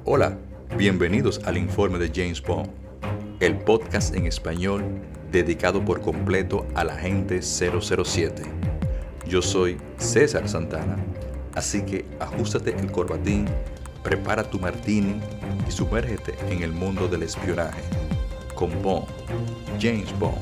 Hola, bienvenidos al informe de James Bond, el podcast en español dedicado por completo al agente 007. Yo soy César Santana, así que ajústate el corbatín, prepara tu martini y sumérgete en el mundo del espionaje. Con Bond, James Bond.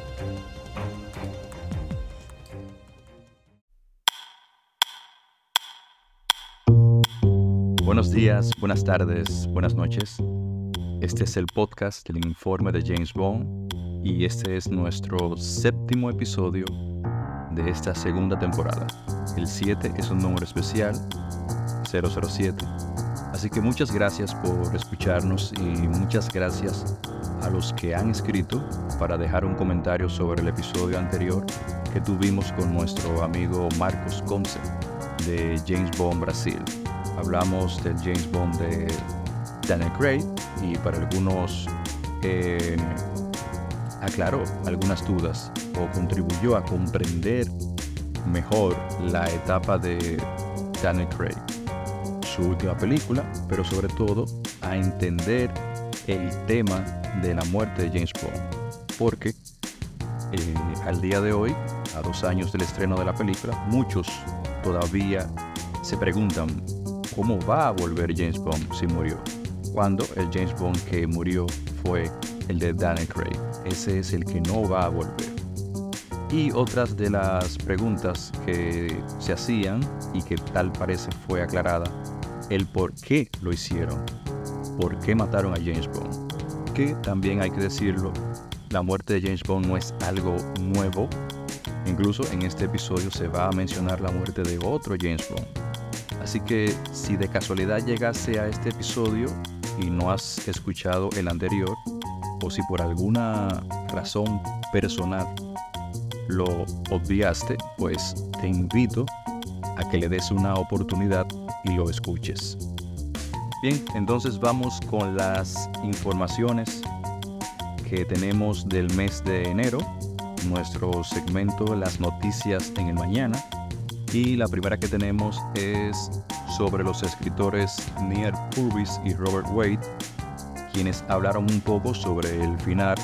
Buenos días, buenas tardes, buenas noches. Este es el podcast del informe de James Bond y este es nuestro séptimo episodio de esta segunda temporada. El 7 es un número especial, 007. Así que muchas gracias por escucharnos y muchas gracias a los que han escrito para dejar un comentario sobre el episodio anterior que tuvimos con nuestro amigo Marcos Comce de James Bond Brasil. Hablamos del James Bond de Daniel Craig y para algunos aclaró algunas dudas o contribuyó a comprender mejor la etapa de Daniel Craig, su última película, pero sobre todo a entender el tema de la muerte de James Bond, porque al día de hoy, a 2 años del estreno de la película, muchos todavía se preguntan ¿cómo va a volver James Bond si murió? Cuando el James Bond que murió fue el de Daniel Craig. Ese es el que no va a volver. Y otras de las preguntas que se hacían y que tal parece fue aclarada, el por qué lo hicieron, por qué mataron a James Bond. Que también hay que decirlo, la muerte de James Bond no es algo nuevo. Incluso en este episodio se va a mencionar la muerte de otro James Bond. Así que si de casualidad llegase a este episodio y no has escuchado el anterior, o si por alguna razón personal lo obviaste, pues te invito a que le des una oportunidad y lo escuches. Bien, entonces vamos con las informaciones que tenemos del mes de enero, nuestro segmento Las Noticias en el Mañana. Y la primera que tenemos es sobre los escritores Neil Purvis y Robert Wade, quienes hablaron un poco sobre el final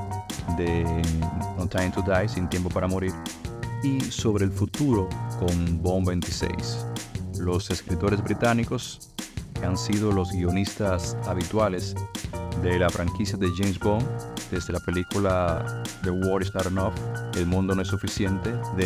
de No Time to Die, Sin Tiempo para Morir, y sobre el futuro con Bond 26. Los escritores británicos, que han sido los guionistas habituales de la franquicia de James Bond, desde la película The War Is Not Enough, El Mundo No Es Suficiente, de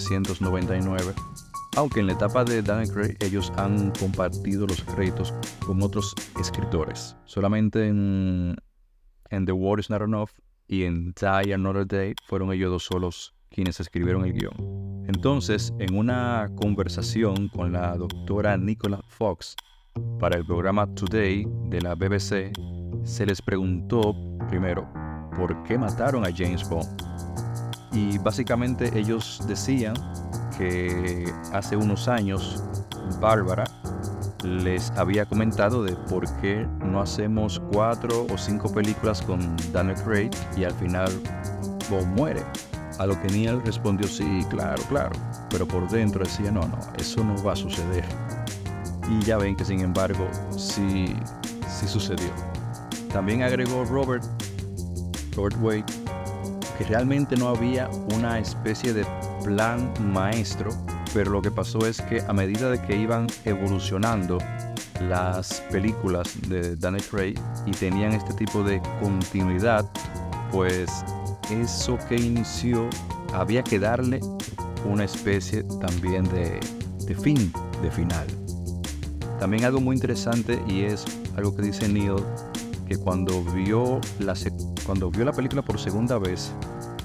1999, aunque en la etapa de Daniel Craig ellos han compartido los créditos con otros escritores. Solamente en The War Is Not Enough y en Die Another Day fueron ellos dos solos quienes escribieron el guión. Entonces, en una conversación con la doctora Nicola Fox para el programa Today de la BBC, se les preguntó primero por qué mataron a James Bond. Y básicamente ellos decían que hace unos años Bárbara les había comentado de por qué no hacemos 4 o 5 películas con Daniel Craig y al final Bond muere. A lo que Neil respondió sí, claro, pero por dentro decía no, eso no va a suceder. Y ya ven que sin embargo sí sucedió. También agregó Robert Wade que realmente no había una especie de plan maestro, pero lo que pasó es que a medida de que iban evolucionando las películas de Daniel Craig y tenían este tipo de continuidad, pues eso que inició había que darle una especie también de fin, de final. También algo muy interesante y es algo que dice Neil, que cuando vio la película por segunda vez,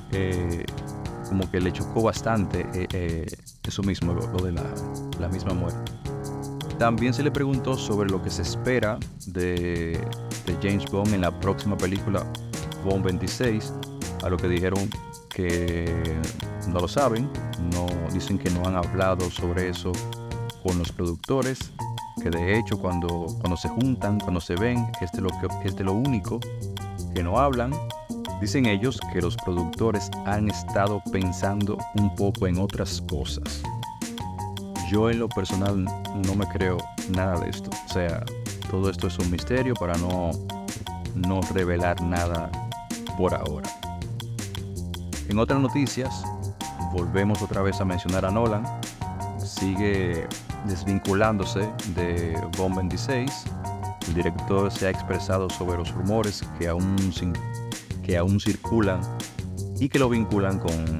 como que le chocó bastante eso mismo, lo de la misma muerte. También se le preguntó sobre lo que se espera de James Bond en la próxima película Bond 26, a lo que dijeron que no lo saben, dicen que no han hablado sobre eso con los productores, que de hecho cuando se juntan, cuando se ven, es de lo único que no hablan. Dicen ellos que los productores han estado pensando un poco en otras cosas. Yo en lo personal no me creo nada de esto. O sea, todo esto es un misterio para no revelar nada por ahora. En otras noticias, volvemos otra vez a mencionar a Nolan. Sigue desvinculándose de Bond 26. El director se ha expresado sobre los rumores que aún circulan y que lo vinculan con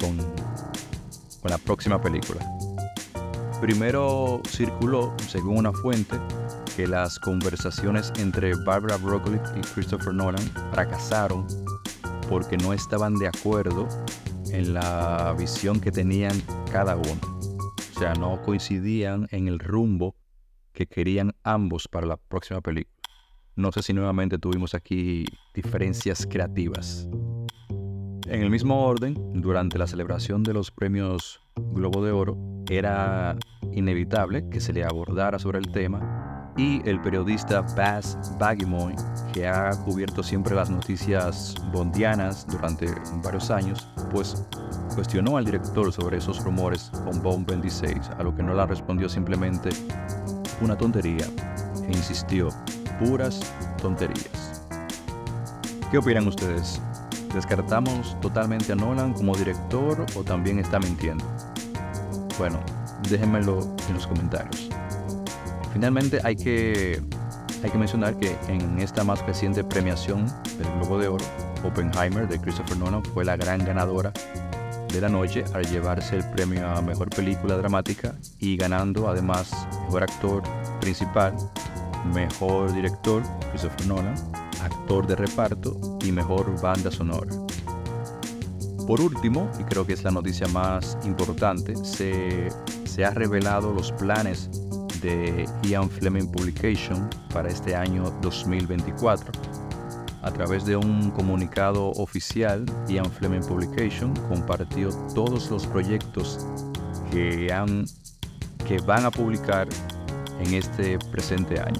la próxima película. Primero circuló, según una fuente, que las conversaciones entre Barbara Broccoli y Christopher Nolan fracasaron porque no estaban de acuerdo en la visión que tenían cada uno. O sea, no coincidían en el rumbo que querían ambos para la próxima película. No sé si nuevamente tuvimos aquí diferencias creativas. En el mismo orden, durante la celebración de los premios Globo de Oro, era inevitable que se le abordara sobre el tema, y el periodista Baz Bagimoy, que ha cubierto siempre las noticias bondianas durante varios años, pues cuestionó al director sobre esos rumores con Bond 26, a lo que Nolan respondió simplemente una tontería e insistió, puras tonterías. ¿Qué opinan ustedes? ¿Descartamos totalmente a Nolan como director o también está mintiendo? Bueno, déjenmelo en los comentarios. Finalmente hay que mencionar que en esta más reciente premiación del Globo de Oro, Oppenheimer de Christopher Nolan fue la gran ganadora de la noche al llevarse el premio a Mejor Película Dramática y ganando además Mejor Actor Principal, Mejor Director Christopher Nolan, Actor de Reparto y Mejor Banda Sonora. Por último, y creo que es la noticia más importante, se ha revelado los planes de Ian Fleming Publication para este año 2024. A través de un comunicado oficial, Ian Fleming Publication compartió todos los proyectos que van a publicar en este presente año.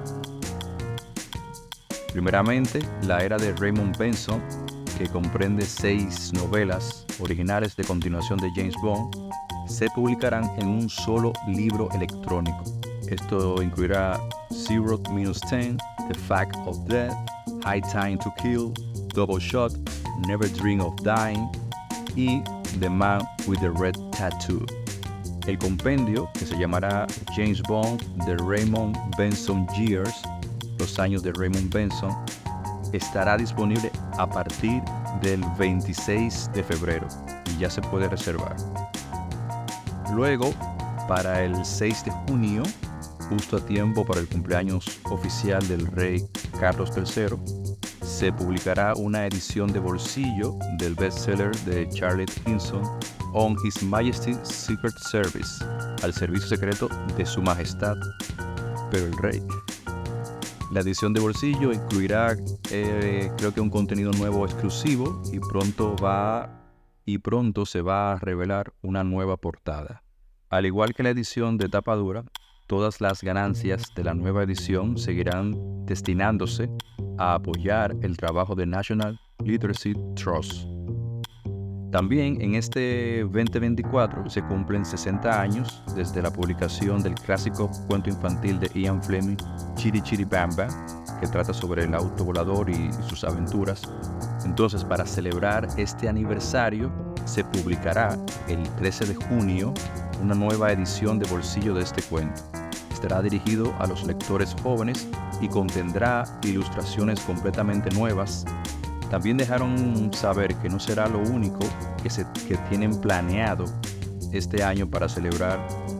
Primeramente, la era de Raymond Benson, que comprende 6 novelas originales de continuación de James Bond, se publicarán en un solo libro electrónico. Esto incluirá 0-10, The Fact of Death, High Time to Kill, Double Shot, Never Dream of Dying y The Man with the Red Tattoo. El compendio, que se llamará James Bond The Raymond Benson Years, los años de Raymond Benson, estará disponible a partir del 26 de febrero y ya se puede reservar. Luego, para el 6 de junio, justo a tiempo para el cumpleaños oficial del rey Carlos III, se publicará una edición de bolsillo del bestseller de Charlotte Hinson, On His Majesty's Secret Service, al servicio secreto de Su Majestad, pero el rey. La edición de bolsillo incluirá, creo que un contenido nuevo exclusivo y pronto se va a revelar una nueva portada. Al igual que la edición de tapa dura, todas las ganancias de la nueva edición seguirán destinándose a apoyar el trabajo de National Literacy Trust. También en este 2024 se cumplen 60 años desde la publicación del clásico cuento infantil de Ian Fleming, Chitty Chitty Bang Bang, que trata sobre el auto volador y sus aventuras. Entonces, para celebrar este aniversario, se publicará el 13 de junio una nueva edición de bolsillo de este cuento. Estará dirigido a los lectores jóvenes y contendrá ilustraciones completamente nuevas. También dejaron saber que no será lo único que tienen planeado este año para celebrar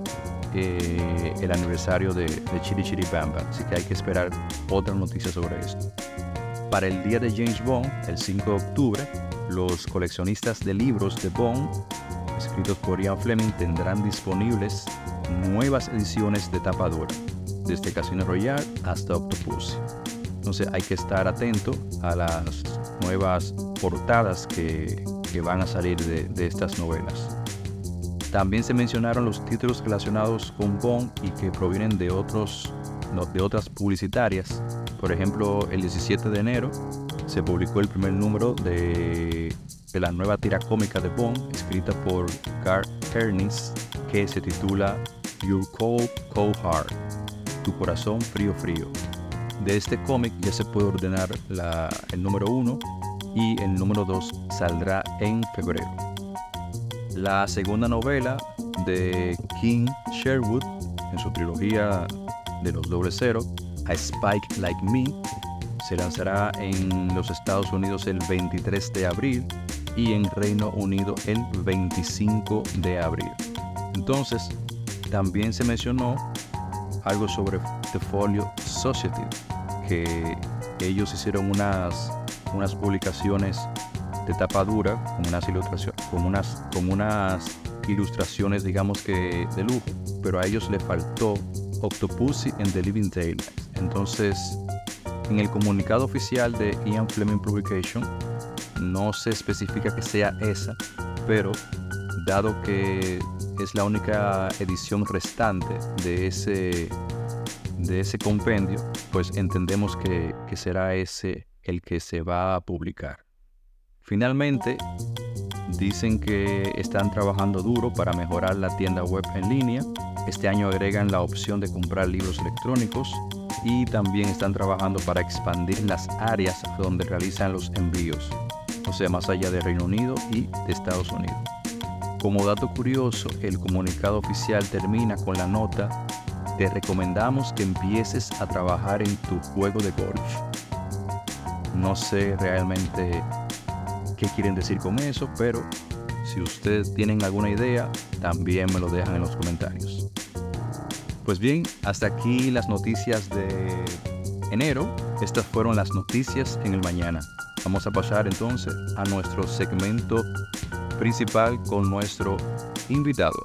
el aniversario de Chitty Chitty Bang Bang, así que hay que esperar otra noticia sobre esto. Para el día de James Bond, el 5 de octubre, los coleccionistas de libros de Bond, escritos por Ian Fleming, tendrán disponibles nuevas ediciones de tapa dura, desde Casino Royale hasta Octopussy. Entonces hay que estar atento a las nuevas portadas que van a salir de estas novelas. También se mencionaron los títulos relacionados con Bond y que provienen de otras publicitarias. Por ejemplo, el 17 de enero se publicó el primer número de la nueva tira cómica de Bond, escrita por Garth Ennis, que se titula Your Cold, Cold Heart, Tu corazón frío frío. De este cómic ya se puede ordenar el número 1 y el número 2 saldrá en febrero. La segunda novela de King Sherwood en su trilogía de los 00, A Spike Like Me, se lanzará en los Estados Unidos el 23 de abril y en Reino Unido el 25 de abril. Entonces, también se mencionó algo sobre The Folio Society, que ellos hicieron unas publicaciones de tapa dura con unas ilustraciones, digamos que de lujo, pero a ellos les faltó Octopussy and the Living Daylights. Entonces, en el comunicado oficial de Ian Fleming Publication no se especifica que sea esa, pero dado que es la única edición restante de ese compendio, pues entendemos que será ese el que se va a publicar. Finalmente, dicen que están trabajando duro para mejorar la tienda web en línea. Este año agregan la opción de comprar libros electrónicos y también están trabajando para expandir las áreas donde realizan los envíos, o sea, más allá de Reino Unido y de Estados Unidos. Como dato curioso, el comunicado oficial termina con la nota: te recomendamos que empieces a trabajar en tu juego de golf. No sé realmente qué quieren decir con eso, pero si ustedes tienen alguna idea, también me lo dejan en los comentarios. Pues bien, hasta aquí las noticias de enero. Estas fueron las noticias en el mañana. Vamos a pasar entonces a nuestro segmento principal con nuestro invitado.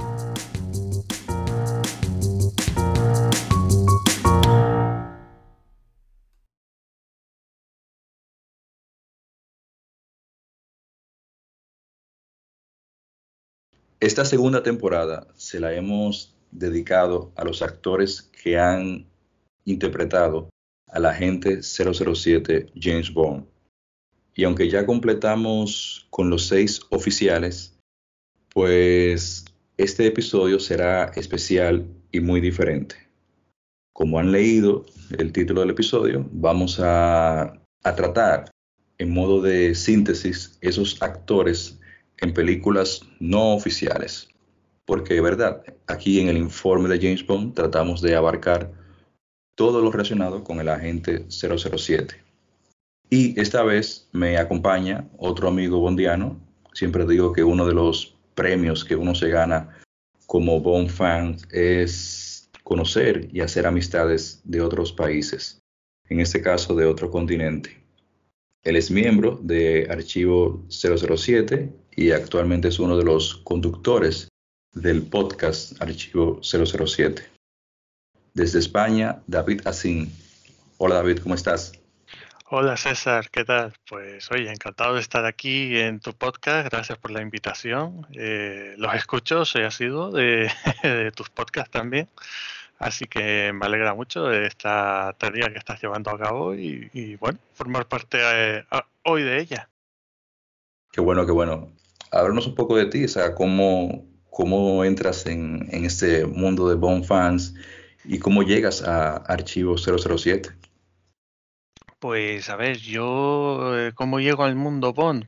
Esta segunda temporada se la hemos dedicado a los actores que han interpretado al agente 007 James Bond. Y aunque ya completamos con los 6 oficiales, pues este episodio será especial y muy diferente. Como han leído el título del episodio, vamos a tratar en modo de síntesis esos actores en películas no oficiales. Porque, verdad, aquí en el informe de James Bond tratamos de abarcar todo lo relacionado con el agente 007. Y esta vez me acompaña otro amigo bondiano. Siempre digo que uno de los premios que uno se gana como Bond fan es conocer y hacer amistades de otros países, en este caso de otro continente. Él es miembro de Archivo 007 y actualmente es uno de los conductores del podcast Archivo 007. Desde España, David Asín. Hola David, ¿cómo estás? Hola César, ¿qué tal? Pues oye, encantado de estar aquí en tu podcast, gracias por la invitación. Los escucho, soy asiduo de, de tus podcasts también, así que me alegra mucho de esta tarea que estás llevando a cabo y bueno, formar parte hoy de ella. Qué bueno, qué bueno. Háblanos un poco de ti, o sea, cómo entras en este mundo de Bond fans y cómo llegas a Archivo 007. Pues a ver, yo ¿cómo llego al mundo Bond?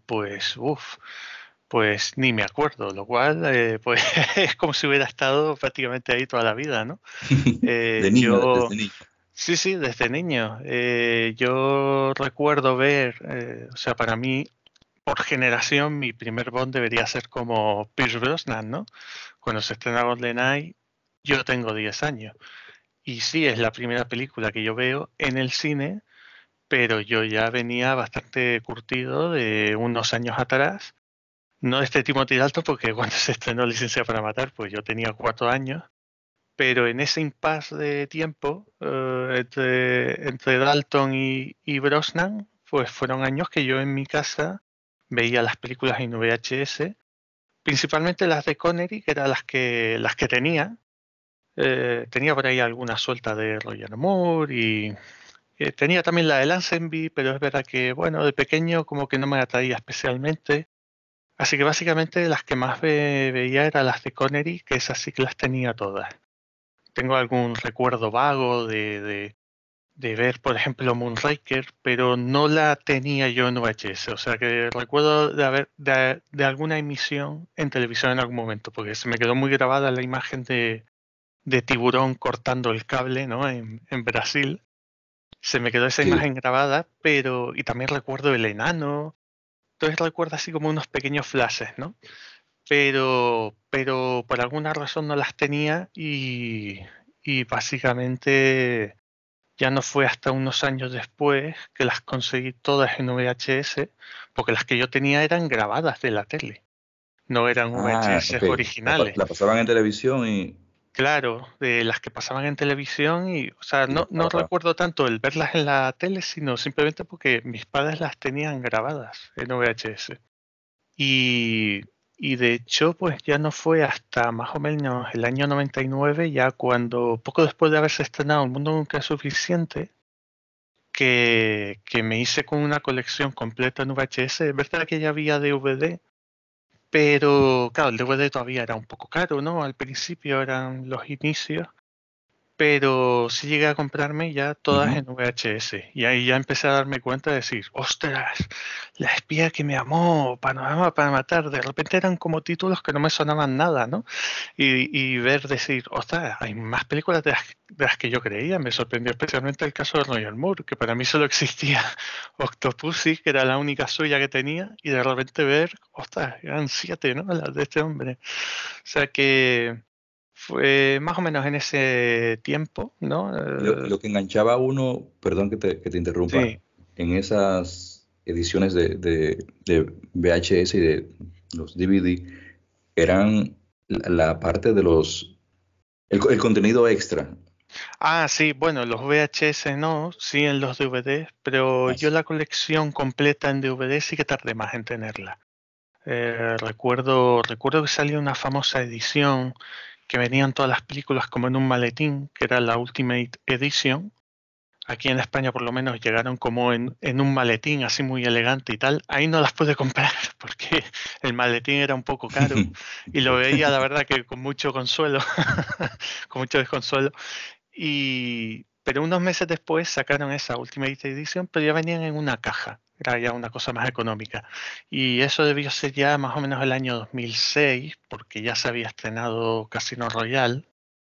Pues ni me acuerdo, lo cual pues es como si hubiera estado prácticamente ahí toda la vida, ¿no? De Eh, niño, yo, desde niño. sí, desde niño. Yo recuerdo ver, o sea, para mí, por generación, mi primer Bond debería ser como Pierce Brosnan, ¿no? Cuando se estrena GoldenEye, yo tengo 10 años. Y sí, es la primera película que yo veo en el cine, pero yo ya venía bastante curtido de unos años atrás. No este Timothy Dalton, porque cuando se estrenó Licencia para Matar, pues yo tenía 4 años. Pero en ese impasse de tiempo entre Dalton y Brosnan, pues fueron años que yo en mi casa veía las películas en VHS, principalmente las de Connery, que eran las que tenía. Tenía por ahí alguna suelta de Roger Moore y tenía también la de Lazenby, pero es verdad que, bueno, de pequeño como que no me atraía especialmente. Así que básicamente las que más veía eran las de Connery, que esas sí que las tenía todas. tengo algún recuerdo vago de ver, por ejemplo, Moonraker, pero no la tenía yo en VHS. O sea que recuerdo de alguna emisión en televisión en algún momento, porque se me quedó muy grabada la imagen de tiburón cortando el cable, ¿no? En Brasil. Se me quedó esa Sí. imagen grabada, pero. Y también recuerdo el enano. Entonces recuerdo así como unos pequeños flashes, ¿no? Pero por alguna razón no las tenía y básicamente ya no fue hasta unos años después que las conseguí todas en VHS, porque las que yo tenía eran grabadas de la tele, no eran Ah, VHS ok. originales. La pasaban en televisión y Claro, de las que pasaban en televisión y, o sea, ya no estaba. recuerdo tanto el verlas en la tele, sino simplemente porque mis padres las tenían grabadas en VHS. Y, y de hecho, pues ya no fue hasta más o menos el año 99, ya cuando, poco después de haberse estrenado El Mundo Nunca es Suficiente, que me hice con una colección completa en VHS. Es verdad que ya había DVD, pero claro, el DVD todavía era un poco caro, ¿no? Al principio eran los inicios. Pero sí llegué a comprarme ya todas en Ujú. VHS. Y ahí ya empecé a darme cuenta de decir, ostras, la espía que me amó, Panorama para matar. De repente eran como títulos que no me sonaban nada, ¿no? Y ver decir, ostras, hay más películas de las que yo creía. Me sorprendió especialmente el caso de Roger Moore, que para mí solo existía Octopussy, que era la única suya que tenía, y de repente ver, ostras, eran 7, ¿no? Las de este hombre. O sea que fue más o menos en ese tiempo, ¿no? Lo que enganchaba a uno, perdón que te interrumpa, Sí. en esas ediciones de VHS y de los DVD, eran la parte de el contenido extra. Ah, sí, bueno, los VHS no, sí en los DVDs, pero yo Así. la colección completa en DVD sí que tardé más en tenerla. Recuerdo que salió una famosa edición que venían todas las películas como en un maletín, que era la Ultimate Edition. Aquí en España por lo menos llegaron como en un maletín así muy elegante y tal. Ahí no las pude comprar porque el maletín era un poco caro y lo veía la verdad que con mucho consuelo, con mucho desconsuelo. Pero unos meses después sacaron esa Ultimate Edition, pero ya venían en una caja. Era ya una cosa más económica. Y eso debió ser ya más o menos el año 2006, porque ya se había estrenado Casino Royale.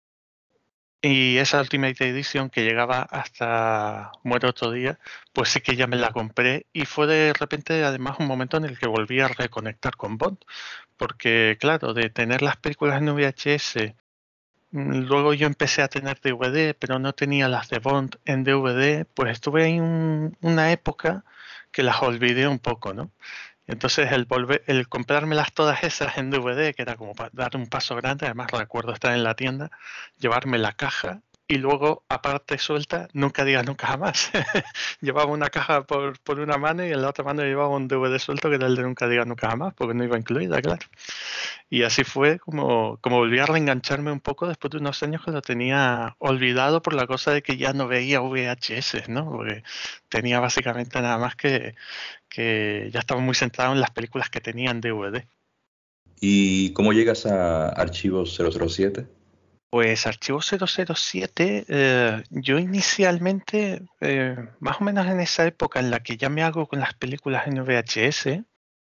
Y esa Ultimate Edition que llegaba hasta Muere otro día, pues sí que ya me la compré y fue de repente además un momento en el que volví a reconectar con Bond, porque claro, de tener las películas en VHS, luego yo empecé a tener DVD, pero no tenía las de Bond en DVD, pues estuve ahí una época que las olvidé un poco, ¿no? Entonces el comprármelas todas esas en DVD, que era como para dar un paso grande, además recuerdo estar en la tienda, llevarme la caja y luego, aparte suelta, nunca digas nunca jamás. Llevaba una caja por una mano y en la otra mano llevaba un DVD suelto que era el de nunca digas nunca jamás, porque no iba incluida, claro. Y así fue como volví a reengancharme un poco después de unos años que lo tenía olvidado por la cosa de que ya no veía VHS, ¿no? Porque tenía básicamente nada más que ya estaba muy centrado en las películas que tenían DVD. ¿Y cómo llegas a Archivos 007? Pues Archivo 007, yo inicialmente, más o menos en esa época en la que ya me hago con las películas en VHS,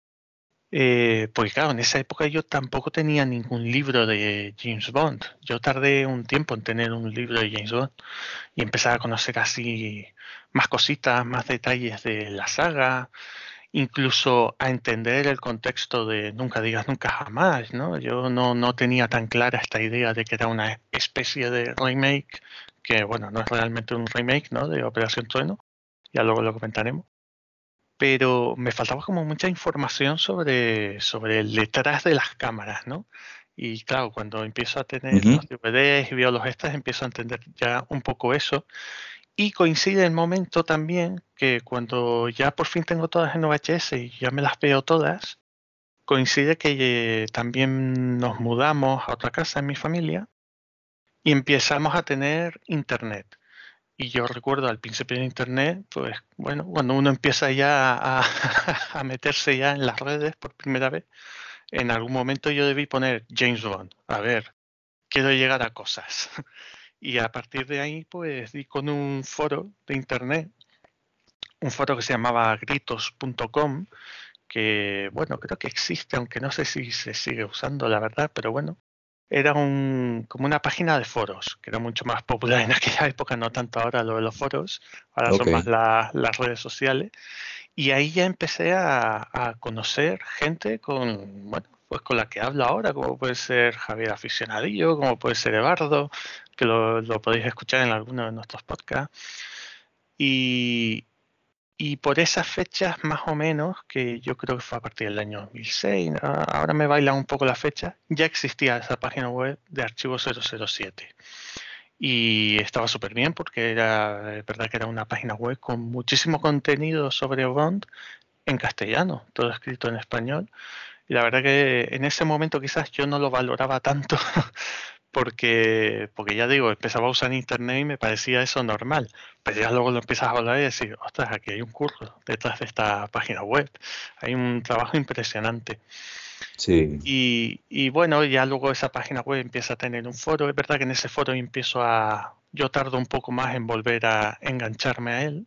pues claro, en esa época yo tampoco tenía ningún libro de James Bond. Yo tardé un tiempo en tener un libro de James Bond y empezar a conocer así más cositas, más detalles de la saga, incluso a entender el contexto de Nunca digas nunca jamás, ¿no? Yo no tenía tan clara esta idea de que era una especie de remake, que bueno, no es realmente un remake, ¿no? De Operación Trueno, ya luego lo comentaremos. Pero me faltaba como mucha información sobre el detrás de las cámaras, ¿no? Y claro, cuando empiezo a tener Ujú. los DVDs y veo los extras, empiezo a entender ya un poco eso. Y coincide el momento también que cuando ya por fin tengo todas en VHS y ya me las veo todas, coincide que también nos mudamos a otra casa en mi familia y empezamos a tener internet. Y yo recuerdo al principio de internet, pues bueno, cuando uno empieza ya a meterse ya en las redes por primera vez, en algún momento yo debí poner James Bond. A ver, quiero llegar a cosas. Y a partir de ahí, pues di con un foro de internet, un foro que se llamaba gritos.com, que bueno, creo que existe, aunque no sé si se sigue usando, la verdad, pero bueno, era como una página de foros, que era mucho más popular en aquella época, no tanto ahora lo de los foros, ahora Ok. son más las redes sociales. Y ahí ya empecé a conocer gente con, bueno, pues con la que hablo ahora, como puede ser Javier Aficionadillo, como puede ser Evardo, que lo podéis escuchar en alguno de nuestros podcasts. Y, y por esas fechas más o menos, que yo creo que fue a partir del año 2006, ahora me baila un poco la fecha, ya existía esa página web de Archivo 007. Y estaba súper bien porque era, es verdad que era una página web con muchísimo contenido sobre Bond en castellano, todo escrito en español. Y la verdad que en ese momento quizás yo no lo valoraba tanto porque ya digo, empezaba a usar internet y me parecía eso normal. Pero ya luego lo empiezas a hablar y decir, ostras, aquí hay un curro detrás de esta página web. Hay un trabajo impresionante. Sí. Y bueno, ya luego esa página web empieza a tener un foro. Es verdad que en ese foro yo tardo un poco más en volver a engancharme a él.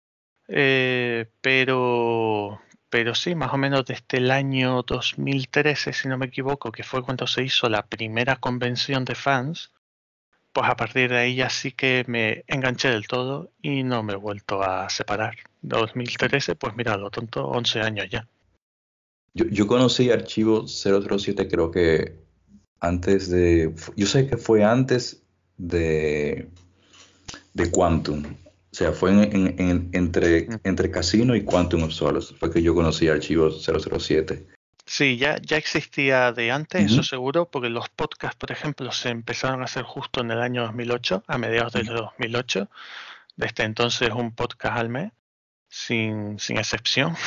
Pero sí, más o menos desde el año 2013, si no me equivoco, que fue cuando se hizo la primera convención de fans, pues a partir de ahí ya sí que me enganché del todo y no me he vuelto a separar. 2013, pues mira, lo tonto, 11 años ya. Yo conocí Archivo 007, creo que antes de, yo sé que fue antes de, de Quantum. O sea, fue Mm. entre Casino y Quantum of Solace. Fue que yo conocí Archivo 007. Sí, ya existía de antes, eso Ujú. seguro, porque los podcasts, por ejemplo, se empezaron a hacer justo en el año 2008, a mediados del 2008. Desde entonces un podcast al mes, sin excepción.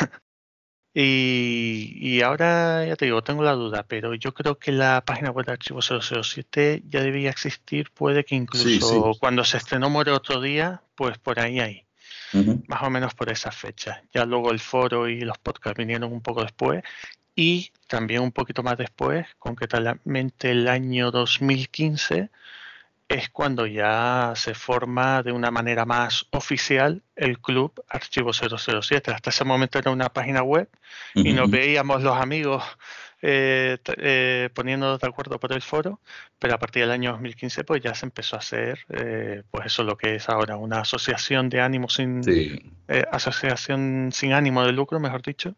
Y ahora, ya te digo, tengo la duda, pero yo creo que la página web de Archivo 007 ya debía existir, puede que Sí, sí. incluso cuando se estrenó Muere otro día, pues por ahí, Ujú. más o menos por esa fecha. Ya luego el foro y los podcasts vinieron un poco después y también un poquito más después, concretamente el año 2015, es cuando ya se forma de una manera más oficial el club Archivo 007. Hasta ese momento era una página web y Ujú, nos ujú. veíamos los amigos poniéndonos de acuerdo por el foro, pero a partir del año 2015 pues ya se empezó a hacer pues eso lo que es ahora una Sí. asociación sin ánimo de lucro, mejor dicho.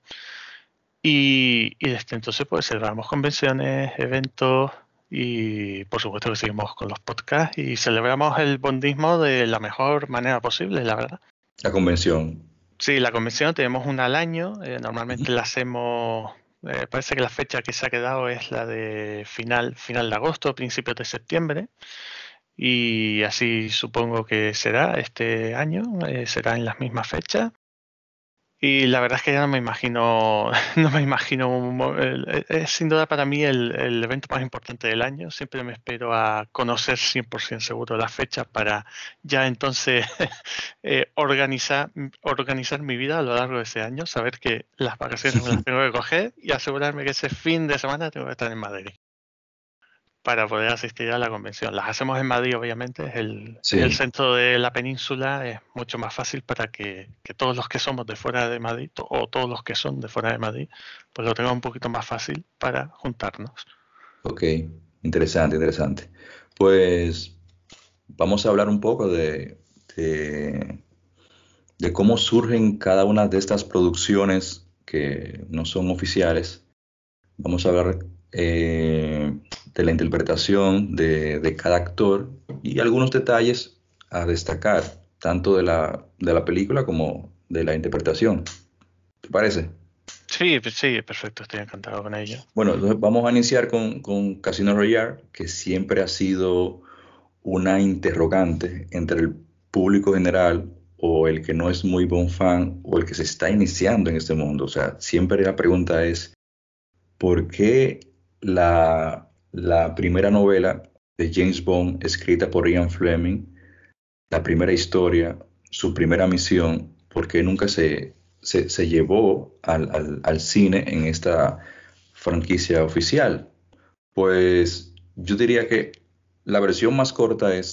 Y desde entonces pues celebramos convenciones, eventos y por supuesto que seguimos con los podcasts y celebramos el bondismo de la mejor manera posible, la verdad. La convención. Sí, la convención tenemos una al año, Ujú. normalmente la hacemos, parece que la fecha que se ha quedado es la de final de agosto, principios de septiembre y así supongo que será este año, será en las mismas fechas. Y la verdad es que ya no me imagino, no me imagino, es sin duda para mí el evento más importante del año. Siempre me espero a conocer 100% seguro la fecha para ya entonces organizar mi vida a lo largo de ese año, saber que las vacaciones me las tengo que coger y asegurarme que ese fin de semana tengo que estar en Madrid para poder asistir a la convención. Las hacemos en Madrid, obviamente, es el Sí, centro de la península, es mucho más fácil para que todos los que somos de fuera de Madrid, o todos los que son de fuera de Madrid, pues lo tengan un poquito más fácil para juntarnos. ok. Interesante, interesante. Pues vamos a hablar un poco de, de cómo surgen cada una de estas producciones que no son oficiales. Vamos a hablar de la interpretación de cada actor y algunos detalles a destacar, tanto de la película como de la interpretación. ¿Te parece? Sí, sí, perfecto, estoy encantado con ello. Bueno, entonces vamos a iniciar con Casino Royale, que siempre ha sido una interrogante entre el público general o el que no es muy buen fan o el que se está iniciando en este mundo. O sea, siempre la pregunta es, ¿por qué la primera novela de James Bond, escrita por Ian Fleming, la primera historia, su primera misión, por qué nunca se llevó al cine en esta franquicia oficial? Pues yo diría que la versión más corta es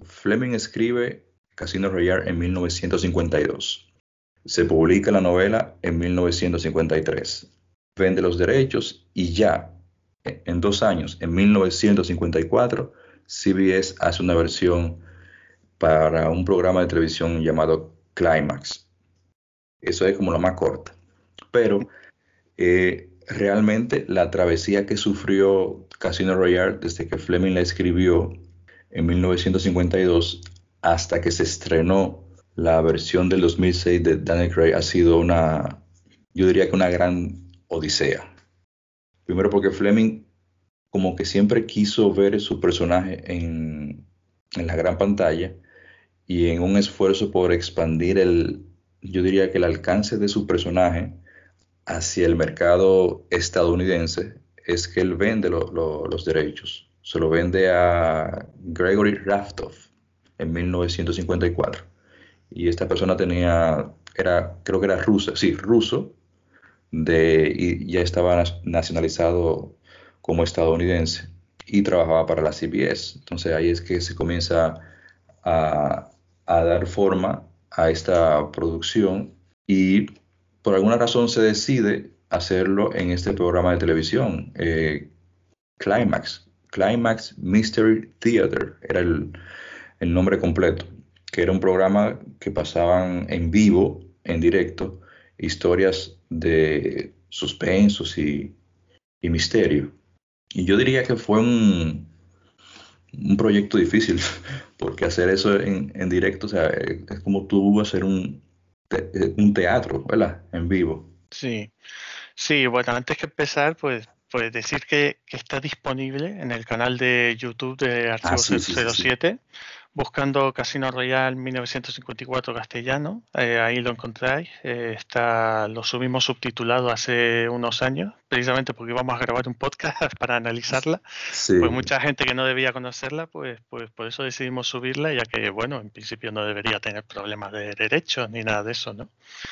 Fleming escribe Casino Royale en 1952. Se publica la novela en 1953. Vende los derechos y ya en 2 años, en 1954, CBS hace una versión para un programa de televisión llamado Climax. Eso es como la más corta. Pero realmente la travesía que sufrió Casino Royale desde que Fleming la escribió en 1952 hasta que se estrenó la versión del 2006 de Daniel Craig ha sido yo diría que una gran odisea. Primero porque Fleming como que siempre quiso ver su personaje en la gran pantalla y en un esfuerzo por expandir yo diría que el alcance de su personaje hacia el mercado estadounidense es que él vende los derechos. Se lo vende a Gregory Raftoff en 1954. Y esta persona creo que era ruso, sí, ruso, y ya estaba nacionalizado como estadounidense y trabajaba para la CBS. Entonces ahí es que se comienza a, a dar forma a esta producción y por alguna razón se decide hacerlo en este programa de televisión, Climax Mystery Theater, era el nombre completo, que era un programa que pasaban en vivo, en directo, historias de suspensos y misterio. Y yo diría que fue un proyecto difícil, porque hacer eso en directo, o sea, es como tú hacer un teatro, ¿verdad? En vivo. Sí, sí, bueno, antes que empezar, pues decir que está disponible en el canal de YouTube de Ah, Archivo sí, sí, sí, sí. 007, buscando Casino Royale 1954 castellano, ahí lo encontráis. Lo subimos subtitulado hace unos años, precisamente porque íbamos a grabar un podcast para analizarla. Pues Sí, mucha gente que no debía conocerla, pues por eso decidimos subirla, ya que, bueno, en principio no debería tener problemas de derechos ni nada de eso, ¿no?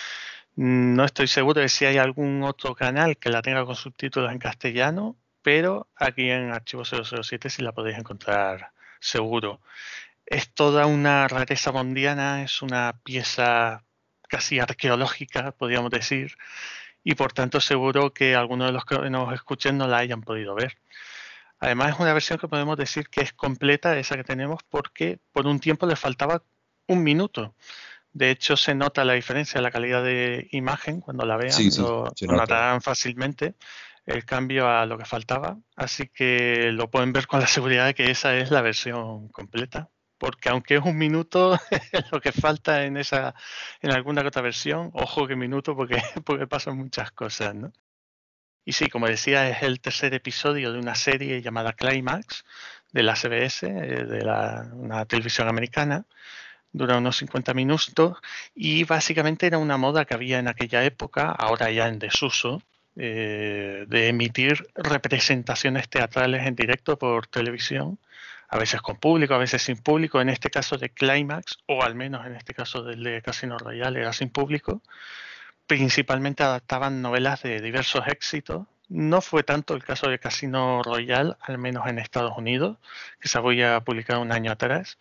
No estoy seguro de si hay algún otro canal que la tenga con subtítulos en castellano, pero aquí en Archivo 007 sí la podéis encontrar seguro. Es toda una rareza mondiana, es una pieza casi arqueológica, podríamos decir, y por tanto seguro que algunos de los que nos escuchen no la hayan podido ver. Además es una versión que podemos decir que es completa, esa que tenemos, porque por un tiempo le faltaba un minuto. De hecho, se nota la diferencia en la calidad de imagen cuando la sí, vean, sí, se lo nota. notarán fácilmente el cambio a lo que faltaba. Así que lo pueden ver con la seguridad de que esa es la versión completa. Porque aunque es un minuto lo que falta en alguna otra versión, ojo que minuto porque, porque pasan muchas cosas, ¿no? Y sí, como decía, es el tercer episodio de una serie llamada Climax de la CBS, una televisión americana. Dura unos 50 minutos y básicamente era una moda que había en aquella época, ahora ya en desuso, de emitir representaciones teatrales en directo por televisión, a veces con público, a veces sin público. En este caso de Climax, o al menos en este caso del de Casino Royale, era sin público. Principalmente adaptaban novelas de diversos éxitos. No fue tanto el caso de Casino Royale, al menos en Estados Unidos, que se había publicado un año atrás,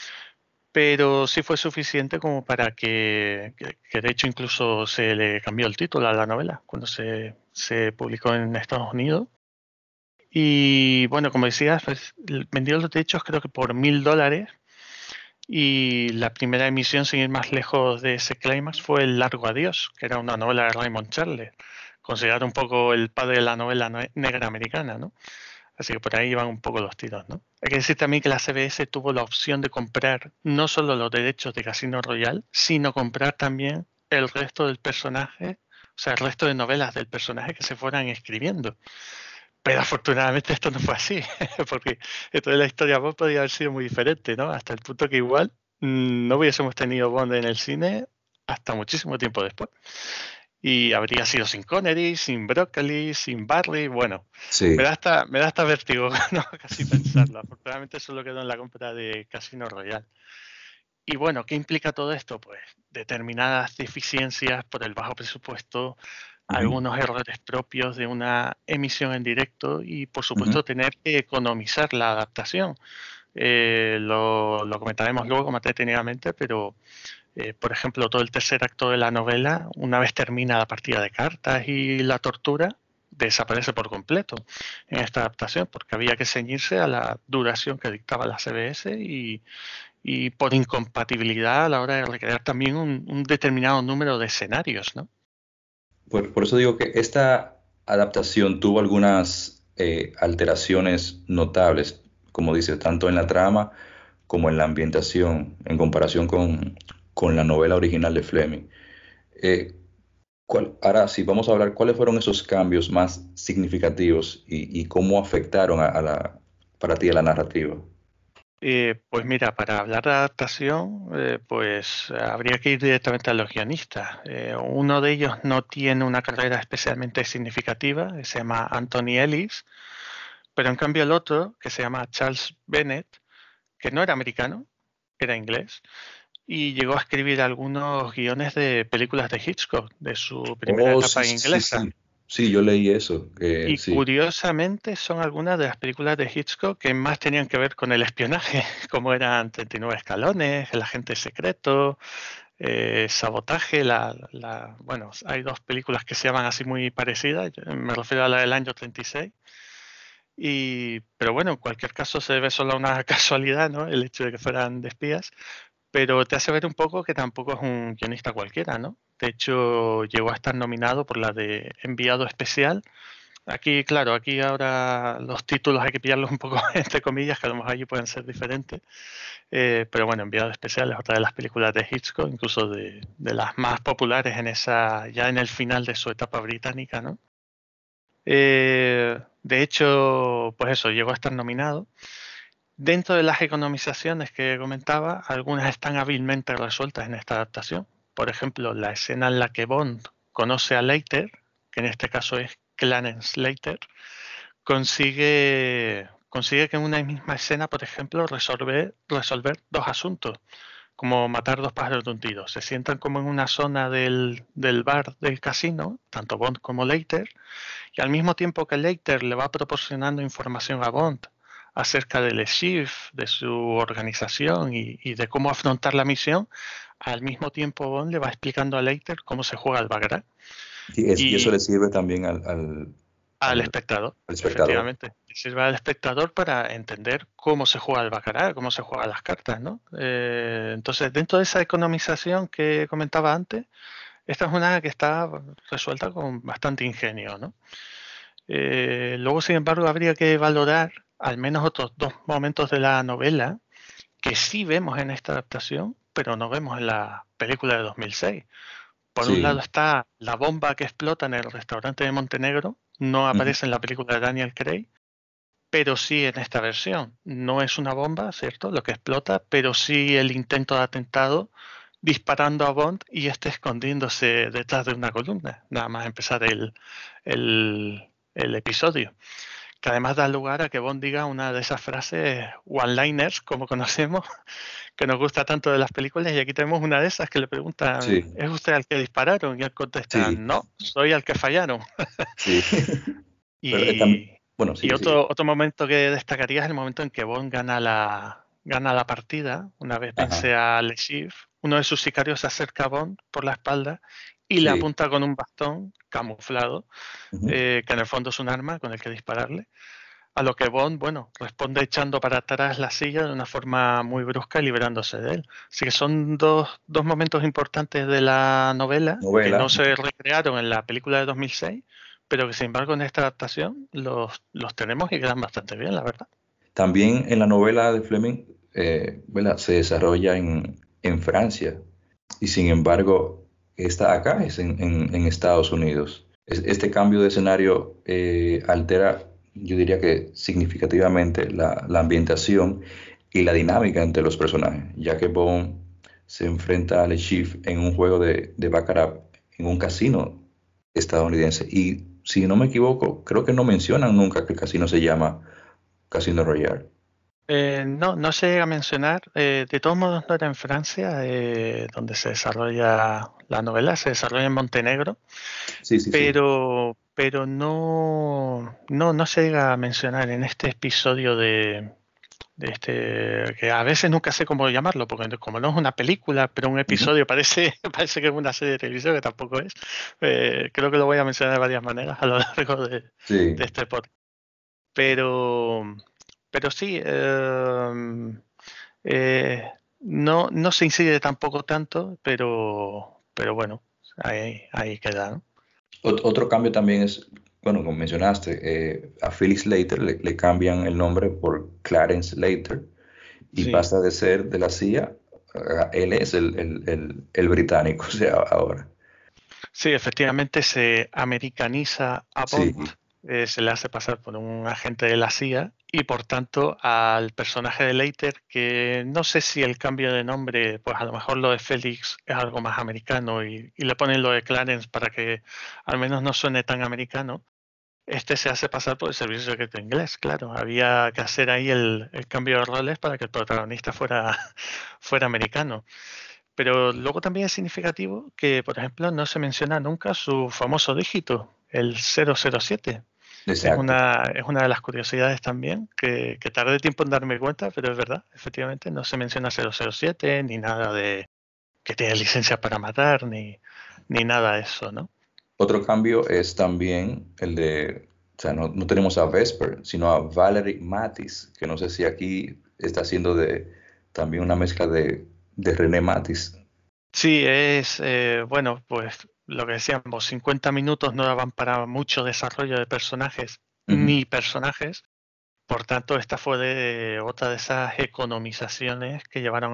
pero sí fue suficiente como para que de hecho incluso se le cambió el título a la novela cuando se publicó en Estados Unidos. Y bueno, como decías, pues, vendió los derechos creo que por $1.000, y la primera emisión, sin ir más lejos de ese clímax, fue El Largo Adiós, que era una novela de Raymond Chandler, considerado un poco el padre de la novela negra americana, ¿no? Así que por ahí van un poco los tiros, ¿no? Hay que decir también que la CBS tuvo la opción de comprar no solo los derechos de Casino Royale, sino comprar también el resto del personaje, o sea, el resto de novelas del personaje que se fueran escribiendo. Pero afortunadamente esto no fue así, porque entonces la historia Bond podría haber sido muy diferente, ¿no? Hasta el punto que igual no hubiésemos tenido Bond en el cine hasta muchísimo tiempo después. Y habría sido sin Connery, sin Broccoli, sin Barry. Bueno, Sí. me da hasta vértigo, ¿no? Casi pensarlo. Afortunadamente solo quedó en la compra de Casino Royale. Y bueno, ¿qué implica todo esto? Pues determinadas deficiencias por el bajo presupuesto, Ujú, algunos errores propios de una emisión en directo y por ujú. supuesto tener que economizar la adaptación. Lo comentaremos luego más detenidamente, pero por ejemplo, todo el tercer acto de la novela, una vez termina la partida de cartas y la tortura, desaparece por completo en esta adaptación, porque había que ceñirse a la duración que dictaba la CBS y por incompatibilidad a la hora de recrear también un determinado número de escenarios, ¿no? Por eso digo que esta adaptación tuvo algunas alteraciones notables, como dice, tanto en la trama como en la ambientación, en comparación con la novela original de Fleming. Eh, ahora sí, vamos a hablar cuáles fueron esos cambios más significativos y cómo afectaron para ti a la narrativa. Pues mira, para hablar de adaptación, pues habría que ir directamente a los guionistas. Uno de ellos no tiene una carrera especialmente significativa, se llama Anthony Ellis, pero en cambio el otro, que se llama Charles Bennett, que no era americano, era inglés, y llegó a escribir algunos guiones de películas de Hitchcock, de su primera Oh, sí, etapa sí, sí, inglesa. sí. Sí, yo leí eso, que Y sí. curiosamente son algunas de las películas de Hitchcock que más tenían que ver con el espionaje, como eran 39 escalones, El agente secreto, Sabotaje, bueno, hay dos películas que se llaman así muy parecidas, me refiero a la del año 36. Pero bueno, en cualquier caso se debe solo a una casualidad, ¿no? El hecho de que fueran de espías, pero te hace ver un poco que tampoco es un guionista cualquiera, ¿no? De hecho, llegó a estar nominado por la de Enviado Especial. Aquí, claro, aquí ahora los títulos hay que pillarlos un poco entre comillas, que a lo mejor allí pueden ser diferentes. Pero bueno, Enviado Especial es otra de las películas de Hitchcock, incluso de las más populares ya en el final de su etapa británica, ¿no? De hecho, pues eso, llegó a estar nominado. Dentro de las economizaciones que comentaba, algunas están hábilmente resueltas en esta adaptación. Por ejemplo, la escena en la que Bond conoce a Leiter, que en este caso es Clarence Leiter, consigue que en una misma escena, por ejemplo, resolver dos asuntos, como matar dos pájaros de un tiro. Se sientan como en una zona del bar del casino, tanto Bond como Leiter, y al mismo tiempo que Leiter le va proporcionando información a Bond acerca del SHIF, de su organización y de cómo afrontar la misión, al mismo tiempo Bond le va explicando a Leiter cómo se juega el Baccarat. Y eso Y le sirve también al al- espectador, al espectador. efectivamente. Le sirve al espectador para entender cómo se juega el Baccarat, cómo se juegan las cartas, ¿no? Entonces, dentro de esa economización que comentaba antes, esta es una que está resuelta con bastante ingenio, ¿no? Luego, sin embargo, habría que valorar al menos otros dos momentos de la novela que sí vemos en esta adaptación, pero no vemos en la película de 2006. Por un lado Sí. está la bomba que explota en el restaurante de Montenegro, no Ujú. aparece en la película de Daniel Craig, pero sí en esta versión. No es una bomba, ¿cierto? Lo que explota, pero sí el intento de atentado disparando a Bond y este escondiéndose detrás de una columna, nada más empezar el episodio. Que además da lugar a que Bond diga una de esas frases one-liners, como conocemos, que nos gusta tanto de las películas, y aquí tenemos una de esas que le preguntan, Sí, ¿es usted al que dispararon? Y él contesta, sí, no, soy al que fallaron. sí. Pero Y, bueno, y sigue, sigue. otro momento que destacaría es el momento en que Bond gana la partida, una vez vence Ajá. a Le Chiffre, uno de sus sicarios se acerca a Bond por la espalda y le Sí. apunta con un bastón camuflado, Ujú. que en el fondo es un arma con el que dispararle. A lo que Bond, bueno, responde echando para atrás la silla de una forma muy brusca y liberándose de él. Así que son dos momentos importantes de la novela que no Novela. se recrearon en la película de 2006, pero que sin embargo en esta adaptación los tenemos y quedan bastante bien, la verdad. También en la novela de Fleming, ¿verdad? Se desarrolla en Francia y sin embargo está acá, es en Estados Unidos. Este cambio de escenario altera, yo diría que significativamente la ambientación y la dinámica entre los personajes, ya que Bond se enfrenta a Le Chiffre en un juego de Baccarat en un casino estadounidense. Y si no me equivoco, creo que no mencionan nunca que el casino se llama Casino Royale. No, no se llega a mencionar, de todos modos no era en Francia donde se desarrolla la novela, se desarrolla en Montenegro, Sí, sí, sí. pero no se llega a mencionar en este episodio que a veces nunca sé cómo llamarlo, porque como no es una película, pero un Ujú. episodio parece, parece que es una serie de televisión, que tampoco es. Creo que lo voy a mencionar de varias maneras a lo largo de Sí. este podcast. Pero, pero sí, eh, no se incide tampoco tanto, pero bueno, ahí queda, ¿no? Otro cambio también es, bueno, como mencionaste, a Phyllis Slater le cambian el nombre por Clarence Slater y Sí, pasa de ser de la CIA, él es el británico, o sea, ahora. sí, efectivamente se americaniza a Bond, Sí, se le hace pasar por un agente de la CIA y por tanto al personaje de Leiter, que no sé si el cambio de nombre, pues a lo mejor lo de Félix es algo más americano y le ponen lo de Clarence para que al menos no suene tan americano. Este se hace pasar por el servicio secreto inglés, claro. Había que hacer ahí el cambio de roles para que el protagonista fuera, fuera americano. Pero luego también es significativo que, por ejemplo, no se menciona nunca su famoso dígito, el 007. exacto. Es una de las curiosidades también, que tardé tiempo en darme cuenta, pero es verdad, efectivamente, no se menciona 007 ni nada de que tiene licencia para matar, ni nada de eso, ¿no? Otro cambio es también el de, o sea, no tenemos a Vesper, sino a Valerie Matis, que no sé si aquí está haciendo de también una mezcla de René Matis. Sí, bueno, pues lo que decíamos, 50 minutos no daban para mucho desarrollo de personajes, Ujú. ni personajes. Por tanto, esta fue otra de esas economizaciones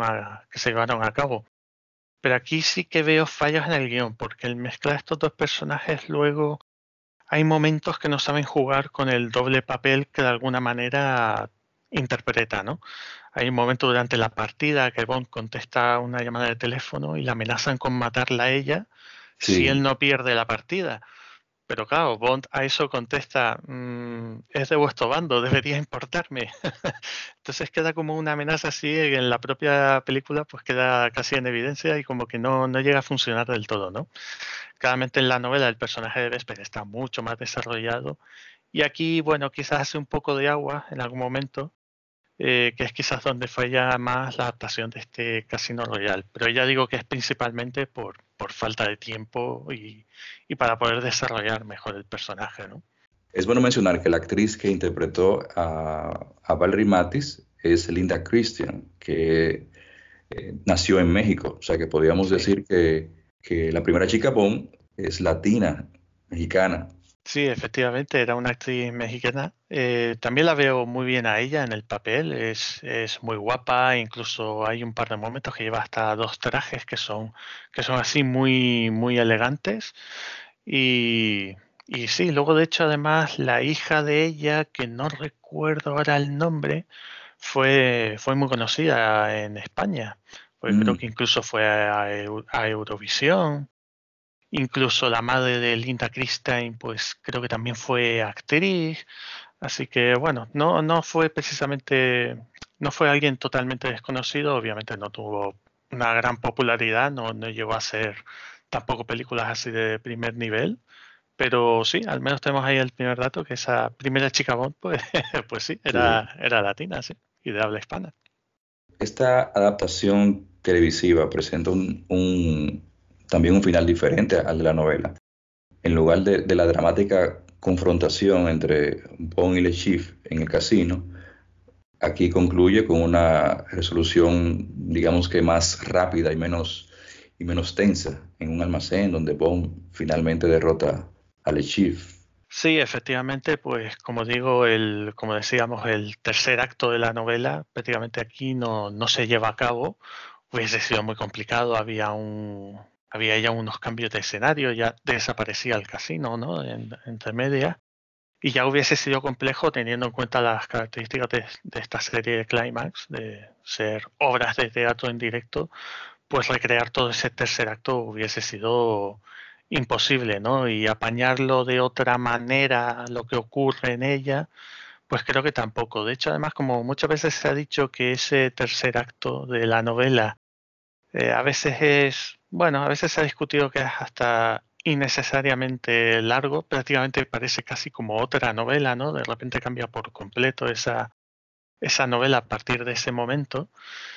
que se llevaron a cabo. Pero aquí sí que veo fallos en el guión, porque el mezclar estos dos personajes luego hay momentos que no saben jugar con el doble papel que de alguna manera interpreta, ¿no? Hay un momento durante la partida que Bond contesta una llamada de teléfono y la amenazan con matarla a ella si él Sí, no pierde la partida. Pero claro, Bond a eso contesta, es de vuestro bando, debería importarme. Entonces queda como una amenaza así en la propia película, pues queda casi en evidencia y como que no llega a funcionar del todo, ¿no? Claramente en la novela el personaje de Vesper está mucho más desarrollado y aquí, bueno, quizás hace un poco de agua en algún momento, que es quizás donde falla más la adaptación de este Casino Royale. Pero ya digo que es principalmente por falta de tiempo y para poder desarrollar mejor el personaje, ¿no? es bueno mencionar que la actriz que interpretó a Valerie Matis es Linda Christian, que nació en México, o sea que podríamos Sí. decir que la primera chica Bond es latina, mexicana. Sí, efectivamente, era una actriz mexicana. También la veo muy bien a ella en el papel, es muy guapa, incluso hay un par de momentos que lleva hasta dos trajes que son así muy elegantes. Y, y sí, luego de hecho además la hija de ella, que no recuerdo ahora el nombre, fue muy conocida en España. Pues creo que Mm, incluso fue a Eurovisión. Incluso la madre de Linda Christine, pues creo que también fue actriz. Así que bueno, no fue precisamente, no fue alguien totalmente desconocido. Obviamente no tuvo una gran popularidad, no llegó a hacer tampoco películas así de primer nivel. Pero sí, al menos tenemos ahí el primer dato, que esa primera chica Bond, pues, pues sí, sí. era latina, sí, y de habla hispana. Esta adaptación televisiva presenta también un final diferente al de la novela. En lugar de la dramática confrontación entre Bond y Le Chiffre en el casino, aquí concluye con una resolución, digamos que más rápida y menos tensa, en un almacén donde Bond finalmente derrota a Le Chiffre. Sí, efectivamente, pues como digo, como decíamos, el tercer acto de la novela prácticamente aquí no se lleva a cabo. Hubiese sido muy complicado, había ya unos cambios de escenario, ya desaparecía el casino, ¿no? Entre medias. Y ya hubiese sido complejo teniendo en cuenta las características de esta serie de Climax, de ser obras de teatro en directo, pues recrear todo ese tercer acto hubiese sido imposible, ¿no? Y apañarlo de otra manera, lo que ocurre en ella, pues creo que tampoco. De hecho, además, como muchas veces se ha dicho que ese tercer acto de la novela a veces bueno, a veces se ha discutido que es hasta innecesariamente largo, prácticamente parece casi como otra novela, ¿no? De repente cambia por completo esa novela a partir de ese momento,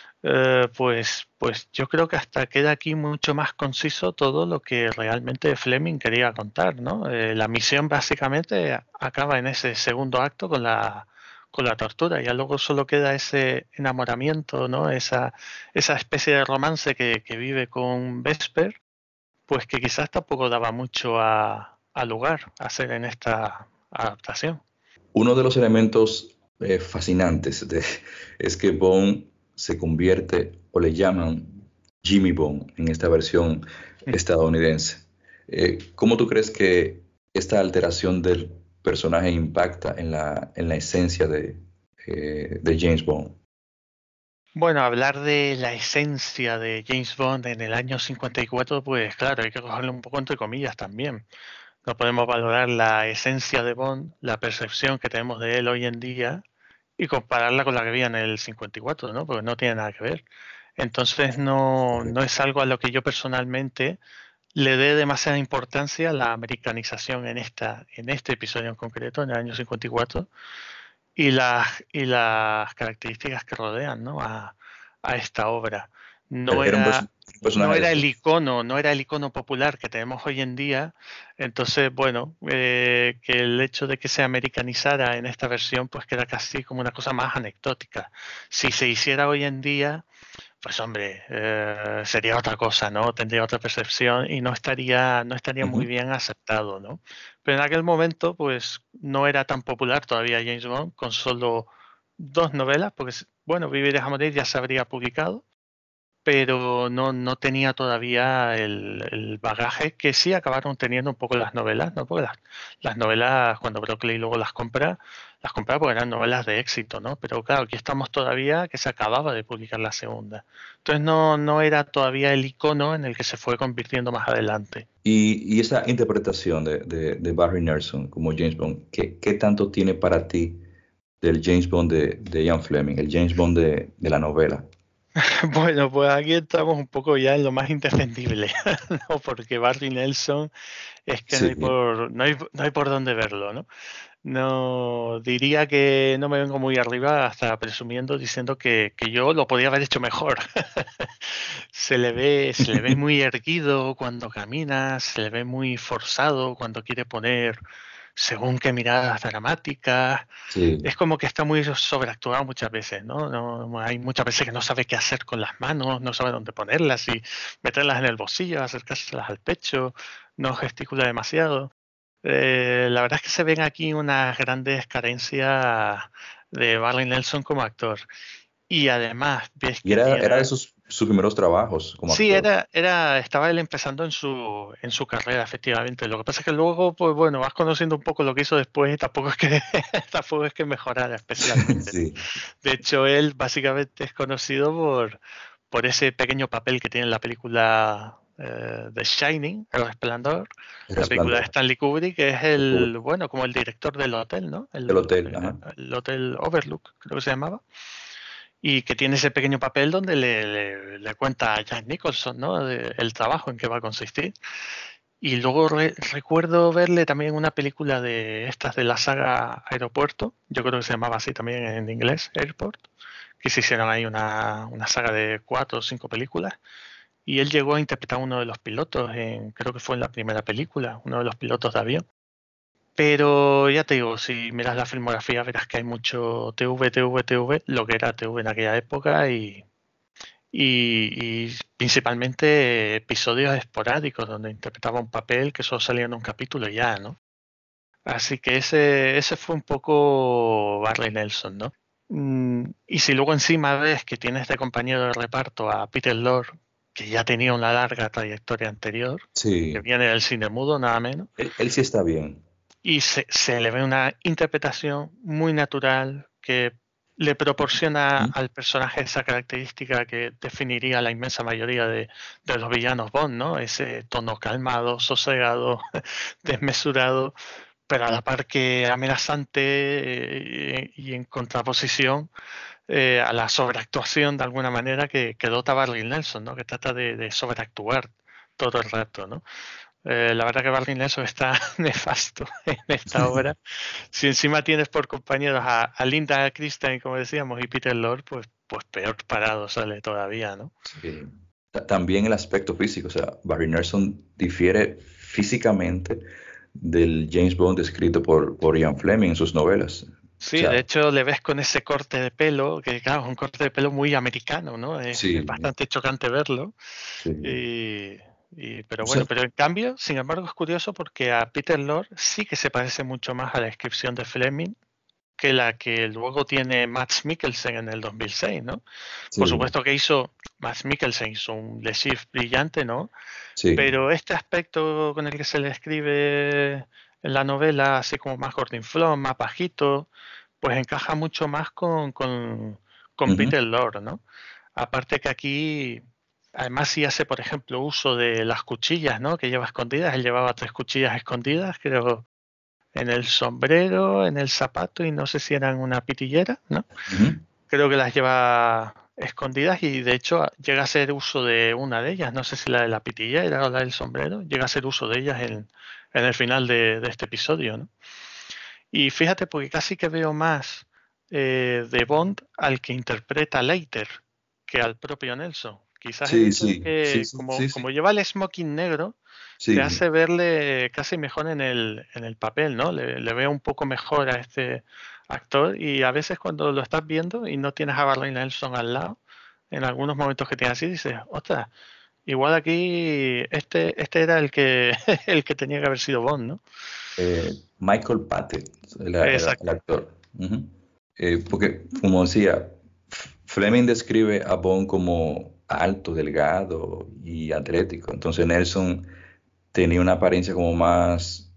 pues yo creo que hasta queda aquí mucho más conciso todo lo que realmente Fleming quería contar, ¿no? La misión básicamente acaba en ese segundo acto con la tortura. Ya luego solo queda ese enamoramiento, ¿no? Esa especie de romance que vive con Vesper, pues que quizás tampoco daba mucho a lugar a hacer en esta adaptación. Uno de los elementos fascinantes es que Bond se convierte o le llaman Jimmy Bond en esta versión estadounidense. ¿Cómo tú crees que esta alteración del personaje impacta en la esencia de James Bond? Bueno, hablar de la esencia de James Bond en el año 54, pues claro, hay que cogerlo un poco entre comillas también. No podemos valorar la esencia de Bond, la percepción que tenemos de él hoy en día y compararla con la que había en el 54, ¿no? Porque no tiene nada que ver. Entonces no es algo a lo que yo personalmente le dé demasiada importancia a la americanización en este episodio en concreto, en el año 54, y las características que rodean, ¿no? A esta obra. No Era un era, no personaje era de el esos. icono, no era el icono popular que tenemos hoy en día. Entonces, bueno, que el hecho de que se americanizara en esta versión, pues queda casi como una cosa más anecdótica. Si se hiciera hoy en día, pues hombre, sería otra cosa, ¿no? Tendría otra percepción y no estaría muy Ujú. bien aceptado, ¿no? Pero en aquel momento, pues no era tan popular todavía James Bond con solo dos novelas, porque, bueno, Vivir y Dejar Morir ya se habría publicado, pero no tenía todavía el bagaje que sí acabaron teniendo un poco las novelas, ¿no? Porque las novelas, cuando Broccoli luego las compraba porque eran novelas de éxito, ¿no? Pero claro, aquí estamos todavía que se acababa de publicar la segunda. Entonces no era todavía el icono en el que se fue convirtiendo más adelante. Y esa interpretación de Barry Nelson como James Bond, ¿qué tanto tiene para ti del James Bond de Ian Fleming, el James Bond de la novela? Bueno, pues aquí estamos un poco ya en lo más indefendible, ¿no? Porque Barry Nelson es que Sí, no hay por dónde verlo, ¿no? No diría que no me vengo muy arriba hasta presumiendo diciendo que yo lo podía haber hecho mejor. Se le ve muy erguido cuando camina, se le ve muy forzado cuando quiere poner según qué miradas dramáticas. sí. Es como que está muy sobreactuado muchas veces, ¿no? Hay muchas veces que no sabe qué hacer con las manos, no sabe dónde ponerlas, y meterlas en el bolsillo, acercárselas al pecho, no gesticula demasiado. La verdad es que se ven aquí unas grandes carencias de Barry Nelson como actor. Y además, ves Y que era de tiene. sus primeros trabajos como Sí, actor. estaba él empezando en su carrera, efectivamente. Lo que pasa es que luego, pues bueno, vas conociendo un poco lo que hizo después y tampoco es que, tampoco es que mejorara especialmente, ¿no? Sí, De hecho, él básicamente es conocido por ese pequeño papel que tiene en la película The Shining, El Resplandor, El la película de Resplandor, Stanley Kubrick, que es de Kubrick. bueno, como el director del hotel, ¿no? El hotel, ajá. El Hotel Overlook, creo que se llamaba, y que tiene ese pequeño papel donde le cuenta a Jack Nicholson, ¿no? El trabajo en que va a consistir. Y luego recuerdo verle también una película de estas de la saga Aeropuerto, yo creo que se llamaba así también en inglés, Airport, que se hicieron ahí una saga de 4 o 5 películas. Y él llegó a interpretar uno de los pilotos, creo que fue en la primera película, uno de los pilotos de avión. Pero ya te digo, si miras la filmografía verás que hay mucho TV, TV, TV, lo que era TV en aquella época y principalmente episodios esporádicos donde interpretaba un papel que solo salía en un capítulo y ya, ¿no? Así que ese fue un poco Barry Nelson, ¿no? Y si luego encima ves que tiene este compañero de reparto a Peter Lorre, que ya tenía una larga trayectoria anterior, que Sí, viene del cine mudo, nada menos, él sí está bien. y se le ve una interpretación muy natural que le proporciona ¿Mm? al personaje esa característica que definiría a la inmensa mayoría de los villanos Bond, ¿no? Ese tono calmado, sosegado, desmesurado, pero a la par que amenazante, y en contraposición a la sobreactuación de alguna manera que dota Barry Nelson, ¿no? Que trata de sobreactuar todo el rato, ¿no? La verdad que Barry Nelson está nefasto en esta obra. Si encima tienes por compañeros a Linda Christie, como decíamos, y Peter Lorre, pues peor parado sale todavía, ¿no? Sí. También el aspecto físico, o sea, Barry Nelson difiere físicamente del James Bond escrito por Ian Fleming en sus novelas. O Sí, de sea, hecho le ves con ese corte de pelo, que claro, es un corte de pelo muy americano, ¿no? Es sí, bastante chocante verlo. sí. Y, pero O bueno, sea, pero en cambio, sin embargo, es curioso porque a Peter Lorre sí que se parece mucho más a la descripción de Fleming que la que luego tiene Mads Mikkelsen en el 2006, ¿no? Por sí, supuesto que Mads Mikkelsen hizo un Le Chiffre brillante, ¿no? sí. Pero este aspecto con el que se le escribe en la novela, así como más gordinflón, más bajito, pues encaja mucho más con Ujú. Peter Lorre, ¿no? Aparte que aquí, además sí hace, por ejemplo, uso de las cuchillas, ¿no? Que lleva escondidas. Él llevaba 3 cuchillas escondidas, creo, en el sombrero, en el zapato y no sé si eran una pitillera, ¿no? Ujú. Creo que las lleva escondidas y de hecho llega a hacer uso de una de ellas, no sé si la de la pitillera o la del sombrero, llega a hacer uso de ellas en el final de este episodio, ¿no? Y fíjate, porque casi que veo más de Bond al que interpreta Leiter que al propio Nelson. Quizás el Sí, hecho de sí, sí, que, sí, como, sí, como sí. lleva el smoking negro, te Sí, hace verle casi mejor en el papel, ¿no? Le veo un poco mejor a este actor y a veces cuando lo estás viendo y no tienes a Barry Nelson al lado, en algunos momentos que tienes así, dices, ostras, igual aquí este era el que, el que tenía que haber sido Bond, ¿no? Michael Patton, el Exacto. actor. Ujú. Porque, como decía, Fleming describe a Bond como alto, delgado y atlético. Entonces Nelson tenía una apariencia como más,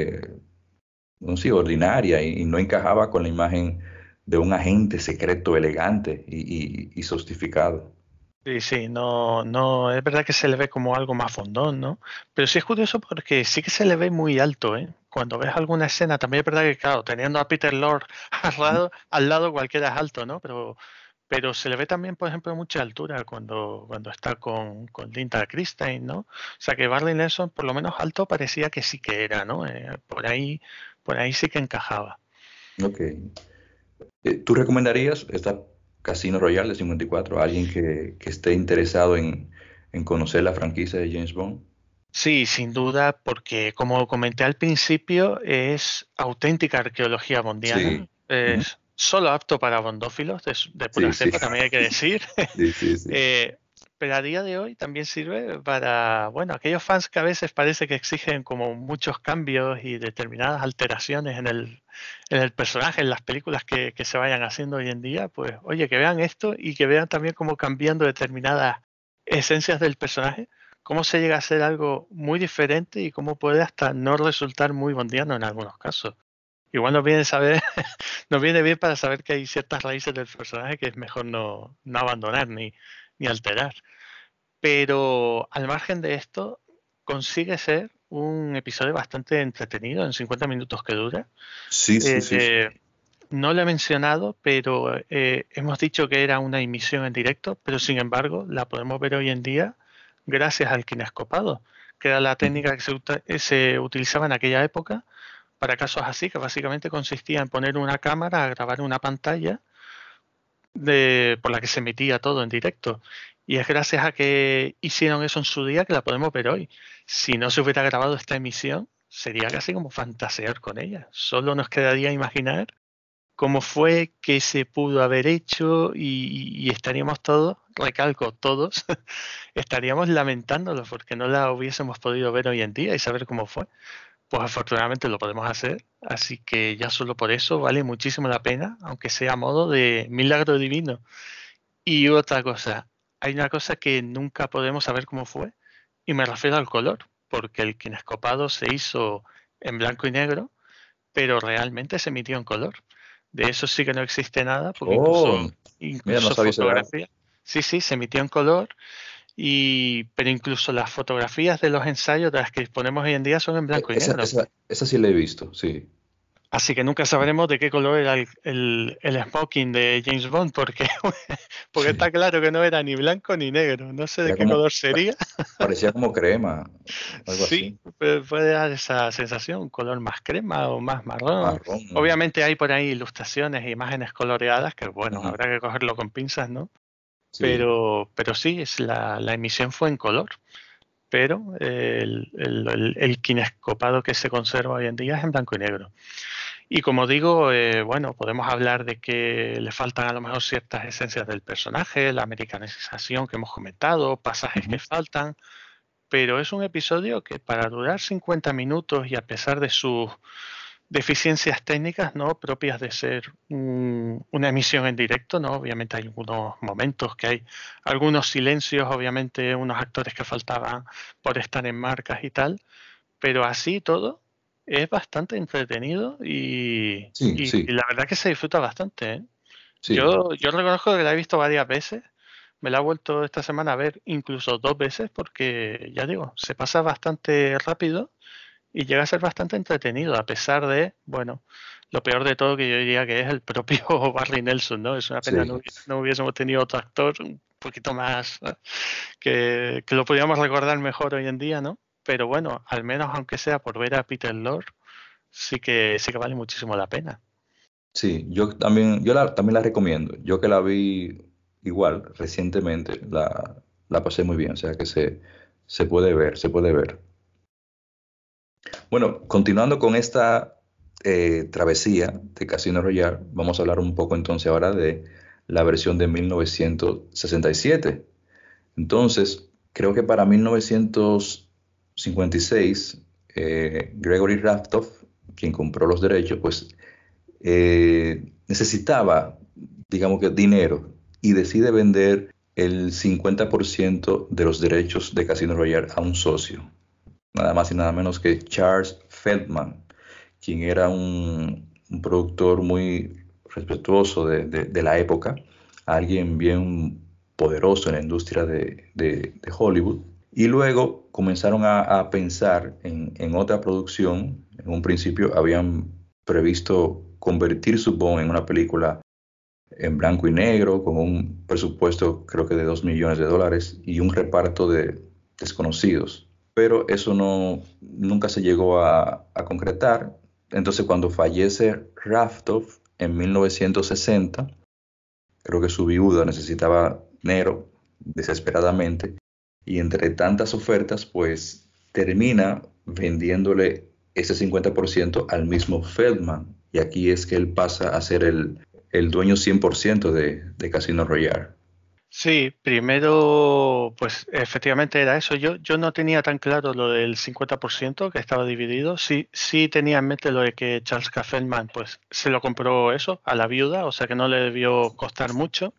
no sé, ordinaria y no encajaba con la imagen de un agente secreto elegante y sofisticado. Sí, sí, no, no, es verdad que se le ve como algo más fondón, ¿no? Pero sí es curioso porque sí que se le ve muy alto, ¿eh? Cuando ves alguna escena, también es verdad que, claro, teniendo a Peter Lorre al lado cualquiera es alto, ¿no? Pero se le ve también, por ejemplo, mucha altura cuando está con Linda Christie, ¿no? O sea que Barney Nelson, por lo menos alto, parecía que sí que era, ¿no? Por ahí sí que encajaba. Ok. ¿Tú recomendarías esta Casino Royale de 54 a alguien que esté interesado en conocer la franquicia de James Bond? Sí, sin duda, porque como comenté al principio, es auténtica arqueología Sí. bondiana. Ujú. Es solo apto para bondófilos de pura Sí, sí. cepa, también hay que decir. Sí, sí, sí. Eh, pero a día de hoy también sirve para, bueno, aquellos fans que a veces parece que exigen como muchos cambios y determinadas alteraciones en el personaje, en las películas que se vayan haciendo hoy en día, pues oye, que vean esto y que vean también cómo cambiando determinadas esencias del personaje, cómo se llega a ser algo muy diferente y cómo puede hasta no resultar muy bondiano en algunos casos. Igual nos viene saber, nos viene bien para saber que hay ciertas raíces del personaje que es mejor no abandonar ni alterar. Pero al margen de esto, consigue ser un episodio bastante entretenido en 50 minutos que dura. Sí, sí, sí, sí. Eh, no lo he mencionado, pero hemos dicho que era una emisión en directo, pero sin embargo la podemos ver hoy en día gracias al kinescopado, que era la Ujú. técnica que se utilizaba en aquella época para casos así, que básicamente consistía en poner una cámara a grabar una pantalla por la que se emitía todo en directo. Y es gracias a que hicieron eso en su día que la podemos ver hoy. Si no se hubiera grabado esta emisión, sería casi como fantasear con ella. Solo nos quedaría imaginar cómo fue, qué se pudo haber hecho y estaríamos todos, recalco, todos, estaríamos lamentándolo porque no la hubiésemos podido ver hoy en día y saber cómo fue. Pues afortunadamente lo podemos hacer, así que ya solo por eso vale muchísimo la pena, aunque sea a modo de milagro divino. Y otra cosa, hay una cosa que nunca podemos saber cómo fue, y me refiero al color, porque el kinescopado se hizo en blanco y negro, pero realmente se emitió en color. De eso sí que no existe nada, porque Oh, incluso, mira, no incluso sabía ese dato. fotografía, sí, sí, se emitió en color, pero incluso las fotografías de los ensayos de las que disponemos hoy en día son en blanco y Esa, negro. esa, esa sí la he visto, sí. Así que nunca sabremos de qué color era el smoking de James Bond, porque Sí. está claro que no era ni blanco ni negro. No sé de Era qué como, color sería. parecía como crema, algo Sí, así, puede dar esa sensación, un color más crema o más marrón. marrón. Obviamente hay por ahí ilustraciones e imágenes coloreadas que, bueno, Ujú. habrá que cogerlo con pinzas, ¿no? Sí, Pero sí, la emisión fue en color. Pero el kinescopado que se conserva hoy en día es en blanco y negro. Y como digo, bueno, podemos hablar de que le faltan a lo mejor ciertas esencias del personaje, la americanización que hemos comentado, pasajes que ujú, faltan, pero es un episodio que para durar 50 minutos y a pesar de sus deficiencias técnicas no propias de ser una emisión en directo, no, obviamente hay algunos momentos que hay algunos silencios, obviamente unos actores que faltaban por estar en marcas y tal, pero así todo es bastante entretenido sí, y sí, la verdad que se disfruta bastante, ¿eh? sí, Yo reconozco que la he visto varias veces, me la he vuelto esta semana a ver incluso 2 veces porque, ya digo, se pasa bastante rápido y llega a ser bastante entretenido, a pesar de, bueno, lo peor de todo que yo diría que es el propio Barry Nelson, ¿no? Es una pena sí, no hubiésemos tenido otro actor un poquito más que lo podríamos recordar mejor hoy en día, ¿no? Pero bueno, al menos aunque sea por ver a Peter Lorre, sí que vale muchísimo la pena. sí. Yo también, también la recomiendo. Yo que la vi igual recientemente, la pasé muy bien, o sea que se puede ver, se puede ver. Bueno, continuando con esta travesía de Casino Royale, vamos a hablar un poco entonces ahora de la versión de 1967. Entonces, creo que para 1956, Gregory Raftoff, quien compró los derechos, pues necesitaba, digamos que, dinero y decide vender el 50% de los derechos de Casino Royale a un socio, nada más y nada menos que Charles Feldman, quien era un productor muy respetuoso de la época, alguien bien poderoso en la industria de Hollywood. Y luego comenzaron a pensar en otra producción. En un principio habían previsto convertir su Bond en una película en blanco y negro, con un presupuesto creo que de $2 millones y un reparto de desconocidos. Pero eso nunca se llegó a concretar. Entonces cuando fallece Raftoff en 1960, creo que su viuda necesitaba dinero desesperadamente y entre tantas ofertas, pues termina vendiéndole ese 50% al mismo Feldman. Y aquí es que él pasa a ser el dueño 100% de Casino Royale. Sí, primero, pues efectivamente era eso. Yo no tenía tan claro lo del 50% que estaba dividido. Sí tenía en mente lo de que Charles K. Feldman pues se lo compró eso a la viuda, o sea que no le debió costar mucho.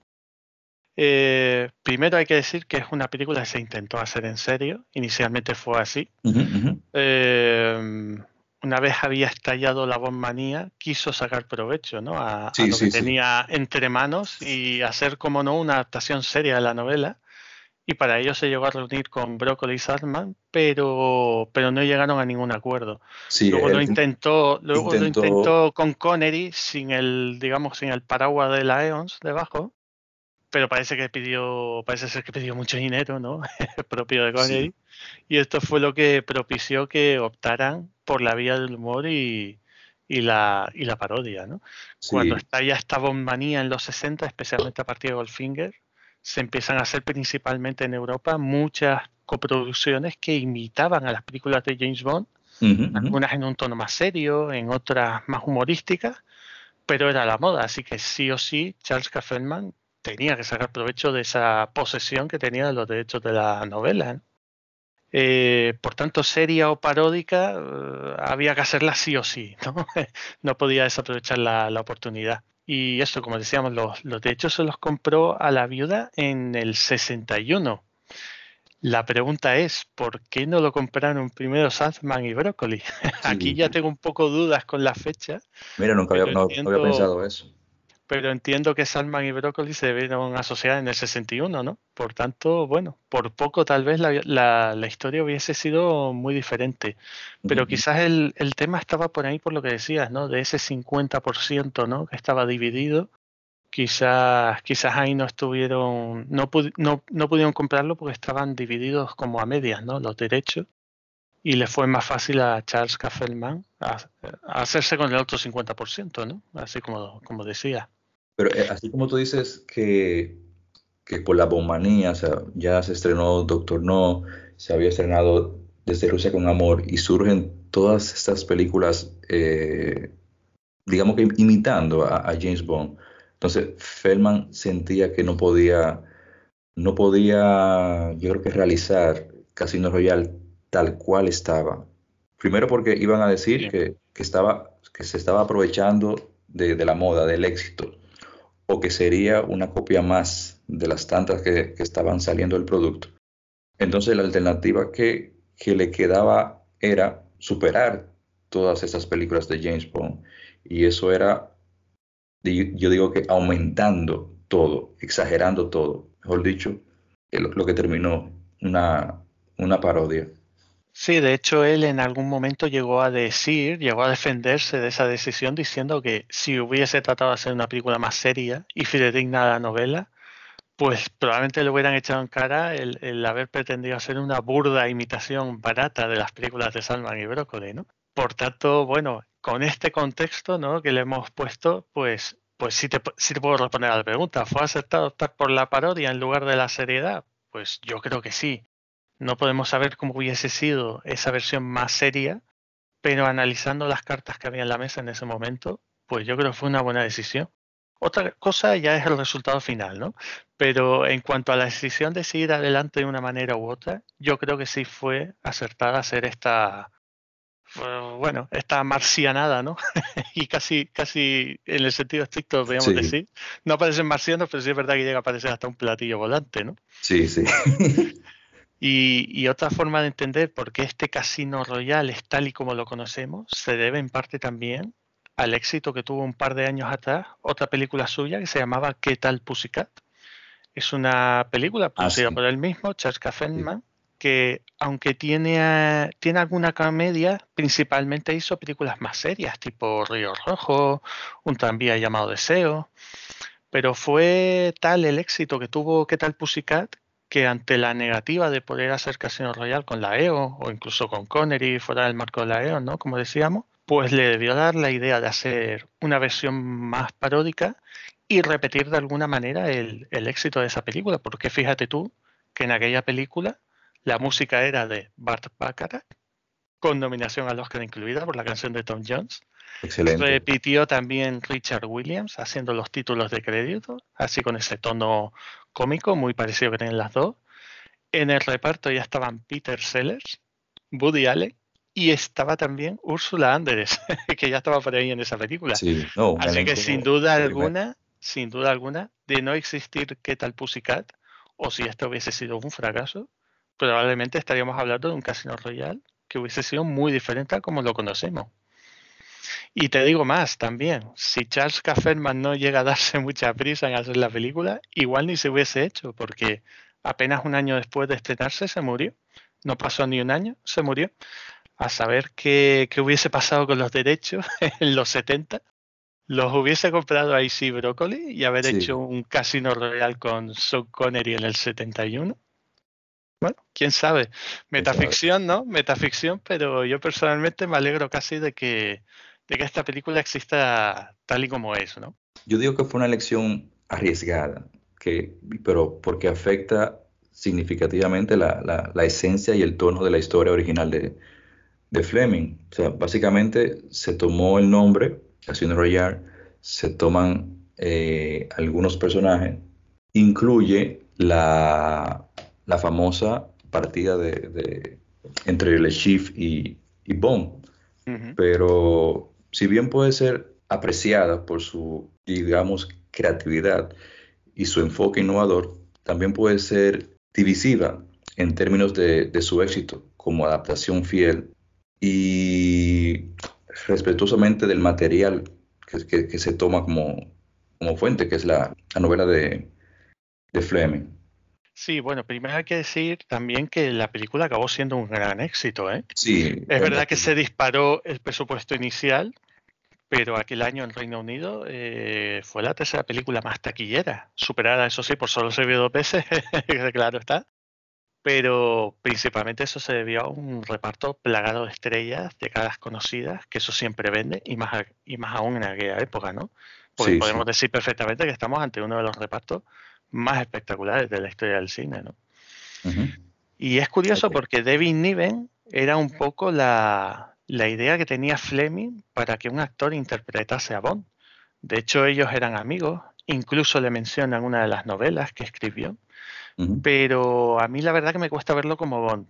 Primero hay que decir que es una película que se intentó hacer en serio. Inicialmente fue así. Ujú, ujú. Eh, una vez había estallado la Bondmanía, quiso sacar provecho, ¿no? A Sí, lo que sí, sí. tenía entre manos y hacer, como no, una adaptación seria de la novela. Y para ello se llegó a reunir con Broccoli y Saltman, pero no llegaron a ningún acuerdo. Sí, él Luego lo intentó, intentó con Connery sin digamos, sin el paraguas de la Eons debajo, pero parece ser que pidió mucho dinero, ¿no? Propio de sí, Connery. Y esto fue lo que propició que optaran por la vía del humor y la parodia, ¿no? Cuando sí, estalla esta bombanía en los 60, especialmente a partir de Goldfinger, se empiezan a hacer principalmente en Europa muchas coproducciones que imitaban a las películas de James Bond, ujú, ujú. algunas en un tono más serio, en otras más humorísticas, pero era la moda, así que sí o sí Charles K. Feldman tenía que sacar provecho de esa posesión que tenía de los derechos de la novela, ¿no? Por tanto, seria o paródica, había que hacerla sí o sí, ¿no? No podía desaprovechar la oportunidad. Y esto, como decíamos, los derechos se los compró a la viuda en el 61. La pregunta es, ¿por qué no lo compraron primero Salzman y Broccoli? Aquí Sí. ya tengo un poco dudas con la fecha, Mira, nunca había, pero no había entiendo, pensado eso. pero entiendo que Salman y Brócoli se debieron asociar en el 61, ¿no? Por tanto, bueno, por poco tal vez la historia hubiese sido muy diferente, pero Ujú. quizás el tema estaba por ahí por lo que decías, ¿no? De ese 50%, ¿no? Que estaba dividido. Quizás ahí no estuvieron, no pudieron comprarlo porque estaban divididos como a medias, ¿no? Los derechos. Y le fue más fácil a Charles Kaufman a hacerse con el otro 50%, ¿no? Así como decía. Pero así como tú dices que por la Bombanía, o sea, ya se estrenó Doctor No, se había estrenado Desde Rusia con Amor y surgen todas estas películas, digamos que imitando a James Bond. Entonces, Feldman sentía que no podía, yo creo que realizar Casino Royale tal cual estaba. Primero porque iban a decir Sí. que se estaba aprovechando de la moda, del éxito, o que sería una copia más de las tantas que estaban saliendo del producto. Entonces la alternativa que le quedaba era superar todas esas películas de James Bond. Y eso era, yo digo que aumentando todo, exagerando todo. Mejor dicho, lo que terminó una parodia. Sí, de hecho él en algún momento llegó a defenderse de esa decisión diciendo que si hubiese tratado de hacer una película más seria y fidedigna a la novela, pues probablemente le hubieran echado en cara el haber pretendido hacer una burda imitación barata de las películas de Salman y Brócoli, ¿no? Por tanto, bueno, con este contexto, ¿no? Que le hemos puesto, pues sí te puedo responder a la pregunta. ¿Fue acertado optar por la parodia en lugar de la seriedad? Pues yo creo que sí. No podemos saber cómo hubiese sido esa versión más seria, pero analizando las cartas que había en la mesa en ese momento, pues yo creo que fue una buena decisión. Otra cosa ya es el resultado final, ¿no? Pero en cuanto a la decisión de seguir adelante de una manera u otra, yo creo que sí fue acertada hacer esta marcianada, ¿no? Y casi en el sentido estricto, podríamos Sí, decir. No aparecen marcianos, pero sí es verdad que llega a aparecer hasta un platillo volante, ¿no? sí, sí. Y otra forma de entender por qué este Casino Royale es tal y como lo conocemos se debe en parte también al éxito que tuvo un par de años atrás otra película suya que se llamaba ¿Qué tal Pussycat? Es una película Ah, producida sí, por él mismo, Charles sí. Kaufman, que aunque tiene alguna comedia, principalmente hizo películas más serias, tipo Río Rojo, Un tranvía llamado Deseo, pero fue tal el éxito que tuvo ¿Qué tal Pussycat? Que ante la negativa de poder hacer Casino Royale con la EO o incluso con Connery fuera del marco de la EO, ¿no? Como decíamos, pues le debió dar la idea de hacer una versión más paródica y repetir de alguna manera el éxito de esa película, porque fíjate tú que en aquella película la música era de Burt Bacharach, con nominación al Oscar incluida por la canción de Tom Jones. Excelente. Repitió también Richard Williams haciendo los títulos de crédito, así con ese tono cómico muy parecido que tienen las dos. En el reparto ya estaban Peter Sellers, Woody Allen y estaba también Úrsula Andress, que ya estaba por ahí en esa película. Sí, no, un Así que elenco tremendo. sin duda alguna, de no existir ¿Qué tal Pussycat? O si esto hubiese sido un fracaso, probablemente estaríamos hablando de un Casino Royale que hubiese sido muy diferente a como lo conocemos. Y te digo más también, si Charles Kaufman no llega a darse mucha prisa en hacer la película, igual ni se hubiese hecho, porque apenas un año después de estrenarse se murió. No pasó ni un año, se murió. A saber qué hubiese pasado con los derechos en los 70. Los hubiese comprado ahí sí Broccoli y haber hecho Sí, un Casino Royale con Sean Connery en el 71. Bueno, quién sabe. quién sabe. Metaficción, ¿no? Metaficción, pero yo personalmente me alegro casi de que esta película exista tal y como es, ¿no? Yo digo que fue una elección arriesgada, pero porque afecta significativamente la esencia y el tono de la historia original de Fleming. O sea, básicamente se tomó el nombre, Casino Royale, se toman algunos personajes, incluye la famosa partida entre Le Chiffre y Bond, Ujú. pero si bien puede ser apreciada por su, digamos, creatividad y su enfoque innovador, también puede ser divisiva en términos de su éxito como adaptación fiel y respetuosamente del material que se toma como fuente, que es la novela de Fleming. Sí, bueno, primero hay que decir también que la película acabó siendo un gran éxito, ¿eh? Sí, Es verdad que se disparó el presupuesto inicial, pero aquel año en Reino Unido fue la tercera película más taquillera, superada, eso sí, por solo se vio 2 veces, claro está, pero principalmente eso se debió a un reparto plagado de estrellas, de caras conocidas, que eso siempre vende, y más aún en aquella época, ¿no? Porque sí, podemos sí. decir perfectamente que estamos ante uno de los repartos más espectaculares de la historia del cine, ¿no? Ujú. Y es curioso Ok. porque David Niven era un poco la idea que tenía Fleming para que un actor interpretase a Bond. De hecho, ellos eran amigos, incluso le mencionan una de las novelas que escribió, Ujú. pero a mí la verdad que me cuesta verlo como Bond.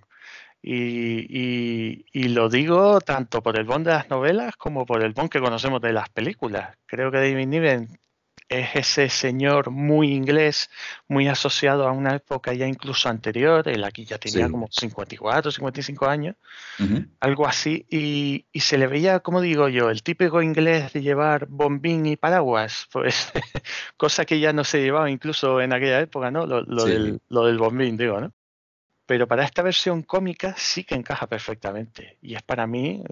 Y lo digo tanto por el Bond de las novelas como por el Bond que conocemos de las películas. Creo que David Niven es ese señor muy inglés, muy asociado a una época ya incluso anterior. Él aquí ya tenía Sí. como 54, 55 años, Ujú. algo así, y se le veía, como digo yo, el típico inglés de llevar bombín y paraguas, pues cosa que ya no se llevaba incluso en aquella época, ¿no? Sí. Lo del bombín, digo, ¿no? Pero para esta versión cómica sí que encaja perfectamente y es para mí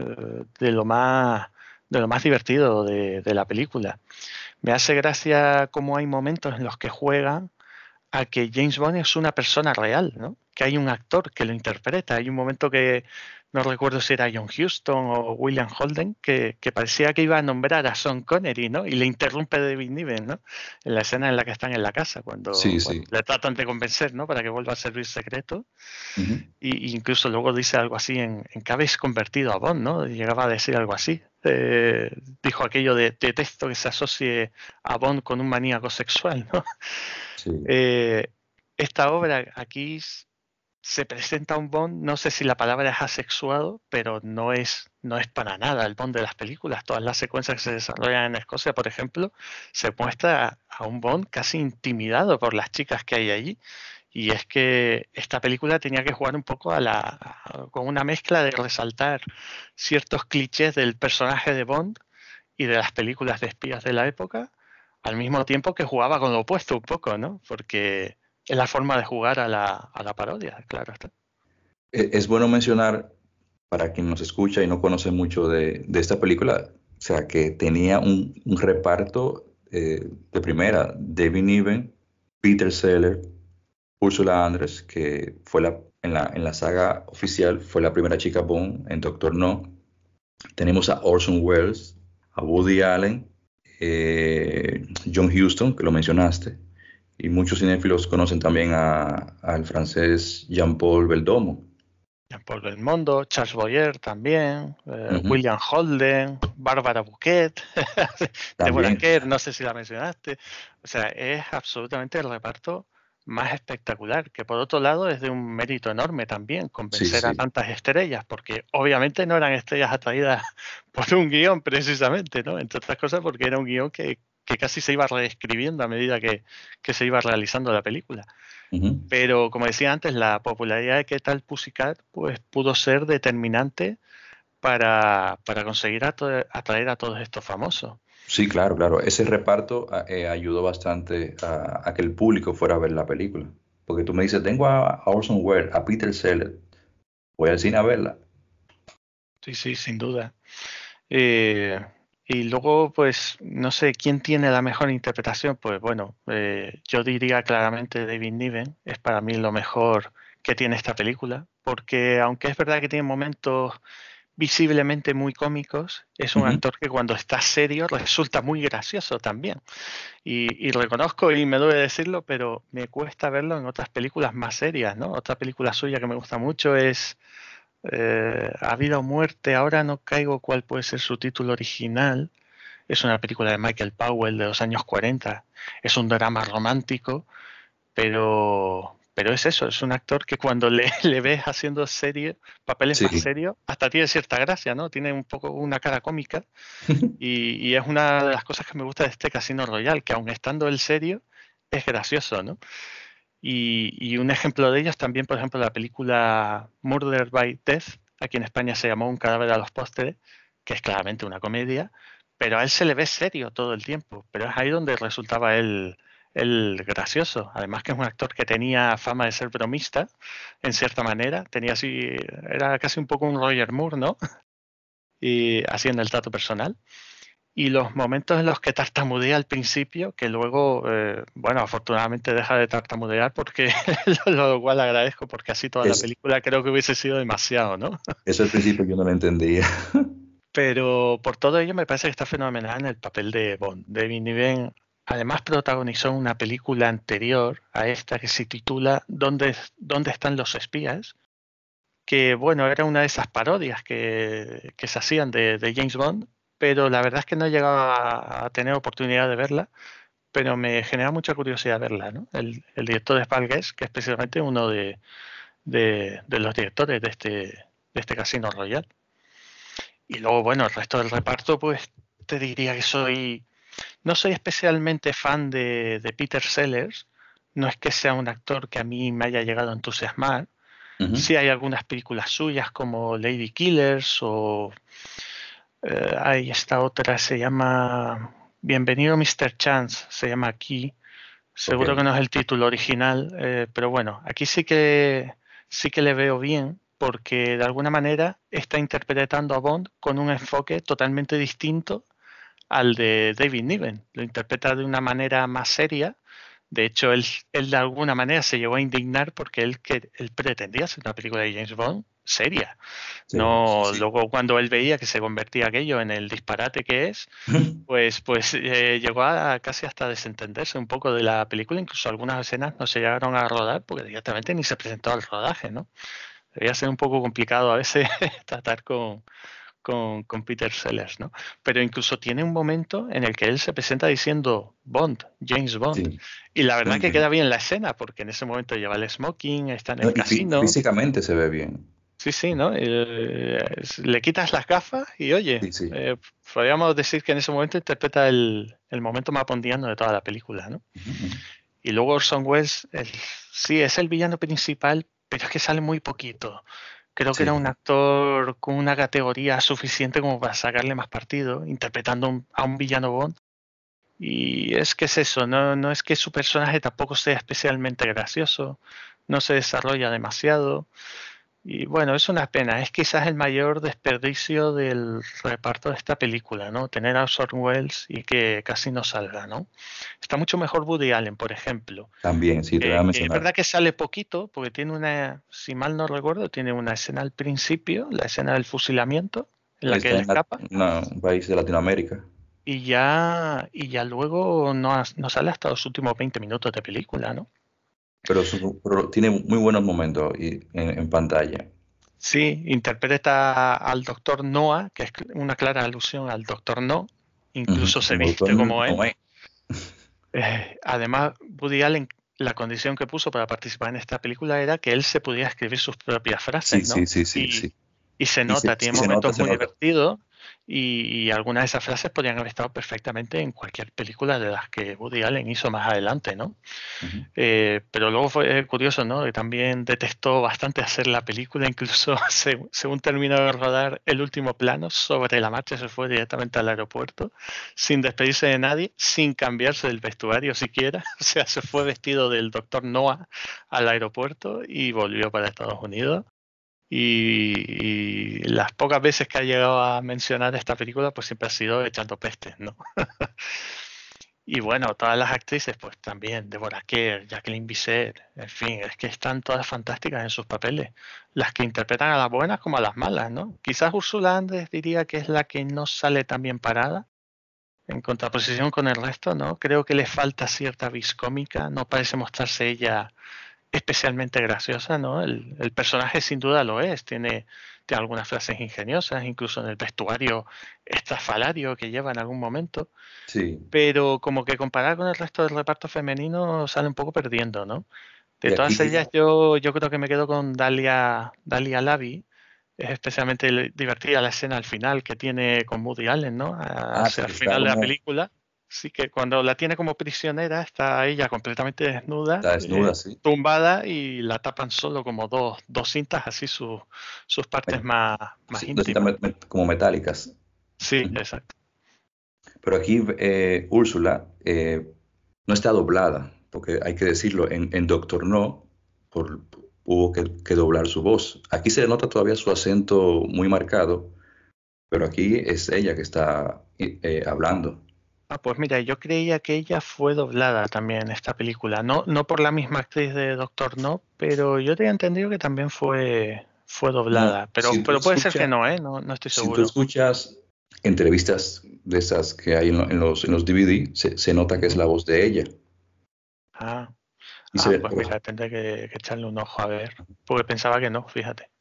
de lo más divertido de la película. Me hace gracia cómo hay momentos en los que juegan a que James Bond es una persona real, ¿no? Que hay un actor que lo interpreta. Hay un momento que no recuerdo si era John Huston o William Holden, que parecía que iba a nombrar a Sean Connery, ¿no? Y le interrumpe David Niven, ¿no? En la escena en la que están en la casa, cuando Sí, bueno, sí. le tratan de convencer, ¿no? Para que vuelva a servir secreto. Ujú. Y incluso luego dice algo así en que habéis convertido a Bond, ¿no? Llegaba a decir algo así. Dijo aquello de detesto que se asocie a Bond con un maníaco sexual, ¿no? Sí. Eh, esta obra aquí se presenta un Bond, no sé si la palabra es asexuado, pero no es para nada el Bond de las películas. Todas las secuencias que se desarrollan en Escocia, por ejemplo, se muestra a un Bond casi intimidado por las chicas que hay allí. Y es que esta película tenía que jugar un poco con una mezcla de resaltar ciertos clichés del personaje de Bond y de las películas de espías de la época, al mismo tiempo que jugaba con lo opuesto un poco, ¿no? Porque es la forma de jugar a la parodia, claro está. Es bueno mencionar, para quien nos escucha y no conoce mucho de esta película, o sea, que tenía un reparto de primera: David Niven, Peter Sellers, Ursula Andress, que fue en la saga oficial, fue la primera chica Bond en Doctor No. Tenemos a Orson Welles, a Woody Allen, John Huston, que lo mencionaste, y muchos cinéfilos conocen también al francés Jean-Paul Belmondo. Jean-Paul Belmondo, Charles Boyer también, Ujú. William Holden, Bárbara Bouquet, Deborah También, Kerr, no sé si la mencionaste. O sea, es absolutamente el reparto más espectacular, que por otro lado es de un mérito enorme también sí, convencer a sí. tantas estrellas, porque obviamente no eran estrellas atraídas por un guión precisamente, ¿no? Entre otras cosas porque era un guión que casi se iba reescribiendo a medida que se iba realizando la película. Ujú. Pero como decía antes, la popularidad de ¿Qué tal Pussycat? Pues pudo ser determinante para conseguir atraer a todos estos famosos. Sí, claro, claro. Ese reparto ayudó bastante a que el público fuera a ver la película. Porque tú me dices, tengo a Orson Welles, a Peter Sellers, voy al cine a verla. Sí, sí, sin duda. Eh, y luego, pues, no sé, ¿quién tiene la mejor interpretación? Pues bueno, yo diría claramente David Niven, es para mí lo mejor que tiene esta película, porque aunque es verdad que tiene momentos visiblemente muy cómicos, es un Ujú. actor que cuando está serio resulta muy gracioso también. Y reconozco, y me duele decirlo, pero me cuesta verlo en otras películas más serias, ¿no? Otra película suya que me gusta mucho es A vida o muerte. Ahora no caigo cuál puede ser su título original. Es una película de Michael Powell de los años 40. Es un drama romántico, pero es eso, es un actor que cuando le ves haciendo papeles más Sí. serios, hasta tiene cierta gracia, ¿no? Tiene un poco una cara cómica y es una de las cosas que me gusta de este Casino Royale, que aun estando el serio, es gracioso, ¿no? Y un ejemplo de ello es también, por ejemplo, la película Murder by Death, aquí en España se llamó Un cadáver a los pósteres, que es claramente una comedia, pero a él se le ve serio todo el tiempo, pero es ahí donde resultaba él gracioso. Además que es un actor que tenía fama de ser bromista, en cierta manera, tenía así, era casi un poco un Roger Moore, ¿no? Y así en el trato personal. Y los momentos en los que tartamudea al principio, que luego, bueno, afortunadamente deja de tartamudear porque lo cual agradezco, porque así toda la Es, película creo que hubiese sido demasiado, ¿no? eso al principio yo no lo entendía. Pero por todo ello me parece que está fenomenal en el papel de Bond. David Niven además protagonizó una película anterior a esta que se titula ¿Dónde están los espías? Que bueno, era una de esas parodias que se hacían de James Bond, pero la verdad es que no he llegado a tener oportunidad de verla, pero me genera mucha curiosidad verla, ¿no? El director de Spalgues, que es precisamente uno de los directores de este Casino Royale. Y luego, bueno, el resto del reparto, pues te diría que no soy especialmente fan de Peter Sellers, no es que sea un actor que a mí me haya llegado a entusiasmar. Ujú. Sí hay algunas películas suyas como Lady Killers o hay esta otra, se llama Bienvenido Mr. Chance, se llama aquí. Ok. Seguro que no es el título original, pero bueno, aquí sí que le veo bien porque de alguna manera está interpretando a Bond con un enfoque totalmente distinto al de David Niven. Lo interpreta de una manera más seria. De hecho, él de alguna manera se llegó a indignar porque él pretendía hacer una película de James Bond seria. Sí, sí, No, sí. luego cuando él veía que se convertía aquello en el disparate que es, pues llegó a casi hasta desentenderse un poco de la película. Incluso algunas escenas no se llegaron a rodar porque directamente ni se presentó al rodaje, ¿no? Debía ser un poco complicado a veces tratar con Peter Sellers, ¿no? Pero incluso tiene un momento en el que él se presenta diciendo Bond, James Bond. Sí, Y la verdad muy que queda bien. bien la escena, porque en ese momento lleva el smoking, está en No, el y casino. físicamente se ve bien. Sí, sí, ¿no? Le quitas las gafas y oye, Sí, sí. podríamos decir que en ese momento interpreta el momento más bondiano de toda la película, ¿no? Ujú, ujú. Y luego Orson Welles, sí, es el villano principal, pero es que sale muy poquito. Creo que era Sí, un actor con una categoría suficiente como para sacarle más partido, interpretando a un villano Bond. Y es que es eso, no es que su personaje tampoco sea especialmente gracioso, no se desarrolla demasiado. Y bueno, es una pena, es quizás el mayor desperdicio del reparto de esta película, ¿no? Tener a Orson Welles y que casi no salga, ¿no? Está mucho mejor Woody Allen, por ejemplo, también, sí, te voy a que es mencionar. verdad que sale poquito, porque tiene si mal no recuerdo, tiene una escena al principio, la escena del fusilamiento, en la que Está él en escapa, un país de Latinoamérica, y ya luego no sale hasta los últimos 20 minutos de película, ¿no? pero tiene muy buenos momentos en pantalla. Sí, interpreta al doctor Noah, que es una clara alusión al doctor No, Ujú. incluso se Como doctor viste como él. Noé. Además, Woody Allen, la condición que puso para participar en esta película era que él se podía escribir sus propias frases, Sí, sí, ¿no? sí, sí, Y, sí. y se nota, tiene Sí se nota, momentos se muy nota. divertidos y algunas de esas frases podrían haber estado perfectamente en cualquier película de las que Woody Allen hizo más adelante, ¿no? Ujú. Pero luego fue curioso, ¿no? Que también detestó bastante hacer la película, incluso según terminó de rodar el último plano, sobre la marcha se fue directamente al aeropuerto, sin despedirse de nadie, sin cambiarse del vestuario siquiera. O sea, se fue vestido del doctor Noah al aeropuerto y volvió para Estados Unidos. Y las pocas veces que ha llegado a mencionar esta película, pues siempre ha sido echando pestes, ¿no? Y bueno, todas las actrices, pues también, Deborah Kerr, Jacqueline Bisset, en fin, es que están todas fantásticas en sus papeles. Las que interpretan a las buenas como a las malas, ¿no? Quizás Ursula Andress diría que es la que no sale tan bien parada, en contraposición con el resto, ¿no? Creo que le falta cierta vis cómica, no parece mostrarse ella especialmente graciosa, ¿no? El personaje sin duda lo es, tiene algunas frases ingeniosas, incluso en el vestuario estrafalario que lleva en algún momento, Sí. pero como que comparado con el resto del reparto femenino sale un poco perdiendo, ¿no? De Y aquí todas que... ellas yo creo que me quedo con Dalia Lavi. Es especialmente divertida la escena al final que tiene con Woody Allen, ¿no? Ah, sí, Hacia el que está final de la como... película. Sí que cuando la tiene como prisionera está ella completamente desnuda, Está desnuda, sí. tumbada y la tapan solo como dos cintas, así sus partes más Sí, dos cintas íntimas. como metálicas. Sí, Ujú. exacto. Pero aquí Úrsula no está doblada, porque hay que decirlo, en Doctor No hubo que doblar su voz. Aquí se le nota todavía su acento muy marcado, pero aquí es ella que está hablando. Ah, pues mira, yo creía que ella fue doblada también en esta película. No, no por la misma actriz de Doctor No, pero yo tenía entendido que también fue No, doblada. Pero puede ser que no, ¿eh? No, no estoy si tú seguro. escuchas entrevistas de esas que hay en los DVD, se nota que es la voz de ella. Ah, Y se ve, pues mira, tendré que echarle un ojo a ver. Porque pensaba que no, fíjate.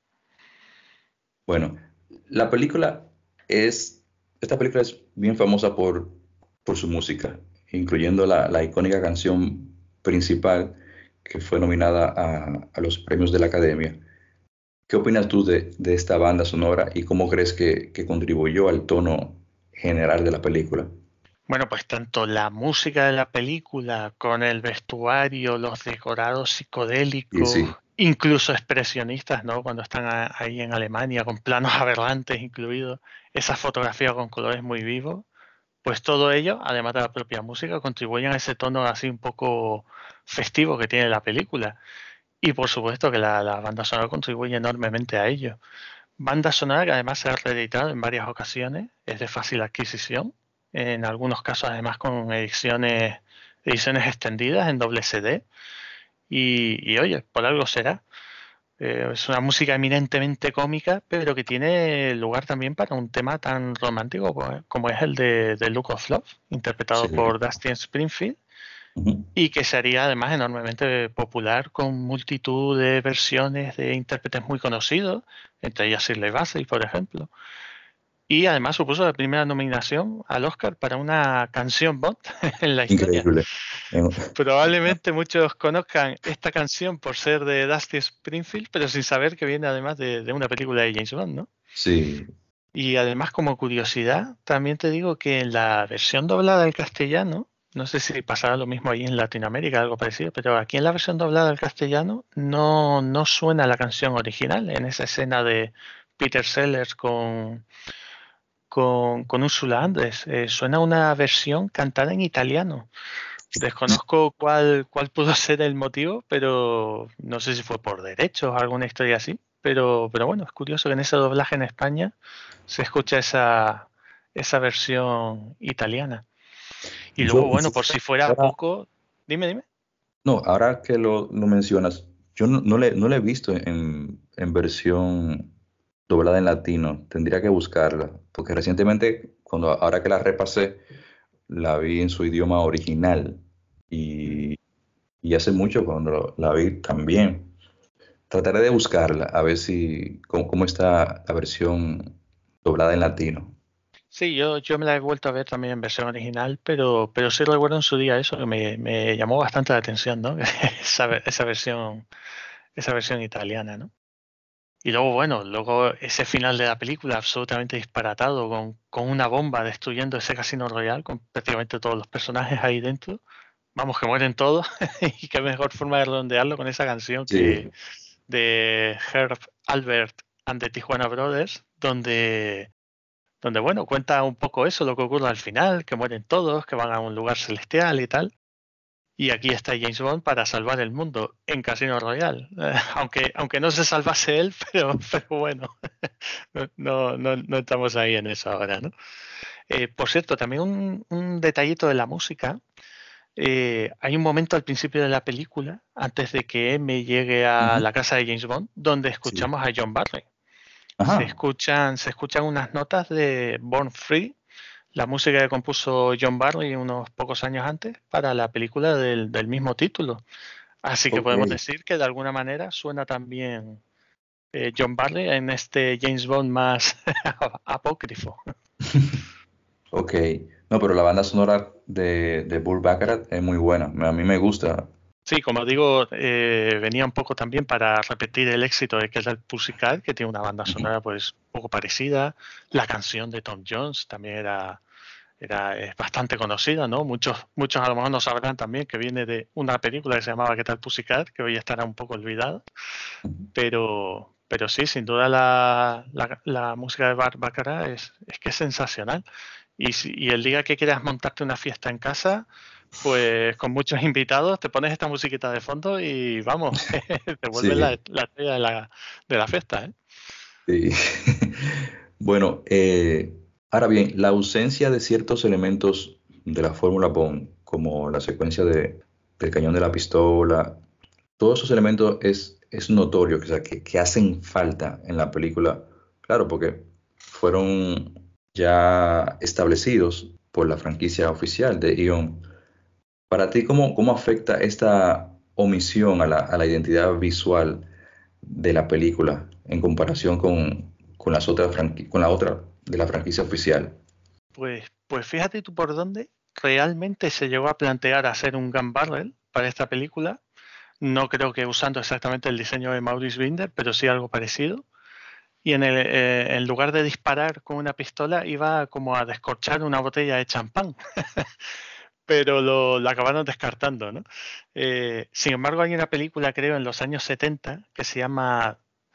bueno, la película esta película es bien famosa por su música, incluyendo la icónica canción principal que fue nominada a los premios de la Academia. ¿Qué opinas tú de esta banda sonora y cómo crees que contribuyó al tono general de la película? Bueno, pues tanto la música de la película con el vestuario, los decorados Sí, psicodélicos, sí, incluso expresionistas, ¿no? Cuando están ahí en Alemania con planos aberrantes incluidos, esa fotografía con colores muy vivos, pues todo ello, además de la propia música, contribuyen a ese tono así un poco festivo que tiene la película. Y por supuesto que la banda sonora contribuye enormemente a ello. Banda sonora que además se ha reeditado en varias ocasiones, es de fácil adquisición, en algunos casos además con ediciones extendidas en doble CD. Y oye, por algo será. Es una música eminentemente cómica, pero que tiene lugar también para un tema tan romántico como es el de Look of Love, interpretado sí. por Dustin Springfield, Ujú. y que sería además enormemente popular con multitud de versiones de intérpretes muy conocidos, entre ellas Shirley Bassey, por ejemplo. Y además supuso la primera nominación al Oscar para una canción Bond en la historia. Increíble. En- Probablemente muchos conozcan esta canción por ser de Dusty Springfield, pero sin saber que viene además de una película de James Bond, ¿no? Sí, Y además, como curiosidad, también te digo que en la versión doblada al castellano, no sé si pasará lo mismo ahí en Latinoamérica, algo parecido, pero aquí en la versión doblada al castellano no suena la canción original en esa escena de Peter Sellers con Ursula Andress. Suena una versión cantada en italiano. Desconozco cuál pudo ser el motivo, pero no sé si fue por derechos o alguna historia así. Pero bueno, es curioso que en ese doblaje en España se escucha esa versión italiana. Y luego, bueno, por si fuera ahora, poco, dime. no, ahora que lo mencionas, yo no la he visto en versión doblada en latino. Tendría que buscarla, porque recientemente, ahora que la repasé, la vi en su idioma original y hace mucho cuando la vi también. Trataré de buscarla, a ver cómo está la versión doblada en latino. Sí, yo me la he vuelto a ver también en versión original, pero sí recuerdo en su día eso, que me llamó bastante la atención, ¿no? Esa versión italiana, ¿no? Y luego, bueno, luego ese final de la película absolutamente disparatado con una bomba destruyendo ese casino royal con prácticamente todos los personajes ahí dentro. Vamos, que mueren todos. Y qué mejor forma de redondearlo con esa canción que Sí, de Herb Albert and the Tijuana Brothers, donde bueno, cuenta un poco eso, lo que ocurre al final, que mueren todos, que van a un lugar celestial y tal. Y aquí está James Bond para salvar el mundo en Casino Royale. Aunque no se salvase él, pero bueno, no estamos ahí en eso ahora, ¿no? Por cierto, también un detallito de la música. Hay un momento al principio de la película, antes de que M llegue a ujú, la casa de James Bond, donde sí. escuchamos a John Barry. Ajá, Se escuchan unas notas de Born Free, la música que compuso John Barry unos pocos años antes para la película del mismo título. Así que ok, podemos decir que de alguna manera suena también John Barry en este James Bond más apócrifo. ok. No, pero la banda sonora de Bull Baccarat es muy buena. A mí me gusta. Sí, como digo, venía un poco también para repetir el éxito de que es el Pussycat, que tiene una banda Ujú. sonora pues un poco parecida. La canción de Tom Jones también es bastante conocida, ¿no? Muchos a lo mejor no sabrán también que viene de una película que se llamaba ¿Qué tal Pussycat? Que hoy estará un poco olvidada, pero sí, sin duda la música de Barbara es que es sensacional. y el día que quieras montarte una fiesta en casa, pues con muchos invitados, te pones esta musiquita de fondo y vamos, te vuelves Sí, la estrella de la fiesta, ¿eh? sí. Bueno, ahora bien, la ausencia de ciertos elementos de la fórmula Bond, como la secuencia del cañón de la pistola, todos esos elementos es notorio, o sea, que hacen falta en la película, claro, porque fueron ya establecidos por la franquicia oficial de Ion. Para ti, ¿cómo afecta esta omisión a la identidad visual de la película en comparación con las otras con la otra de la franquicia oficial? Pues fíjate tú por dónde realmente se llegó a plantear hacer un gun barrel para esta película. No creo que usando exactamente el diseño de Maurice Binder, pero sí algo parecido. Y en lugar de disparar con una pistola, iba como a descorchar una botella de champán. Pero lo acabaron descartando, ¿no? Sin embargo, hay una película, creo, en los años 70 que se llama,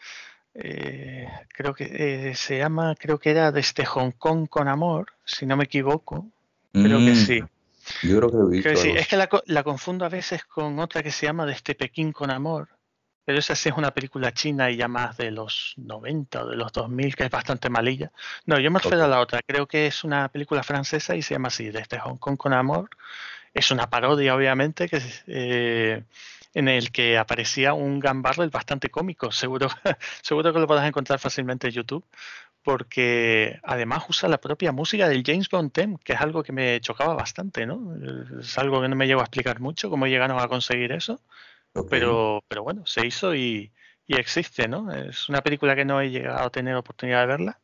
creo que era Desde Hong Kong con Amor, si no me equivoco. Creo que Mm, sí. yo creo que he Creo que visto sí. algo Es así. que la confundo a veces con otra que se llama Desde Pekín con Amor. Pero esa sí es una película china y ya más de los 90 o de los 2000, que es bastante malilla. No, yo me Ok, refiero a la otra. Creo que es una película francesa y se llama así, Desde Hong Kong con Amor. Es una parodia, obviamente, en el que aparecía un Gun Barrel bastante cómico. Seguro, seguro que lo podrás encontrar fácilmente en YouTube, porque además usa la propia música del James Bond theme, que es algo que me chocaba bastante, ¿no? Es algo que no me llevo a explicar mucho, cómo llegaron a conseguir eso, ok. pero bueno, se hizo y existe, ¿no? Es una película que no he llegado a tener oportunidad de verla.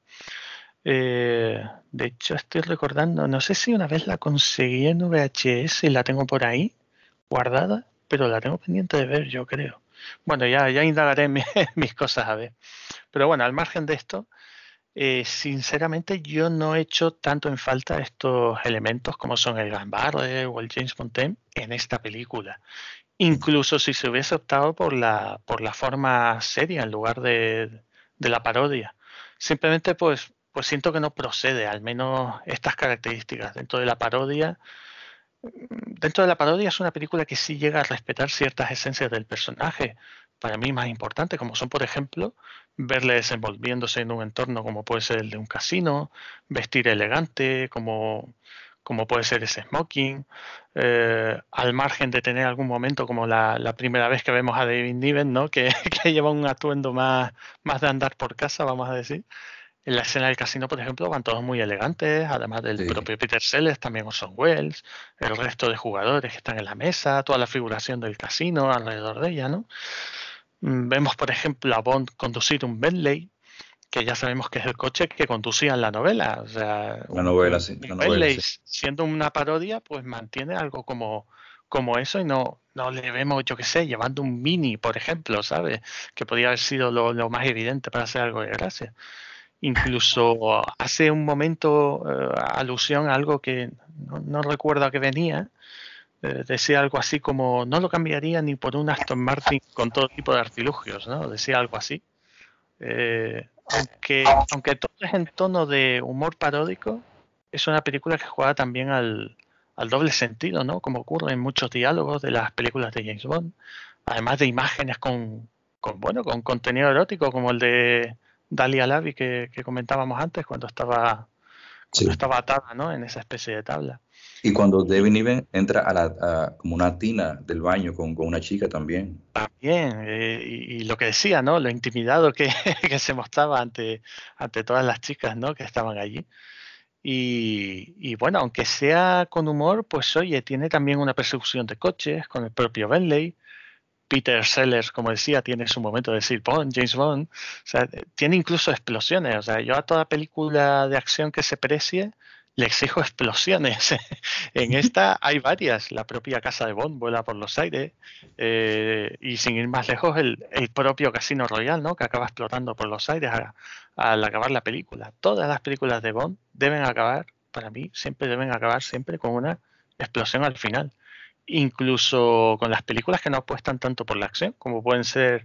De hecho, estoy recordando, no sé si una vez la conseguí en VHS y la tengo por ahí guardada, pero la tengo pendiente de ver, yo creo. Bueno, ya indagaré en mis cosas a ver. Pero bueno, al margen de esto, sinceramente yo no he hecho tanto en falta estos elementos como son el Gambarre o el James Bond theme en esta película. Incluso si se hubiese optado por la forma seria en lugar de la parodia. Simplemente pues siento que no procede, al menos estas características. Dentro de la parodia es una película que sí llega a respetar ciertas esencias del personaje, para mí más importantes, como son, por ejemplo, verle desenvolviéndose en un entorno como puede ser el de un casino, vestir elegante, como puede ser ese smoking, al margen de tener algún momento como la primera vez que vemos a David Niven, ¿no? Que lleva un atuendo más de andar por casa, vamos a decir. En la escena del casino, por ejemplo, van todos muy elegantes, además del Sí. propio Peter Sellers, también Orson Welles, el resto de jugadores que están en la mesa, toda la figuración del casino alrededor de ella, ¿no? Vemos, por ejemplo, a Bond conducir un Bentley, que ya sabemos que es el coche que conducía en la novela. O sea, La novela, sí, un la novela, Bentley, sí. siendo una parodia, pues mantiene algo como eso y no le vemos, yo qué sé, llevando un Mini, por ejemplo, ¿sabes? Que podría haber sido lo más evidente para hacer algo de gracia. Incluso hace un momento alusión a algo que no recuerdo a qué venía. Decía algo así como, no lo cambiaría ni por un Aston Martin con todo tipo de artilugios, ¿no? Decía algo así. Aunque todo es en tono de humor paródico, es una película que juega también al doble sentido, ¿no? Como ocurre en muchos diálogos de las películas de James Bond, además de imágenes con contenido erótico, como el de Dalia Lavi que comentábamos antes cuando Sí. estaba atada, ¿no? En esa especie de tabla. Y cuando Y David Niven entra como una tina del baño con una chica también. también, y lo que decía, ¿no? Lo intimidado que se mostraba ante todas las chicas, ¿no? Que estaban allí. Y bueno, aunque sea con humor, pues oye, tiene también una persecución de coches con el propio Bentley. Peter Sellers, como decía, tiene su momento de decir Bond, James Bond. O sea, tiene incluso explosiones. O sea, yo a toda película de acción que se precie le exijo explosiones. En esta hay varias. La propia casa de Bond vuela por los aires. Y sin ir más lejos, el propio Casino Royale, ¿no? Que acaba explotando por los aires al acabar la película. Todas las películas de Bond deben acabar, para mí, siempre deben acabar siempre con una explosión al final. Incluso con las películas que no apuestan tanto por la acción, como pueden ser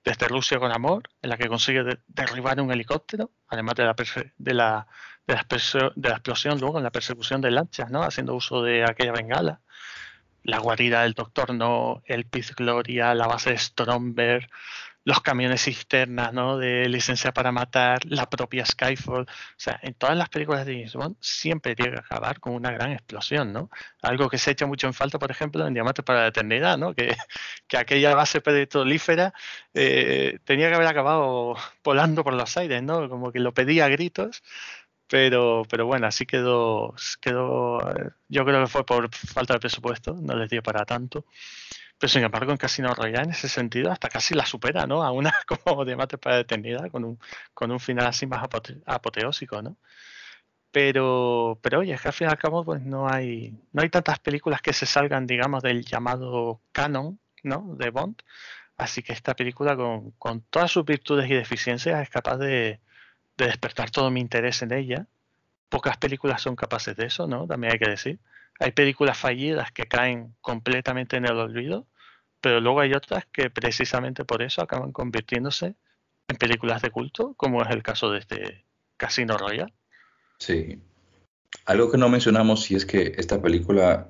Desde Rusia con Amor, en la que consigue derribar un helicóptero, además de la explosión luego en la persecución de lanchas, ¿no? Haciendo uso de aquella bengala. La guarida del Doctor No, el Piz Gloria, la base de Stromberg, los camiones cisternas, ¿no? De Licencia para Matar, la propia Skyfall. O sea, en todas las películas de James Bond siempre tiene que acabar con una gran explosión, ¿no? Algo que se echa mucho en falta, por ejemplo, en Diamantes para la Eternidad, ¿no? Que aquella base petrolífera tenía que haber acabado volando por los aires, ¿no? Como que lo pedía a gritos. Pero bueno, así quedó. Yo creo que fue por falta de presupuesto, no les dio para tanto. Pero sin embargo, en Casino Royale, en ese sentido, hasta casi la supera, ¿no? A una como de Mate para la Eternidad, con un final así más apoteósico, ¿no? Pero oye, es que al fin y al cabo, pues no hay tantas películas que se salgan, digamos, del llamado canon, ¿no? De Bond. Así que esta película, con todas sus virtudes y deficiencias, es capaz de despertar todo mi interés en ella. Pocas películas son capaces de eso, ¿no? También hay que decir. Hay películas fallidas que caen completamente en el olvido, pero luego hay otras que precisamente por eso acaban convirtiéndose en películas de culto, como es el caso de este Casino Royale. Sí. Algo que no mencionamos y es que esta película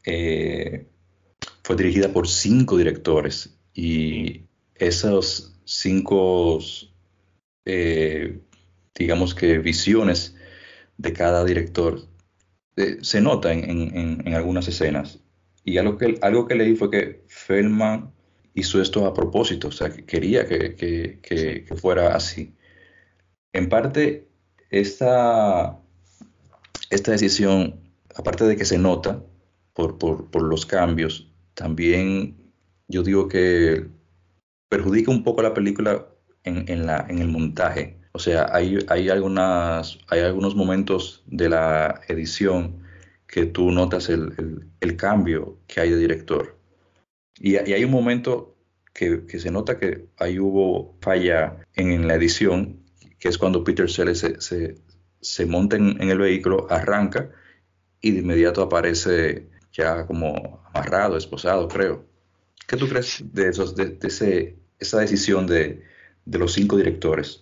fue dirigida por 5 directores y esos 5, eh, digamos que visiones de cada director se nota en algunas escenas. Y algo que leí fue que Feldman hizo esto a propósito, o sea, que quería que fuera así. En parte, esta decisión, aparte de que se nota por los cambios, también yo digo que perjudica un poco la película en el montaje. O sea, hay algunos momentos de la edición que tú notas el cambio que hay de director. Y hay un momento que se nota que ahí hubo falla en la edición, que es cuando Peter Sellers se monta en el vehículo, arranca y de inmediato aparece ya como amarrado, esposado, creo. ¿Qué tú crees de esa decisión de los 5 directores?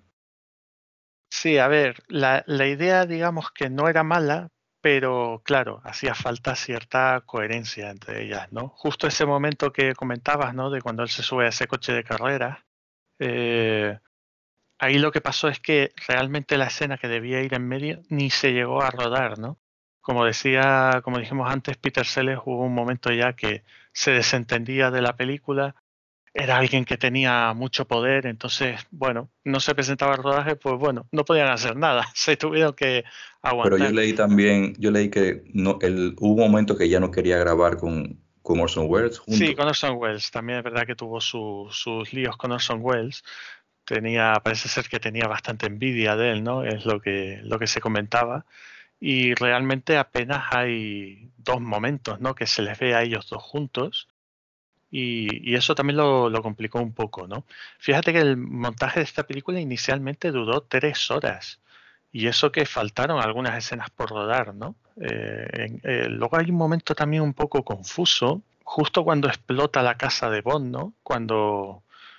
Sí, a ver, la idea, digamos que no era mala, pero claro, hacía falta cierta coherencia entre ellas, ¿no? Justo ese momento que comentabas, ¿no? De cuando él se sube a ese coche de carreras, eh, ahí lo que pasó es que realmente la escena que debía ir en medio ni se llegó a rodar, ¿no? Como dijimos antes, Peter Sellers hubo un momento ya que se desentendía de la película, era alguien que tenía mucho poder, entonces, bueno, no se presentaba el rodaje, pues bueno, no podían hacer nada, se tuvieron que Pero aguantar. yo leí que no, hubo un momento que ya no quería grabar con Orson Welles Sí, juntos. con Orson Welles, también es verdad que tuvo sus líos con Orson Welles, parece ser que tenía bastante envidia de él, ¿no? Es lo que se comentaba. Y realmente apenas hay 2 momentos, ¿no? Que se les ve a ellos dos juntos. Y eso también lo complicó un poco, ¿no? Fíjate que el montaje de esta película inicialmente duró 3 horas. Y eso que faltaron algunas escenas por rodar, ¿no? Luego hay un momento también un poco confuso, justo cuando explota la casa de Bond, ¿no? Cuando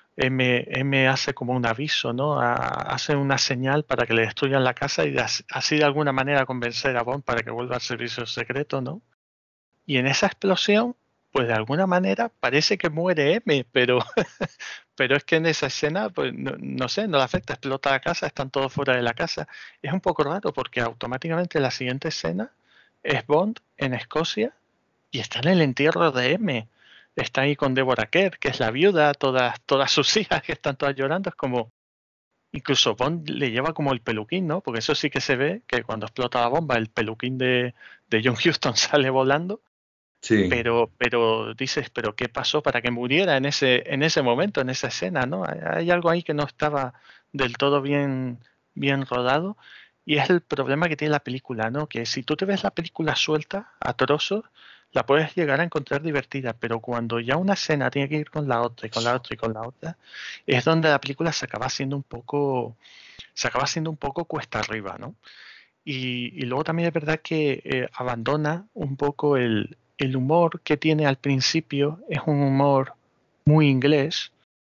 M hace como un aviso, ¿no? Hace una señal para que le destruyan la casa y así de alguna manera convencer a Bond para que vuelva al servicio secreto, ¿no? Y en esa explosión, pues de alguna manera parece que muere M, pero es que en esa escena, pues no sé, no le afecta, explota la casa, están todos fuera de la casa. Es un poco raro porque automáticamente la siguiente escena es Bond en Escocia y está en el entierro de M. Está ahí con Deborah Kerr, que es la viuda, todas sus hijas que están todas llorando. Es como, incluso Bond le lleva como el peluquín, ¿no? Porque eso sí que se ve, que cuando explota la bomba, el peluquín de John Huston sale volando. Sí, Pero dices, ¿pero qué pasó para que muriera en ese momento, en esa escena, ¿no? Hay algo ahí que no estaba del todo bien rodado y es el problema que tiene la película, ¿no? Que si tú te ves la película suelta, a trozos, la puedes llegar a encontrar divertida, pero cuando ya una escena tiene que ir con la otra y con la otra y con la otra, es donde la película se acaba haciendo un poco cuesta arriba, ¿no? Y luego también es verdad que abandona un poco el humor que tiene al principio, es un humor muy inglés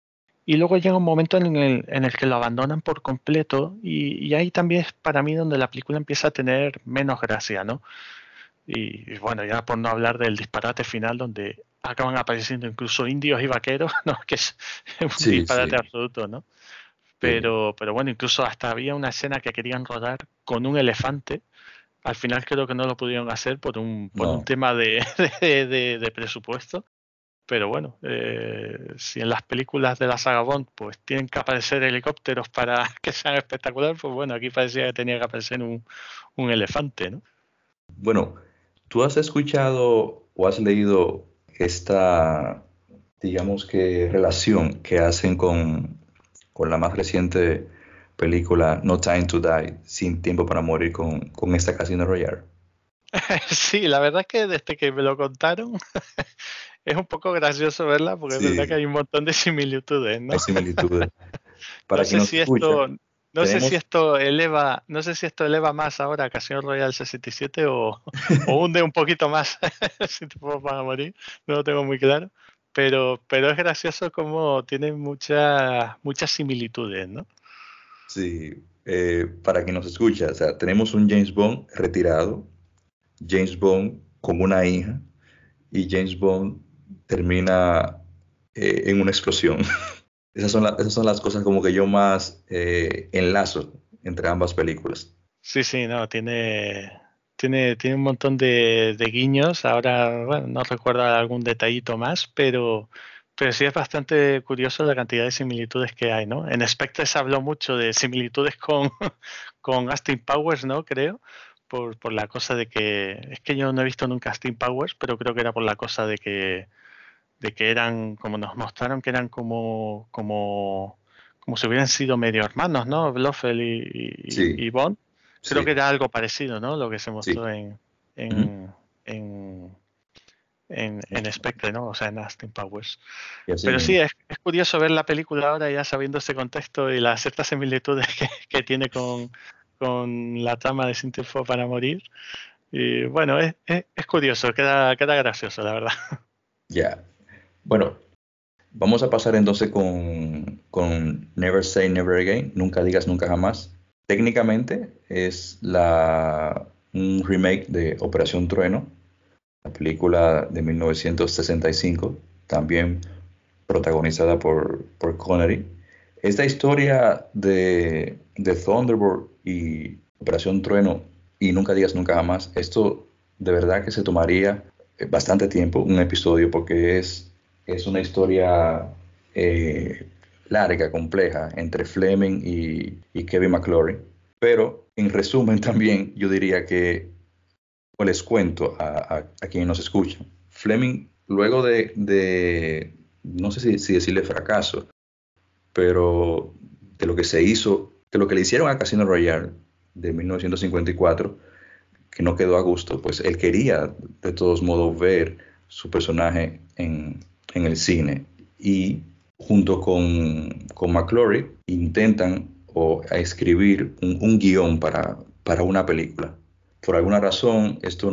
y luego llega un momento en el que lo abandonan por completo y ahí también es para mí donde la película empieza a tener menos gracia, ¿no? Y bueno, ya por no hablar del disparate final donde acaban apareciendo incluso indios y vaqueros, ¿no? Que es un Sí, disparate sí, absoluto, ¿no? sí. Pero bueno, incluso hasta había una escena que querían rodar con un elefante. Al final creo que no lo pudieron hacer por un No, tema de presupuesto. Pero bueno, si en las películas de la saga Bond pues tienen que aparecer helicópteros para que sean espectaculares, pues bueno, aquí parecía que tenía que aparecer un elefante, ¿no? bueno, ¿tú has escuchado o has leído esta, digamos que, relación que hacen con la más reciente película No Time to Die, Sin Tiempo para Morir, con esta Casino Royale? Sí, la verdad es que desde que me lo contaron es un poco gracioso verla porque es verdad que Sí, hay un montón de similitudes, ¿no? hay similitudes. No Para quien sé nos si escucha, esto, no sé si tenemos, esto eleva, no sé si esto eleva más ahora a Casino Royale 67 o hunde un poquito más si te puedo para morir, no lo tengo muy claro. Pero es gracioso como tiene muchas similitudes, ¿no? sí, para quien nos escucha, o sea, tenemos un James Bond retirado, James Bond con una hija, y James Bond termina en una explosión. Esas son las cosas como que yo más enlazo entre ambas películas. Sí, sí, no, tiene un montón de guiños. Ahora, bueno, no recuerdo algún detallito más, pero sí es bastante curioso la cantidad de similitudes que hay, ¿no? En Spectre se habló mucho de similitudes con Austin Powers, ¿no? Creo, por la cosa de que, es que yo no he visto nunca Austin Powers, pero creo que era por la cosa de que eran, como nos mostraron, que eran como si hubieran sido medio hermanos, ¿no? Blofeld y Sí, Bond. Creo que sí, era algo parecido, ¿no? Lo que se mostró sí. en, Ujú. en, en, en Spectre, ¿no? O sea, en Austin Powers. Y así Pero sí, mismo. es curioso ver la película ahora ya sabiendo ese contexto y las ciertas similitudes que tiene con la trama de Sin Tiempo para Morir. Y bueno, es curioso, queda gracioso, la verdad. Ya. Bueno, vamos a pasar entonces con Never Say Never Again, Nunca Digas Nunca Jamás. Técnicamente es un remake de Operación Trueno, la película de 1965, también protagonizada por Connery. Esta historia de Thunderbird y Operación Trueno y Nunca Digas Nunca Jamás, esto de verdad que se tomaría bastante tiempo, un episodio, porque es una historia eh, larga, compleja, entre Fleming y Kevin McClory. Pero en resumen también yo diría que, o les cuento a quienes nos escuchan, Fleming, luego no sé si decirle fracaso, pero de lo que se hizo, de lo que le hicieron a Casino Royale de 1954, que no quedó a gusto, pues él quería de todos modos ver su personaje en el cine. Y junto con McClory intentan a escribir un guión para una película. Por alguna razón esto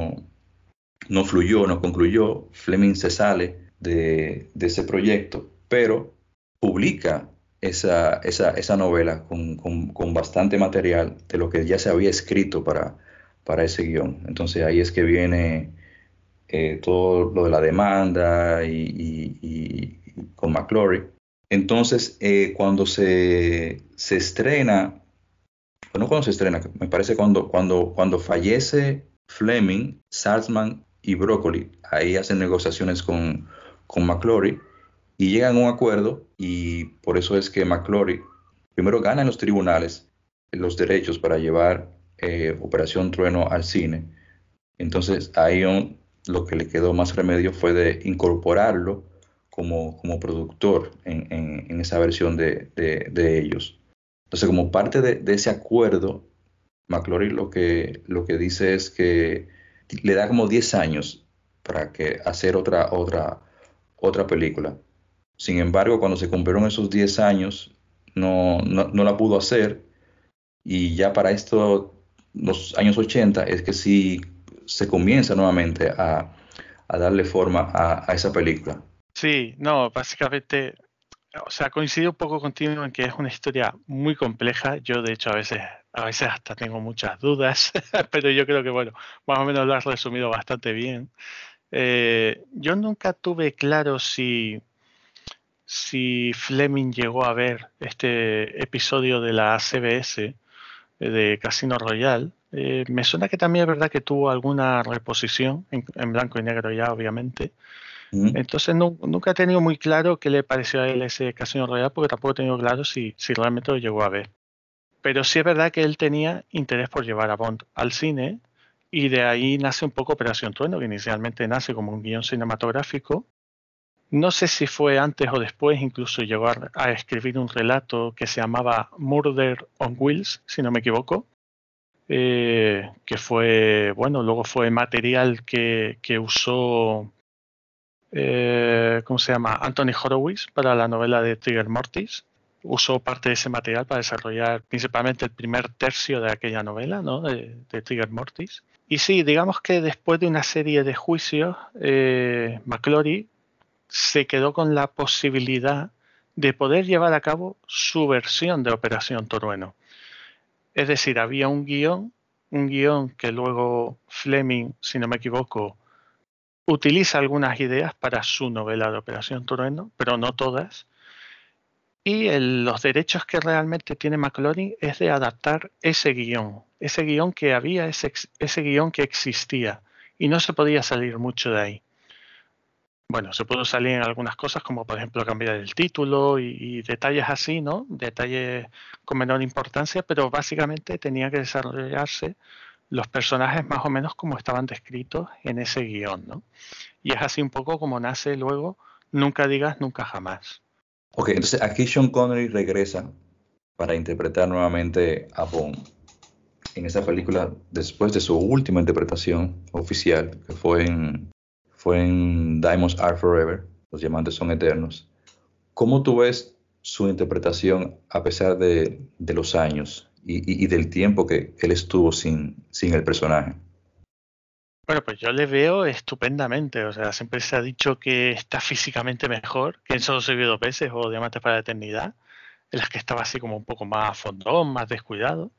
no fluyó, no concluyó. Fleming se sale de ese proyecto, pero publica esa novela con bastante material de lo que ya se había escrito para ese guión. Entonces ahí es que viene todo lo de la demanda y con McClory. Entonces, cuando se estrena, bueno, cuando se estrena, me parece cuando fallece Fleming, Saltzman y Broccoli, ahí hacen negociaciones con McClory y llegan a un acuerdo y por eso es que McClory primero gana en los tribunales los derechos para llevar Operación Trueno al cine. Entonces ahí lo que le quedó más remedio fue de incorporarlo como productor en esa versión de ellos. Entonces, como parte de ese acuerdo, McClory lo que dice es que le da como 10 años para que hacer otra película. Sin embargo, cuando se cumplieron esos 10 años, no la pudo hacer y ya para esto, los años 80 es que sí se comienza nuevamente a darle forma a esa película. Sí, no, básicamente o sea, coincido un poco contigo en que es una historia muy compleja. Yo, de hecho, a veces hasta tengo muchas dudas, pero yo creo que, bueno, más o menos lo has resumido bastante bien. Yo nunca tuve claro si Fleming llegó a ver este episodio de la CBS de Casino Royale. Me suena que también es verdad que tuvo alguna reposición en blanco y negro ya, obviamente. Ujú. Entonces nunca he tenido muy claro qué le pareció a él ese Casino Royale, porque tampoco he tenido claro si realmente lo llegó a ver. Pero sí es verdad que él tenía interés por llevar a Bond al cine, y de ahí nace un poco Operación Trueno, que inicialmente nace como un guión cinematográfico. No sé si fue antes o después, incluso llegó a escribir un relato que se llamaba Murder on Wheels, si no me equivoco, que fue, bueno, luego fue material que usó, ¿cómo se llama? Anthony Horowitz para la novela de Trigger Mortis. Usó parte de ese material para desarrollar principalmente el primer tercio de aquella novela, ¿no? De Trigger Mortis. Y sí, digamos que después de una serie de juicios, McClory se quedó con la posibilidad de poder llevar a cabo su versión de Operación Torueno. Es decir, había un guión que luego Fleming, si no me equivoco, utiliza algunas ideas para su novela de Operación Trueno, pero no todas. Y los derechos que realmente tiene McClory es de adaptar ese guión que había, ese guión que existía, y no se podía salir mucho de ahí. Bueno, se pudo salir en algunas cosas, como por ejemplo cambiar el título y detalles así, ¿no? Detalles con menor importancia, pero básicamente tenía que desarrollarse los personajes más o menos como estaban descritos en ese guión, ¿no? Y es así un poco como nace luego Nunca digas nunca jamás. Ok, entonces aquí Sean Connery regresa para interpretar nuevamente a Bond en esa película después de su última interpretación oficial, que fue en Diamonds Are Forever, Los Diamantes Son Eternos. ¿Cómo tú ves su interpretación a pesar de los años y del tiempo que él estuvo sin el personaje? Bueno, pues yo le veo estupendamente. O sea, siempre se ha dicho que está físicamente mejor que en Solo se vive dos veces o Diamantes para la Eternidad, en las que estaba así como un poco más fondón, más descuidado.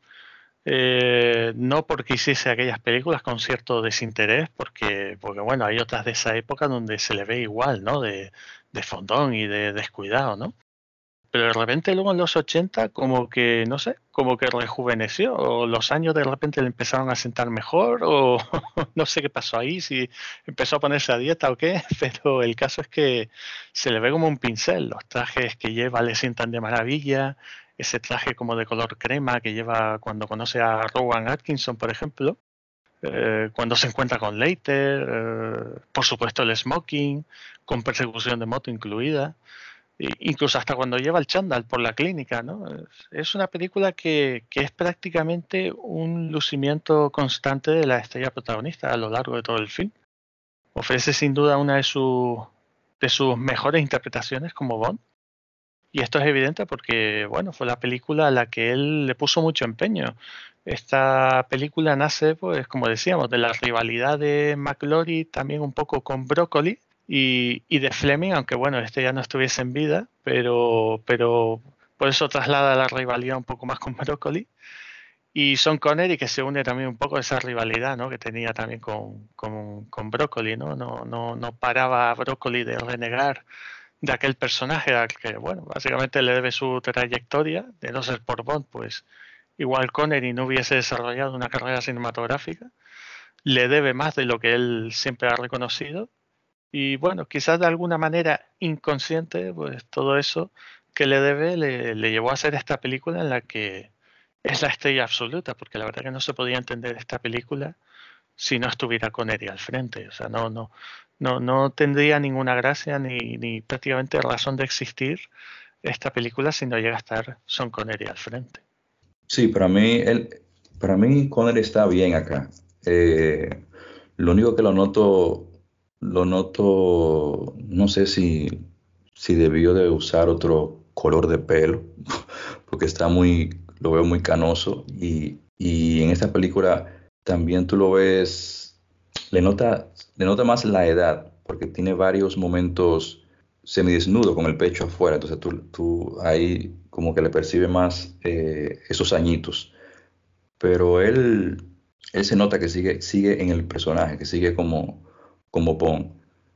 No porque hiciese aquellas películas con cierto desinterés, porque bueno, hay otras de esa época donde se le ve igual, ¿no? De fondón y de descuidado, ¿no? Pero de repente luego en los 80 como que, no sé, como que rejuveneció, o los años de repente le empezaron a sentar mejor, o no sé qué pasó ahí, si empezó a ponerse a dieta o qué, pero el caso es que se le ve como un pincel. Los trajes que lleva le sientan de maravilla, ese traje como de color crema que lleva cuando conoce a Rowan Atkinson, por ejemplo, cuando se encuentra con Leiter, por supuesto el smoking, con persecución de moto incluida. Incluso hasta cuando lleva el chándal por la clínica, ¿no? Es una película que es prácticamente un lucimiento constante de la estrella protagonista a lo largo de todo el film. Ofrece sin duda una de sus mejores interpretaciones como Bond. Y esto es evidente porque, bueno, fue la película a la que él le puso mucho empeño. Esta película nace, pues, como decíamos, de la rivalidad de McClory también un poco con Broccoli y de Fleming, aunque bueno, este ya no estuviese en vida, pero por eso traslada la rivalidad un poco más con Broccoli. Y Sean Connery, que se une también un poco a esa rivalidad, ¿no? Que tenía también con Broccoli, ¿no? No paraba a Broccoli de renegar de aquel personaje al que, bueno, básicamente le debe su trayectoria. De no ser por Bond, pues igual Connery no hubiese desarrollado una carrera cinematográfica. Le debe más de lo que él siempre ha reconocido. Y bueno, quizás de alguna manera inconsciente, pues todo eso que le debe le llevó a hacer esta película en la que es la estrella absoluta, porque la verdad que no se podía entender esta película si no estuviera Connery al frente. O sea, no tendría ninguna gracia ni prácticamente razón de existir esta película si no llega a estar Sean Connery al frente. Sí, para mí Connery está bien acá. Lo único que lo noto, no sé si debió de usar otro color de pelo, porque lo veo muy canoso y en esta película también tú lo ves, le nota más la edad, porque tiene varios momentos semidesnudo con el pecho afuera, entonces tú ahí como que le percibes más esos añitos, pero él se nota que sigue en el personaje, que sigue como Bond.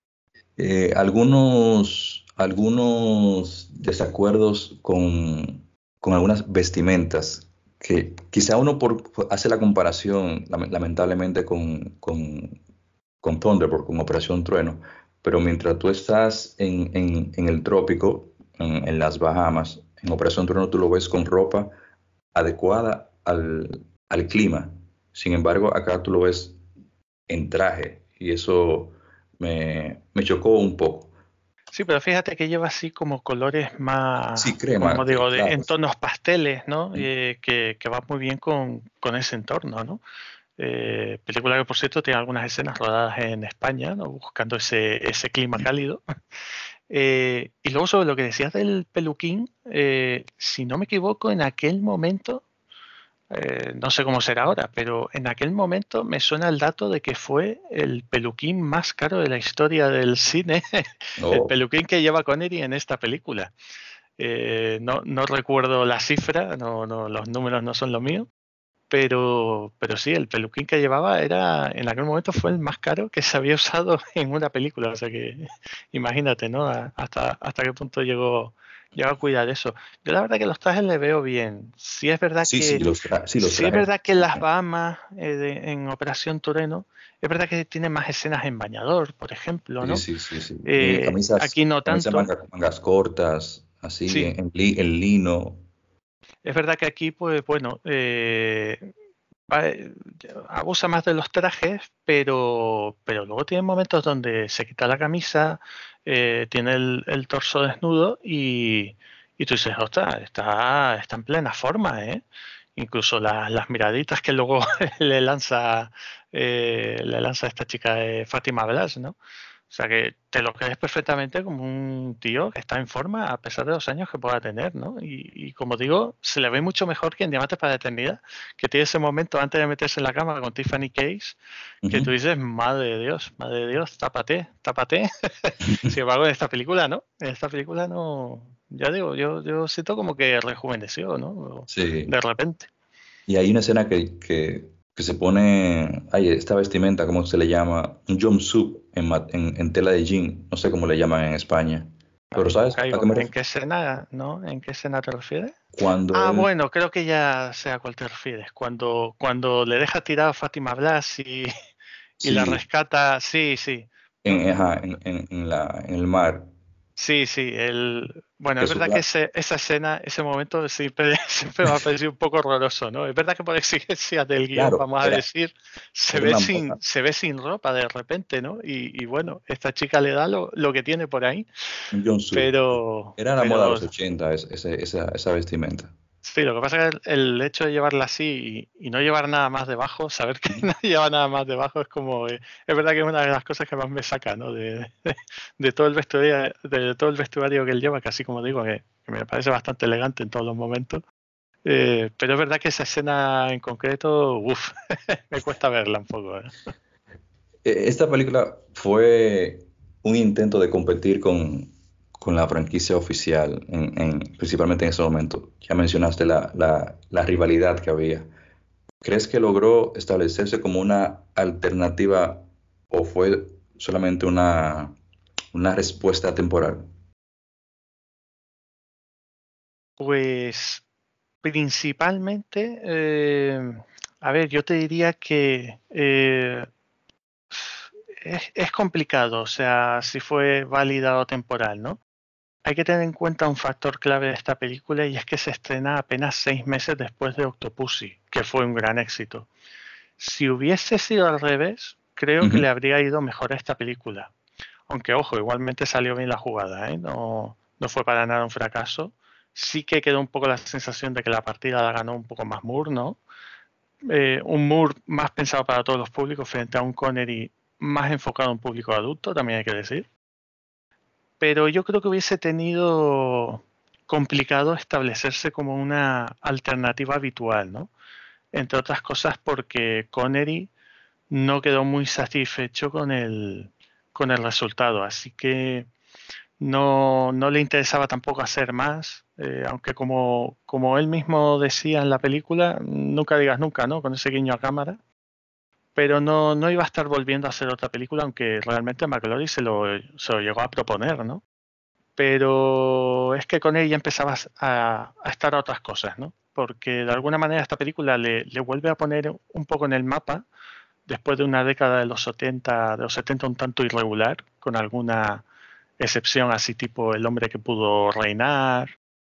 Algunos desacuerdos con algunas vestimentas, que quizá uno hace la comparación, lamentablemente, con Thunderbird, con Operación Trueno, pero mientras tú estás en el trópico, en las Bahamas, en Operación Trueno tú lo ves con ropa adecuada al clima. Sin embargo, acá tú lo ves en traje y eso me chocó un poco. Sí, pero fíjate que lleva así como colores más, Sí, crema, como digo, claro. en tonos pasteles, ¿no? Sí, Que va muy bien con ese entorno, ¿no? Película que, por cierto, tiene algunas escenas rodadas en España, ¿no? Buscando ese clima cálido. Y luego sobre lo que decías del peluquín, si no me equivoco, en aquel momento, no sé cómo será ahora, pero en aquel momento me suena el dato de que fue el peluquín más caro de la historia del cine, el no, peluquín que lleva Connery en esta película. No recuerdo la cifra, los números no son lo mío, pero sí, el peluquín que llevaba en aquel momento fue el más caro que se había usado en una película. O sea que imagínate, ¿no? Hasta qué punto llegó a cuidar eso. Yo la verdad que los trajes le veo bien. sí, los Sí es trajes. verdad que en las Bahamas, en Operación Toreno, es verdad que tiene más escenas en bañador, por ejemplo, Sí, ¿no? sí, sí, sí. Camisas, Aquí no camisas tanto. mangas cortas, así, Sí, en lino. es verdad que aquí, pues bueno, va- abusa más de los trajes, pero luego tiene momentos donde se quita la camisa, tiene el torso desnudo y tú dices, ostras, está en plena forma, ¿eh? Incluso las miraditas que luego le lanza esta chica Fátima Blas, ¿no? O sea que te lo crees perfectamente como un tío que está en forma a pesar de los años que pueda tener, ¿no? Y como digo, se le ve mucho mejor que en Diamantes para la Eternidad, que tiene ese momento antes de meterse en la cama con Tiffany Case, que tú Ujú. dices, madre de Dios, tápate, tápate. Sin embargo, en esta película no, en esta película no, ya digo, yo siento como que rejuveneció, ¿no? Sí. De repente. Y hay una escena que se pone, ay, esta vestimenta, ¿cómo se le llama? Un jumpsuit en tela de jean, no sé cómo le llaman en España. Pero Ahí no ¿sabes a qué caigo. me ¿En refiero? qué escena, no? ¿En qué escena te refieres? Cuando Ah, él, bueno, creo que ya sé a cuál te refieres. Cuando le deja tirado a Fátima Blas y la sí, rescata. Sí, sí. No, ajá, en el mar, sí, sí. Bueno, que es su verdad que plan, esa escena, ese momento siempre, siempre me ha parecido un poco horroroso, ¿no? Es verdad que por exigencias del guión, claro, vamos a decir, era una moda, se ve sin ropa de repente, ¿no? Y bueno, esta chica le da lo que tiene por ahí, un jumpsuit. Era la moda de pero los 80, esa vestimenta. sí, lo que pasa es que el hecho de llevarla así y no llevar nada más debajo, saber que Ujú. no lleva nada más debajo es como, es verdad que es una de las cosas que más me saca, ¿no? De todo el vestuario que él lleva, que así como digo, que me parece bastante elegante en todos los momentos. Pero es verdad que esa escena en concreto, uff, me cuesta verla un poco, ¿eh? Esta película fue un intento de competir con la franquicia oficial, principalmente en ese momento. Ya mencionaste la rivalidad que había. ¿Crees que logró establecerse como una alternativa o fue solamente una respuesta temporal? Pues principalmente, a ver, yo te diría que es complicado, o sea, si fue válida o temporal, ¿no? Hay que tener en cuenta un factor clave de esta película y es que se estrena apenas 6 meses después de Octopussy, que fue un gran éxito. Si hubiese sido al revés, creo que Ujú. le habría ido mejor a esta película. Aunque, ojo, igualmente salió bien la jugada, ¿eh? No fue para nada un fracaso. Sí que quedó un poco la sensación de que la partida la ganó un poco más Moore, ¿no? Un Moore más pensado para todos los públicos frente a un Connery más enfocado a un público adulto, también hay que decir. Pero yo creo que hubiese tenido complicado establecerse como una alternativa habitual, ¿no? Entre otras cosas porque Connery no quedó muy satisfecho con el resultado. Así que no le interesaba tampoco hacer más, aunque como él mismo decía en la película, nunca digas nunca, ¿no? Con ese guiño a cámara. Pero no iba a estar volviendo a hacer otra película, aunque realmente McClory se lo llegó a proponer, ¿no? Pero es que con ella empezabas a estar a otras cosas, ¿no? Porque de alguna manera esta película le vuelve a poner un poco en el mapa después de una década de los 70 un tanto irregular, con alguna excepción así tipo El hombre que pudo reinar.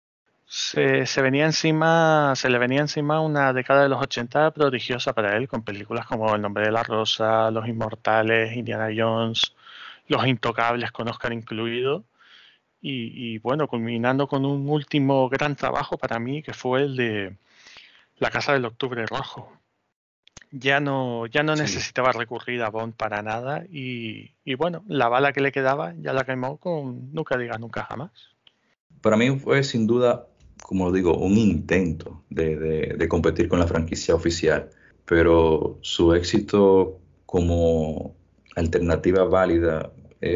Se le venía encima una década de los 80 prodigiosa para él, con películas como El nombre de la rosa, Los inmortales, Indiana Jones, Los intocables con Oscar incluido. Y bueno, culminando con un último gran trabajo para mí, que fue el de La Casa del Octubre Rojo. Ya no Sí. necesitaba recurrir a Bond para nada y bueno, la bala que le quedaba ya la quemó con Nunca digas nunca jamás. Para mí fue sin duda, como digo, un intento de competir con la franquicia oficial, pero su éxito como alternativa válida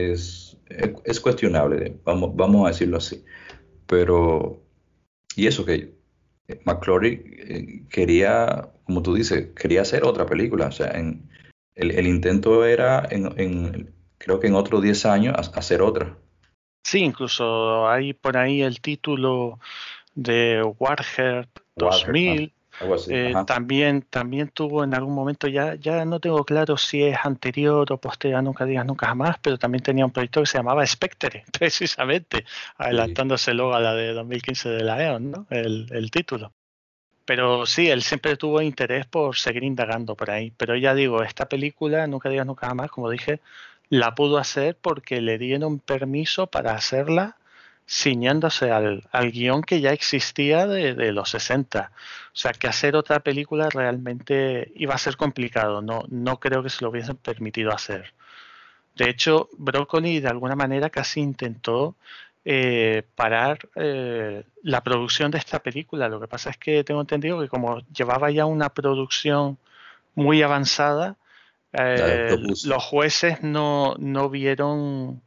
es cuestionable, vamos a decirlo así. Pero, y eso que McClory quería, como tú dices, quería hacer otra película, o sea, el intento era, creo que en otros 10 años, hacer otra. Sí, incluso hay por ahí el título de Warhead Walker, 2000. algo así, ajá. También tuvo en algún momento, ya no tengo claro si es anterior o posterior a Nunca digas nunca jamás, pero también tenía un proyecto que se llamaba Spectre, precisamente, Sí. adelantándose luego a la de 2015 de la EON, ¿no? El título. Pero sí, él siempre tuvo interés por seguir indagando por ahí. Pero ya digo, esta película, Nunca digas nunca jamás, como dije, la pudo hacer porque le dieron permiso para hacerla ciñéndose al guión que ya existía de los 60. O sea, que hacer otra película realmente iba a ser complicado. No creo que se lo hubiesen permitido hacer. De hecho, Broccoli de alguna manera casi intentó parar la producción de esta película. Lo que pasa es que tengo entendido que como llevaba ya una producción muy avanzada, La propuso. los jueces no vieron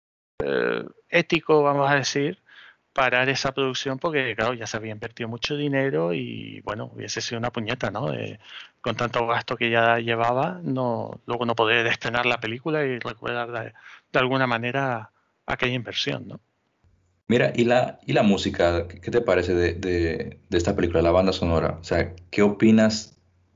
ético, vamos a decir, parar esa producción porque, claro, ya se había invertido mucho dinero y, bueno, hubiese sido una puñeta, ¿no? Con tanto gasto que ya llevaba, luego no poder estrenar la película y recuperar de alguna manera aquella inversión, ¿no? Mira, y la música, ¿qué te parece de esta película, la banda sonora? O sea, ¿qué opinas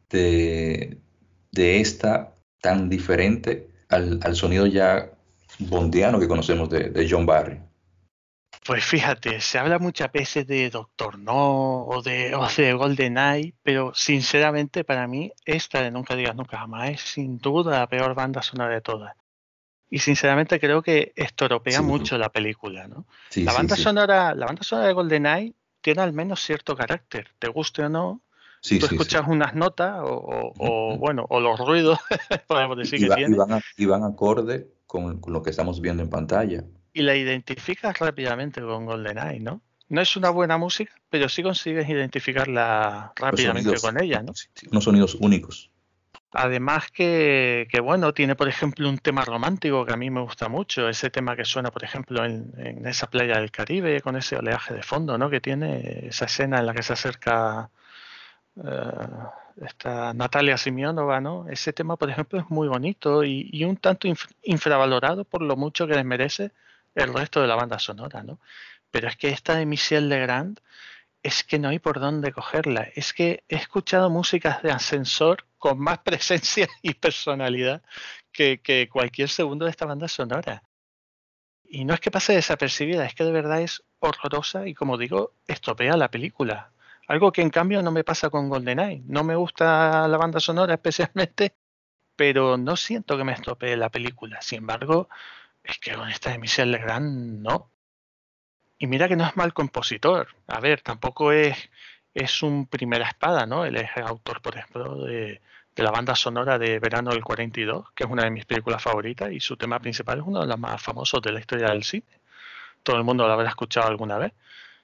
de esta tan diferente al sonido ya bondiano que conocemos de John Barry? Pues fíjate, se habla muchas veces de Doctor No o de GoldenEye, pero sinceramente para mí esta de Nunca digas nunca jamás es sin duda la peor banda sonora de todas. Y sinceramente creo que estropea Sí, mucho la película, ¿no? sí, La sí, banda sí, sonora, la banda sonora de GoldenEye tiene al menos cierto carácter, te guste o no. sí, Tú sí, sí. escuchas unas notas Ujú, ujú. bueno, o los ruidos, podemos decir Y, que va- y tiene, van a- y van acorde con lo que estamos viendo en pantalla. y la identificas rápidamente con GoldenEye, ¿no? No es una buena música, pero sí consigues identificarla Los rápidamente sonidos, con ella, ¿no? sí, sí, unos sonidos únicos. Además que, bueno, tiene por ejemplo un tema romántico que a mí me gusta mucho, ese tema que suena por ejemplo en esa playa del Caribe con ese oleaje de fondo, ¿no? Que tiene esa escena en la que se acerca eh, esta Natalia Simiónova, ¿no? Ese tema por ejemplo es muy bonito y un tanto infravalorado por lo mucho que desmerece el resto de la banda sonora, ¿no? Pero es que esta de Michel Legrand es que no hay por dónde cogerla. Es que he escuchado músicas de ascensor con más presencia y personalidad que cualquier segundo de esta banda sonora. Y no es que pase desapercibida, es que de verdad es horrorosa y, como digo, estropea la película. Algo que en cambio no me pasa con GoldenEye. No me gusta la banda sonora especialmente, pero no siento que me estropee la película. Sin embargo, es que con esta de Michel Legrand no. Y mira que no es mal compositor. A ver, tampoco es un primera espada, ¿no? Él es el autor, por ejemplo, de la banda sonora de Verano del 42, que es una de mis películas favoritas, y su tema principal es uno de los más famosos de la historia del cine. Todo el mundo lo habrá escuchado alguna vez.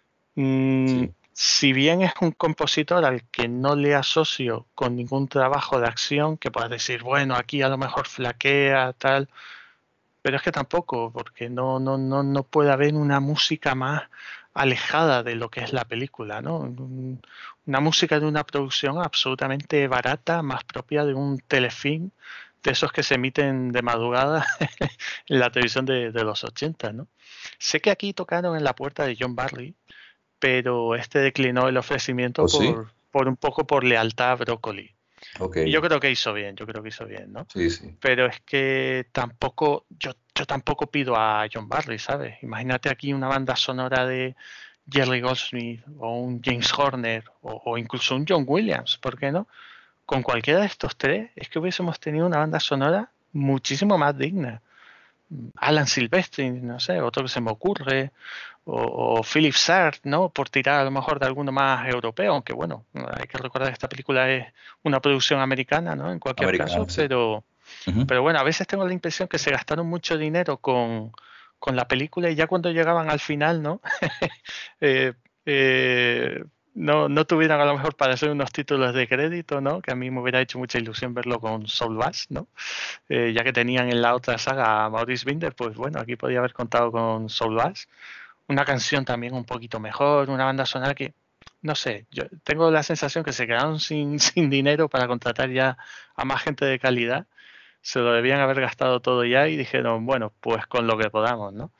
Sí. Si bien es un compositor al que no le asocio con ningún trabajo de acción, que puedas decir, bueno, aquí a lo mejor flaquea, tal, Pero es que tampoco, porque no puede haber una música más alejada de lo que es la película, ¿no? Una música de una producción absolutamente barata, más propia de un telefilm, de esos que se emiten de madrugada en la televisión de los 80, ¿no? Sé que aquí tocaron en la puerta de John Barry, pero este declinó el ofrecimiento ¿O sí? por un poco por lealtad a Broccoli. Ok, Y yo creo que hizo bien, yo creo que hizo bien, ¿no? sí, sí. Pero es que tampoco, yo tampoco pido a John Barry, ¿sabes? Imagínate aquí una banda sonora de Jerry Goldsmith o un James Horner o incluso un John Williams, ¿por qué no? Con cualquiera de estos tres es que hubiésemos tenido una banda sonora muchísimo más digna. Alan Silvestri, no sé, otro que se me ocurre, o Philip Sartre, ¿no? Por tirar a lo mejor de alguno más europeo, aunque bueno, hay que recordar que esta película es una producción americana, ¿no? En cualquier Americano, caso, sí. Ujú. pero bueno, a veces tengo la impresión que se gastaron mucho dinero con la película y ya cuando llegaban al final, ¿no? eh, eh, no tuvieran a lo mejor para hacer unos títulos de crédito, ¿no? Que a mí me hubiera hecho mucha ilusión verlo con Saul Bass, ¿no? Ya que tenían en la otra saga a Maurice Binder, pues bueno, aquí podía haber contado con Saul Bass. Una canción también un poquito mejor, una banda sonora que, no sé, yo tengo la sensación que se quedaron sin dinero para contratar ya a más gente de calidad. Se lo debían haber gastado todo ya y dijeron, bueno, pues con lo que podamos, ¿no?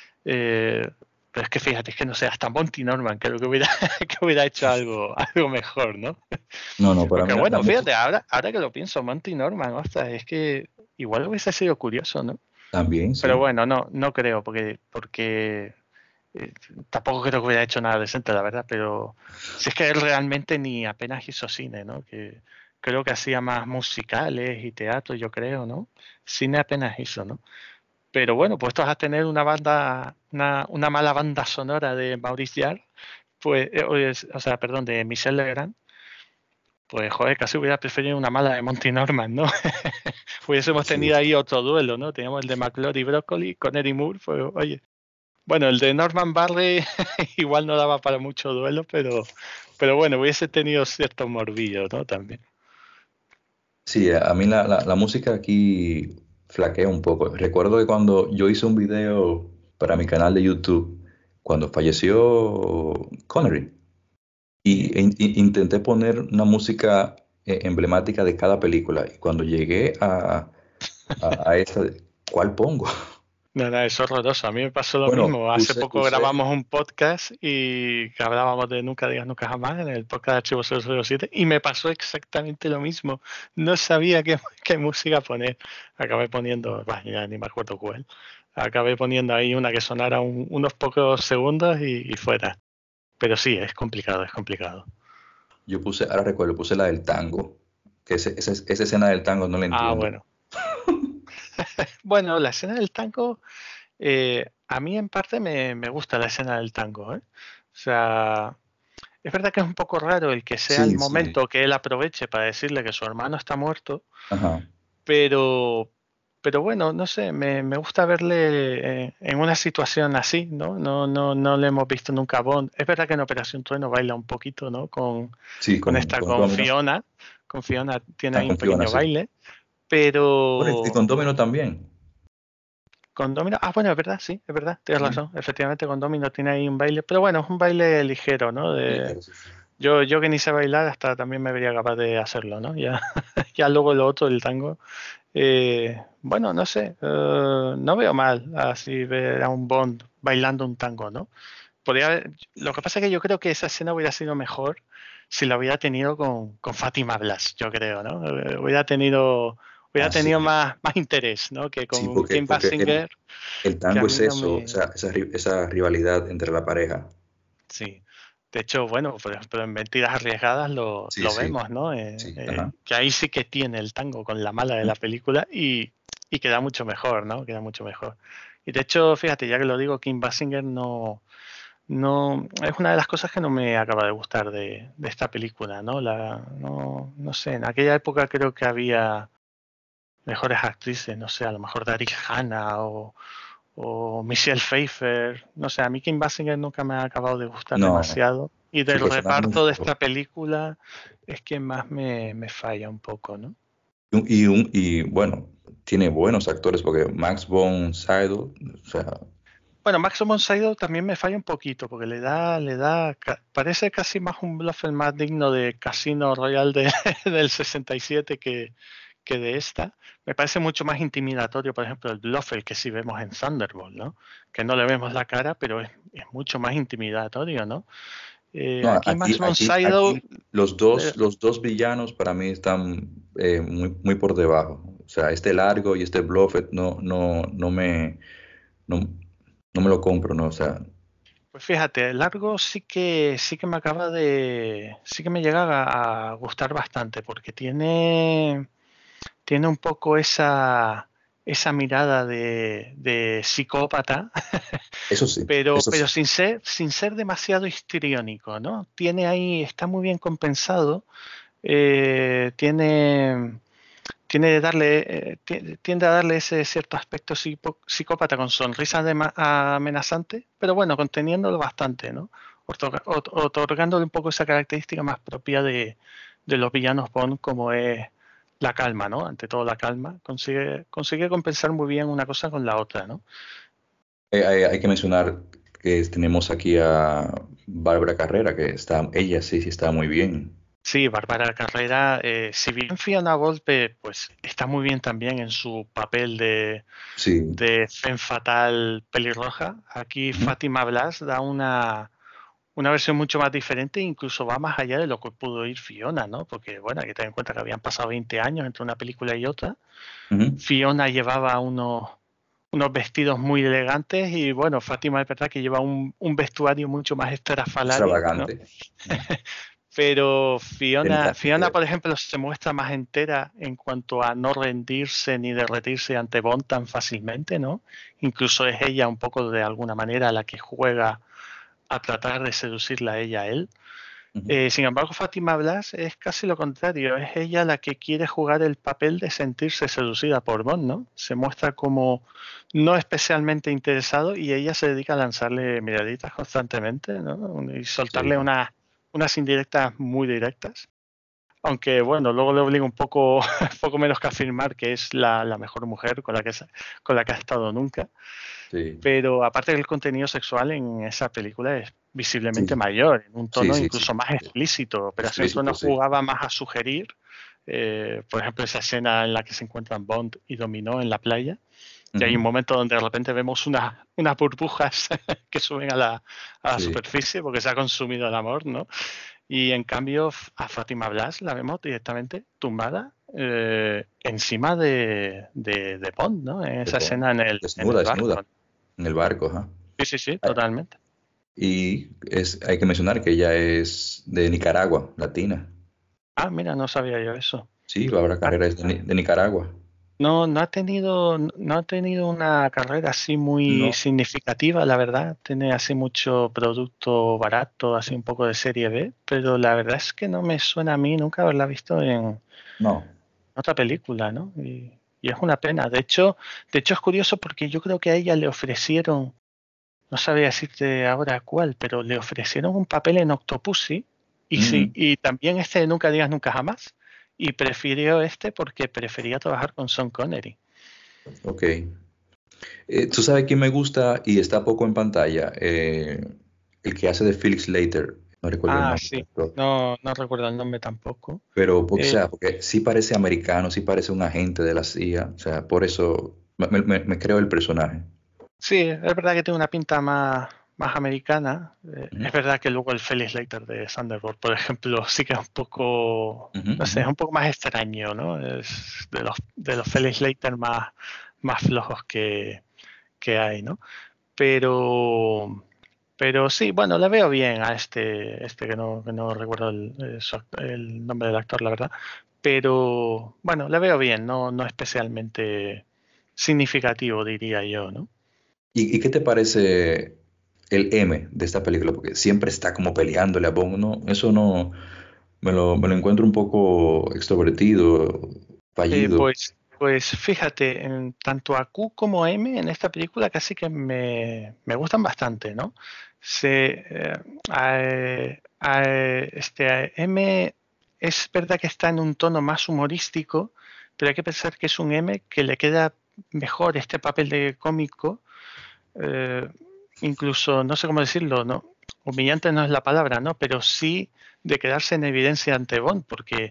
Eh, pero es que fíjate, es que no sé, hasta Monty Norman creo que hubiera, que hubiera hecho algo mejor, ¿no? No, no, para Aunque mí la bueno, música fíjate, ahora que lo pienso, Monty Norman, ostras, es que igual hubiese sido curioso, ¿no? también, Pero sí. bueno, no creo, porque eh, tampoco creo que hubiera hecho nada decente, la verdad, pero si es que él realmente ni apenas hizo cine, ¿no? Que creo que hacía más musicales y teatro, yo creo, ¿no? Cine apenas hizo, ¿no? Pero bueno, pues tú vas a tener una banda, una mala banda sonora de Maurice Jarre, pues, o sea, perdón, de Michel Legrand, pues joder, casi hubiera preferido una mala de Monty Norman, ¿no? Hubiésemos Sí. tenido ahí otro duelo, ¿no? Teníamos el de McClure y Broccoli con Eddie Moore, pues oye. Bueno, el de Norman Barry igual no daba para mucho duelo, pero bueno, hubiese tenido cierto morbillo, ¿no? También. Sí, a mí la música aquí flaquea un poco. Recuerdo que cuando yo hice un video para mi canal de YouTube, cuando falleció Connery, Ujú. intenté poner una música emblemática de cada película. Y cuando llegué a esta, ¿cuál pongo? No, es horroroso. A mí me pasó lo Bueno, mismo. Hace puse, poco puse, grabamos un podcast y que hablábamos de Nunca digas nunca jamás en el podcast de Archivo 007 y me pasó exactamente lo mismo. No sabía qué música poner. Acabé poniendo, bah, ya ni me acuerdo cuál. Acabé poniendo ahí una que sonara unos pocos segundos y fuera. Pero sí, es complicado, es complicado. yo puse, ahora recuerdo, puse la del tango, que esa escena del tango no la Ah, entiendo. bueno. Bueno, la escena del tango, a mí en parte me gusta la escena del tango, ¿eh? O sea, es verdad que es un poco raro el que sea el Sí, sí, momento que él aproveche para decirle que su hermano está muerto, ajá, pero, pero bueno, no sé, me gusta verle en una situación así, ¿no? No le hemos visto nunca a Bond. Es verdad que en Operación Trueno baila un poquito, ¿no? sí, Con Domino, Fiona. Con Fiona tiene ahí un con Fiona, pequeño sí. baile, Bueno, y con pero Domino también. con Domino, bueno, es verdad, sí, es verdad, tienes Sí, razón. Efectivamente, con Domino tiene ahí un baile, pero bueno, es un baile ligero, ¿no? ligero, sí, sí. Yo que ni sé bailar, hasta también me vería capaz de hacerlo, ¿no? Ya, ya luego lo otro, el tango. Bueno, no sé, no veo mal así ver a un Bond bailando un tango, ¿no? Lo que pasa es que yo creo que esa escena hubiera sido mejor si la hubiera tenido con Fátima Blas, yo creo, ¿no? Hubiera Ah, sí, tenido más interés, ¿no? Que sí, con Kim porque Basinger, el que a tango es mí no eso, me... esa rivalidad entre la pareja. Sí. De hecho, bueno, por ejemplo, en Mentiras Arriesgadas Sí, lo sí, vemos, ¿no? sí, ajá. Que ahí sí que tiene el tango con la mala de la película y queda mucho mejor, ¿no? Queda mucho mejor. Y de hecho, fíjate, ya que lo digo, Kim Basinger no es una de las cosas que no me acaba de gustar de esta película, ¿no? No sé, en aquella época creo que había mejores actrices, no sé, a lo mejor Daryl Hannah o Michelle Pfeiffer, no sé, a mí Kim Basinger nunca me ha acabado de gustar No, demasiado. Y su del personaje no reparto de fue. esta película es quien más me falla un poco, ¿no? Y bueno, tiene buenos actores, porque Max von Sydow, o sea, Bueno, Max von Sydow también me falla un poquito, porque parece casi más un Blofeld más digno de Casino Royale del 67 que de esta. Me parece mucho más intimidatorio, por ejemplo, el Blofeld que sí vemos en Thunderbolt, ¿no? Que no le vemos la cara, pero es mucho más intimidatorio, ¿no? no, Aquí Max von Sydow, aquí los dos villanos para mí están muy por debajo. O sea, este Largo y este Bluffett no, no me lo compro, ¿no? O sea, pues fíjate, Largo sí que sí que me llega a gustar bastante, porque tiene un poco esa mirada de psicópata, eso sí, pero, eso sí. pero sin ser demasiado histriónico, ¿no? Está muy bien compensado, eh, tiene, tiende a darle ese cierto aspecto psicópata con sonrisa amenazante, pero bueno, conteniéndolo bastante, ¿no? Otorgándole un poco esa característica más propia de los villanos Bond, como es la calma, ¿no? Ante todo la calma. Consigue compensar muy bien una cosa con la otra, ¿no? Hay que mencionar que tenemos aquí a Bárbara Carrera, que está, ella sí está muy bien. Sí, Bárbara Carrera, si bien Fiona Volpe, pues está muy bien también en su papel Sí. de femme fatal pelirroja, aquí Ujú. Fátima Blas da una versión mucho más diferente e incluso va más allá de lo que pudo ir Fiona, ¿no? Porque, bueno, hay que tener en cuenta que habían pasado 20 años entre una película y otra. Ujú. Fiona llevaba unos vestidos muy elegantes y, bueno, Fátima es verdad que lleva un vestuario mucho más estrafalario, ¿no? Extravagante. Ujú. Pero Tiene Fiona, carácter. por ejemplo, se muestra más entera en cuanto a no rendirse ni derretirse ante Bond tan fácilmente, ¿no? Incluso es ella un poco de alguna manera la que juega a tratar de seducirla a ella a él. Ujú. Sin embargo, Fátima Blas es casi lo contrario, es ella la que quiere jugar el papel de sentirse seducida por Bond, ¿no? Se muestra como no especialmente interesado y ella se dedica a lanzarle miraditas constantemente, ¿no? Y soltarle Sí. unas indirectas muy directas. Aunque bueno, luego le obliga un poco, poco menos que afirmar que es la mejor mujer con la que ha estado nunca. Sí. Pero aparte del contenido sexual en esa película es visiblemente Sí. mayor, en un Sí, tono sí, sí. incluso más explícito. Operación Explícito, Trueno sí. jugaba más a sugerir, por ejemplo, esa escena en la que se encuentran Bond y Dominó en la playa. Y hay un Ujú. momento donde de repente vemos unas burbujas que suben a la Sí. superficie porque se ha consumido el amor, ¿no? Y en cambio a Fátima Blas la vemos directamente tumbada encima de Bond, ¿no? En De esa Bond. escena en el Desnuda, barco. en el barco, ajá. Sí, sí, sí, Ah, totalmente. y hay que mencionar que ella es de Nicaragua, latina. Ah, mira, no sabía yo eso. Sí, Bárbara Ah, Carrera es de Nicaragua. no ha tenido una carrera así muy No, significativa, la verdad. Tiene así mucho producto barato, así un poco de serie B, pero la verdad es que no me suena a mí nunca haberla visto en no. otra película, ¿no? Y es una pena. De hecho es curioso porque yo creo que a ella le ofrecieron, no sabía decirte ahora cuál, pero le ofrecieron un papel en Octopussy y sí, Ujú. y también este de Nunca digas nunca jamás. Y prefirió este porque prefería trabajar con Sean Connery. Ok. ¿Tú sabes quién me gusta y está poco en pantalla? El que hace de Felix Leiter. No recuerdo el Ah, nombre del sí. actor. No recuerdo el nombre tampoco. Pero, o Eh, sea, porque sí parece americano, sí parece un agente de la CIA. O sea, por eso me creo el personaje. sí, es verdad que tiene una pinta más americana. Ujú. Es verdad que luego el Felix Leiter de Thunderbolt, por ejemplo, sí que es un poco, Ujú, no ujú. sé, es un poco más extraño, ¿no? Es de los Felix Leiter más flojos que hay, ¿no? Pero, pero sí, bueno, le veo bien a este que no recuerdo el nombre del actor, la verdad. Pero bueno, le veo bien, no especialmente significativo, diría yo, ¿no? ¿Y qué te parece el M de esta película? Porque siempre está como peleándole a Bond, ¿no? Eso no, me lo encuentro un poco extrovertido, fallido. Pues fíjate, tanto a Q como a M en esta película casi que me gustan bastante, ¿no? Se, a M es verdad que está en un tono más humorístico, pero hay que pensar que es un M que le queda mejor este papel de cómico, eh, incluso, no sé cómo decirlo, ¿no? Humillante no es la palabra, ¿no? Pero sí de quedarse en evidencia ante Bond, porque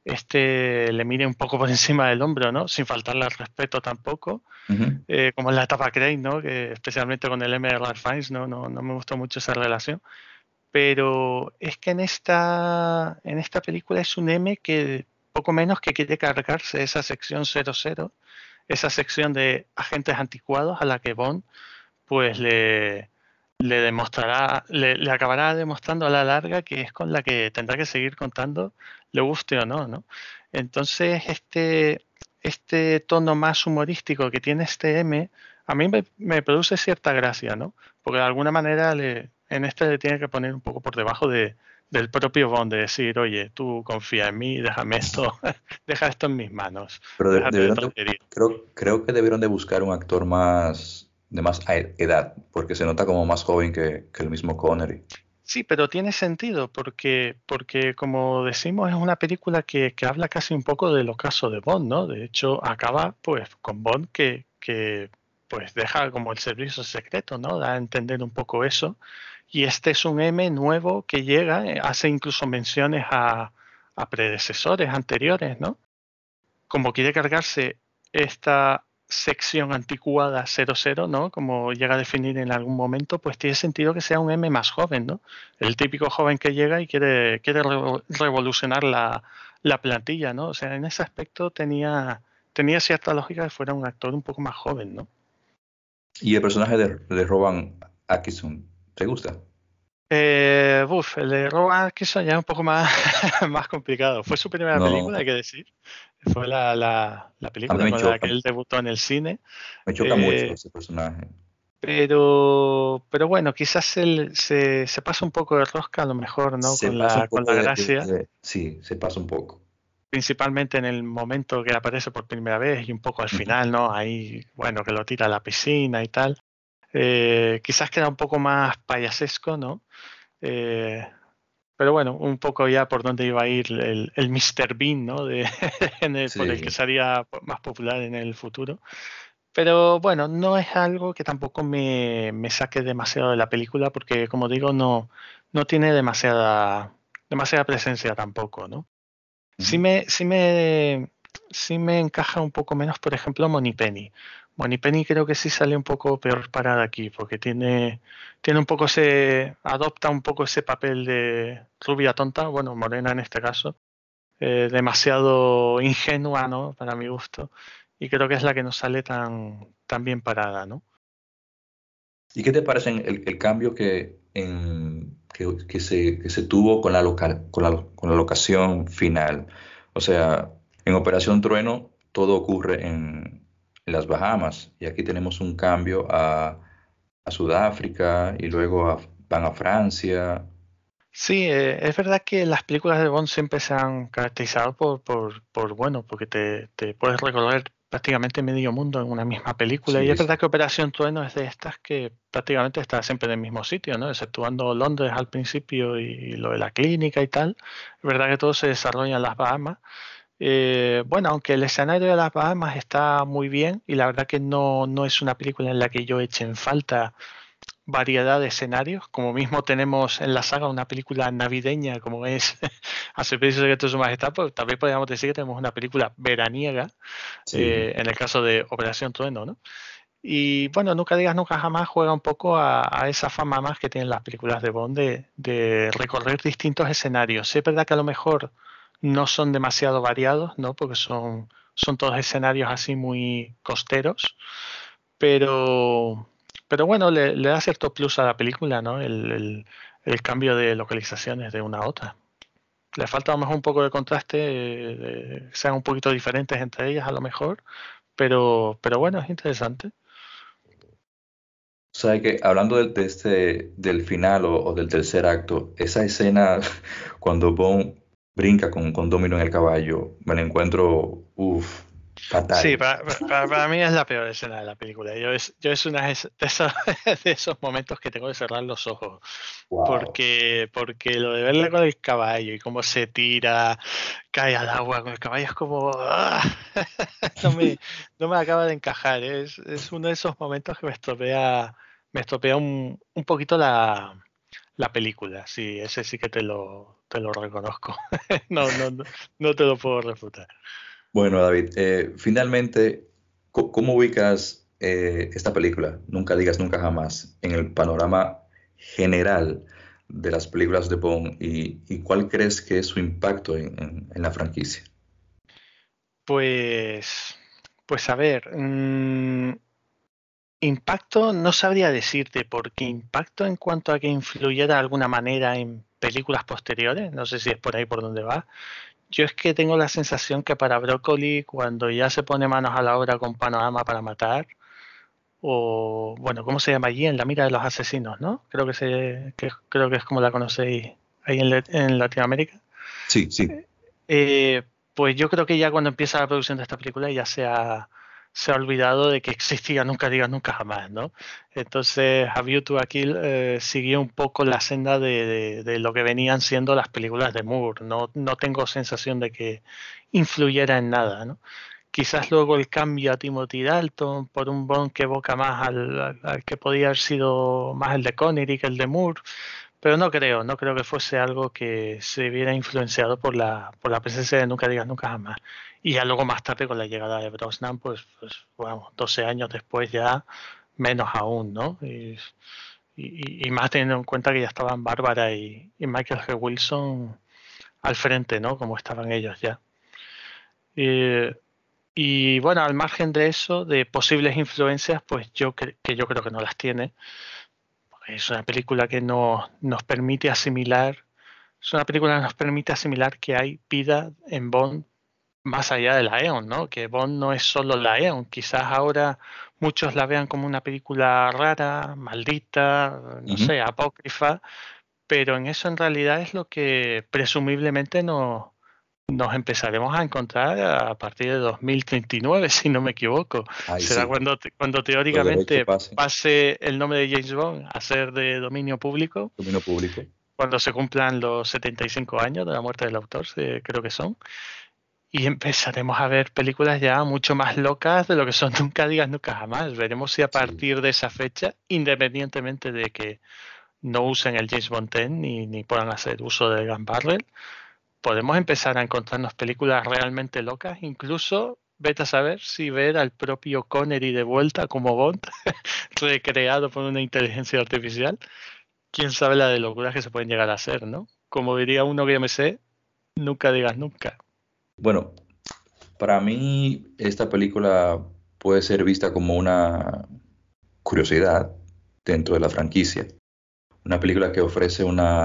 le mire un poco por encima del hombro, ¿no? Sin faltarle al respeto tampoco, Ujú. como en la etapa Craig, ¿no? Que especialmente con el M de Ralph Fiennes, no me gustó mucho esa relación. Pero es que en esta película es un M que poco menos que quiere cargarse esa sección 00, esa sección de agentes anticuados a la que Bond pues le demostrará, le acabará demostrando a la larga que es con la que tendrá que seguir contando, le guste o no, ¿no? Entonces, este tono más humorístico que tiene este M, a mí me produce cierta gracia, ¿no? Porque de alguna manera en le tiene que poner un poco por debajo del propio Bond, de decir, oye, tú confía en mí, déjame esto, deja esto en mis manos, Pero déjate de tonterías. creo que debieron de buscar un actor de más edad, porque se nota como más joven que el mismo Connery. Sí, pero tiene sentido porque como decimos, es una película que habla casi un poco del ocaso de Bond, ¿no? De hecho, acaba pues con Bond que pues deja como el servicio secreto, ¿no? Da a entender un poco eso. Y este es un M nuevo que llega, hace incluso menciones a predecesores anteriores, ¿no? Como quiere cargarse esta sección anticuada 00, ¿no? Como llega a definir en algún momento, pues tiene sentido que sea un M más joven, ¿no? El típico joven que llega y quiere revolucionar la plantilla, ¿no? O sea, en ese aspecto tenía cierta lógica que fuera un actor un poco más joven, ¿no? Y el personaje de Rowan Atkinson, ¿te gusta? El de Rowan Atkinson ya es un poco más, más complicado. Fue su primera No, película, hay que decir. Fue la a mí película con la que él debutó en el cine. me choca mucho Eh, ese personaje. pero bueno, quizás él se pasa un poco de rosca a lo mejor, ¿no? Se Con pasa un la, con poco la gracia, sí, se pasa un poco. principalmente en el momento que aparece por primera vez y un poco al Ujú. final, ¿no? Ahí, bueno, que lo tira a la piscina y tal. Quizás queda un poco más payasesco, ¿no? Eh, pero bueno, un poco ya por dónde iba a ir el Mr. Bean, ¿no? Por el que Sí. sería más popular en el futuro. Pero bueno, no es algo que tampoco me saque demasiado de la película porque, como digo, no tiene demasiada presencia tampoco, ¿no? Sí Ujú. me, sí me, sí me encaja un poco menos, por ejemplo, Moneypenny. Moneypenny creo que sí sale un poco peor parada aquí porque tiene un poco adopta un poco ese papel de rubia tonta, bueno, morena en este caso, demasiado ingenua, ¿no? Para mi gusto. Y creo que es la que no sale tan bien parada, ¿no? ¿Y qué te parece el cambio que se tuvo con con la locación final? O sea, en Operación Trueno todo ocurre en las Bahamas y aquí tenemos un cambio a Sudáfrica y luego van a Francia. Sí, es verdad que las películas de Bond siempre se han caracterizado bueno, porque te puedes recorrer prácticamente medio mundo en una misma película. Y Sí, es sí. verdad que Operación Trueno es de estas que prácticamente está siempre en el mismo sitio, ¿no? Exceptuando Londres al principio y lo de la clínica y tal. Es verdad que todo se desarrolla en las Bahamas. Bueno, aunque el escenario de las Bahamas está muy bien y la verdad que no es una película en la que yo eche en falta variedad de escenarios, como mismo tenemos en la saga una película navideña como es A Servicio Secreto de Su Majestad, pues también podríamos decir que tenemos una película veraniega, Sí. en el caso de Operación Trueno, ¿no? Y bueno, Nunca Digas Nunca Jamás juega un poco a esa fama más que tienen las películas de Bond de recorrer distintos escenarios. Sí, es verdad que a lo mejor no son demasiado variados, ¿no? Porque son todos escenarios así muy costeros, pero, pero bueno, le da cierto plus a la película, ¿no? El cambio de localizaciones de una a otra. Le falta a lo mejor un poco de contraste, sean un poquito diferentes entre ellas a lo mejor, pero bueno, es interesante. O sea que hablando del final o del tercer acto, esa escena cuando Bond brinca con Domino en el caballo, me la encuentro, uff, Sí, Fatal. para mí es la peor escena de la película. Yo es una de esos, de esos momentos que tengo que cerrar los ojos. Wow. Porque lo de verle con el caballo y cómo se tira, cae al agua con el caballo es como... no me, no me acaba de encajar. Es uno de esos momentos que me estropea un poquito la película. Sí, ese sí que te lo reconozco. No te lo puedo refutar. Bueno, David, finalmente, ¿cómo ubicas esta película? Nunca digas nunca jamás en el panorama general de las películas de Bond y cuál crees que es su impacto en la franquicia. Pues, pues a ver, impacto no sabría decirte, porque impacto en cuanto a que influyera de alguna manera en películas posteriores, no sé si es por ahí por donde va. Yo es que tengo la sensación que para Broccoli, cuando ya se pone manos a la obra con Panorama para matar, o bueno, ¿cómo se llama allí? En la mira de los asesinos, ¿no? Creo que es como la conocéis ahí en Latinoamérica. Sí, sí. Eh, pues yo creo que ya cuando empieza la producción de esta película ya se ha olvidado de que existía Nunca Digas Nunca Jamás, ¿no? Entonces, A View to a Kill siguió un poco la senda de lo que venían siendo las películas de Moore. No tengo sensación de que influyera en nada, ¿no? Quizás luego el cambio a Timothy Dalton por un Bond que evoca más al que podía haber sido más el de Connery que el de Moore, pero no creo que fuese algo que se viera influenciado por la presencia de Nunca Digas Nunca Jamás. Y ya luego más tarde con la llegada de Brosnan, pues vamos, 12 años después ya menos aún, ¿no? Y más teniendo en cuenta que ya estaban Bárbara y Michael G. Wilson al frente, ¿no? Como estaban ellos ya. Eh, y bueno, al margen de eso, de posibles influencias, pues yo creo que no las tiene. Es una película que nos permite asimilar, es una película que nos permite asimilar que hay vida en Bond más allá de la Eon, ¿no? Que Bond no es solo la Eon. Quizás ahora muchos la vean como una película rara, maldita, no Ujú. sé, apócrifa, pero en eso en realidad es lo que presumiblemente nos empezaremos a encontrar a partir de 2039, si no me equivoco. Ay, Será sí. cuando Los derechos teóricamente pasen. pase el nombre de James Bond a ser de dominio público, Dominio público. cuando se cumplan los 75 años de la muerte del autor, creo que son, y empezaremos a ver películas ya mucho más locas de lo que son Nunca Digas Nunca Jamás. Veremos si a Sí. partir de esa fecha, independientemente de que no usen el James Bond 10 ni puedan hacer uso del Gun Barrel, podemos empezar a encontrarnos películas realmente locas, incluso vete a saber si ver al propio Connery de vuelta como Bond, recreado por una inteligencia artificial. Quién sabe la de locuras que se pueden llegar a hacer, ¿no? Como diría uno que yo me sé, nunca digas nunca. Bueno, para mí esta película puede ser vista como una curiosidad dentro de la franquicia. Una película que ofrece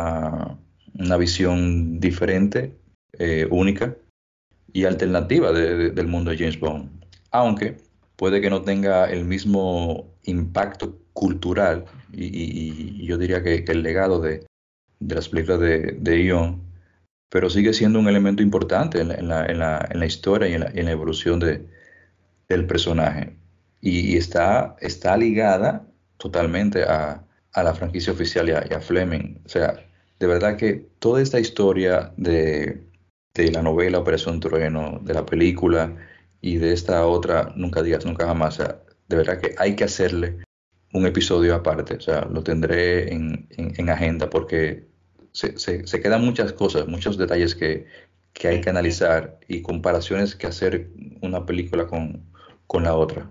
una visión diferente, única y alternativa del mundo de James Bond. Aunque puede que no tenga el mismo impacto cultural y yo diría que el legado de las películas de Eon, pero sigue siendo un elemento importante en la historia y en la evolución del personaje. Y está ligada totalmente a la franquicia oficial y a Fleming. O sea, de verdad que toda esta historia de la novela Operación Trueno, de la película y de esta otra, Nunca Digas Nunca Jamás, o sea, de verdad que hay que hacerle un episodio aparte. O sea, lo tendré en agenda porque se quedan muchas cosas, muchos detalles que hay que analizar y comparaciones que hacer una película con la otra.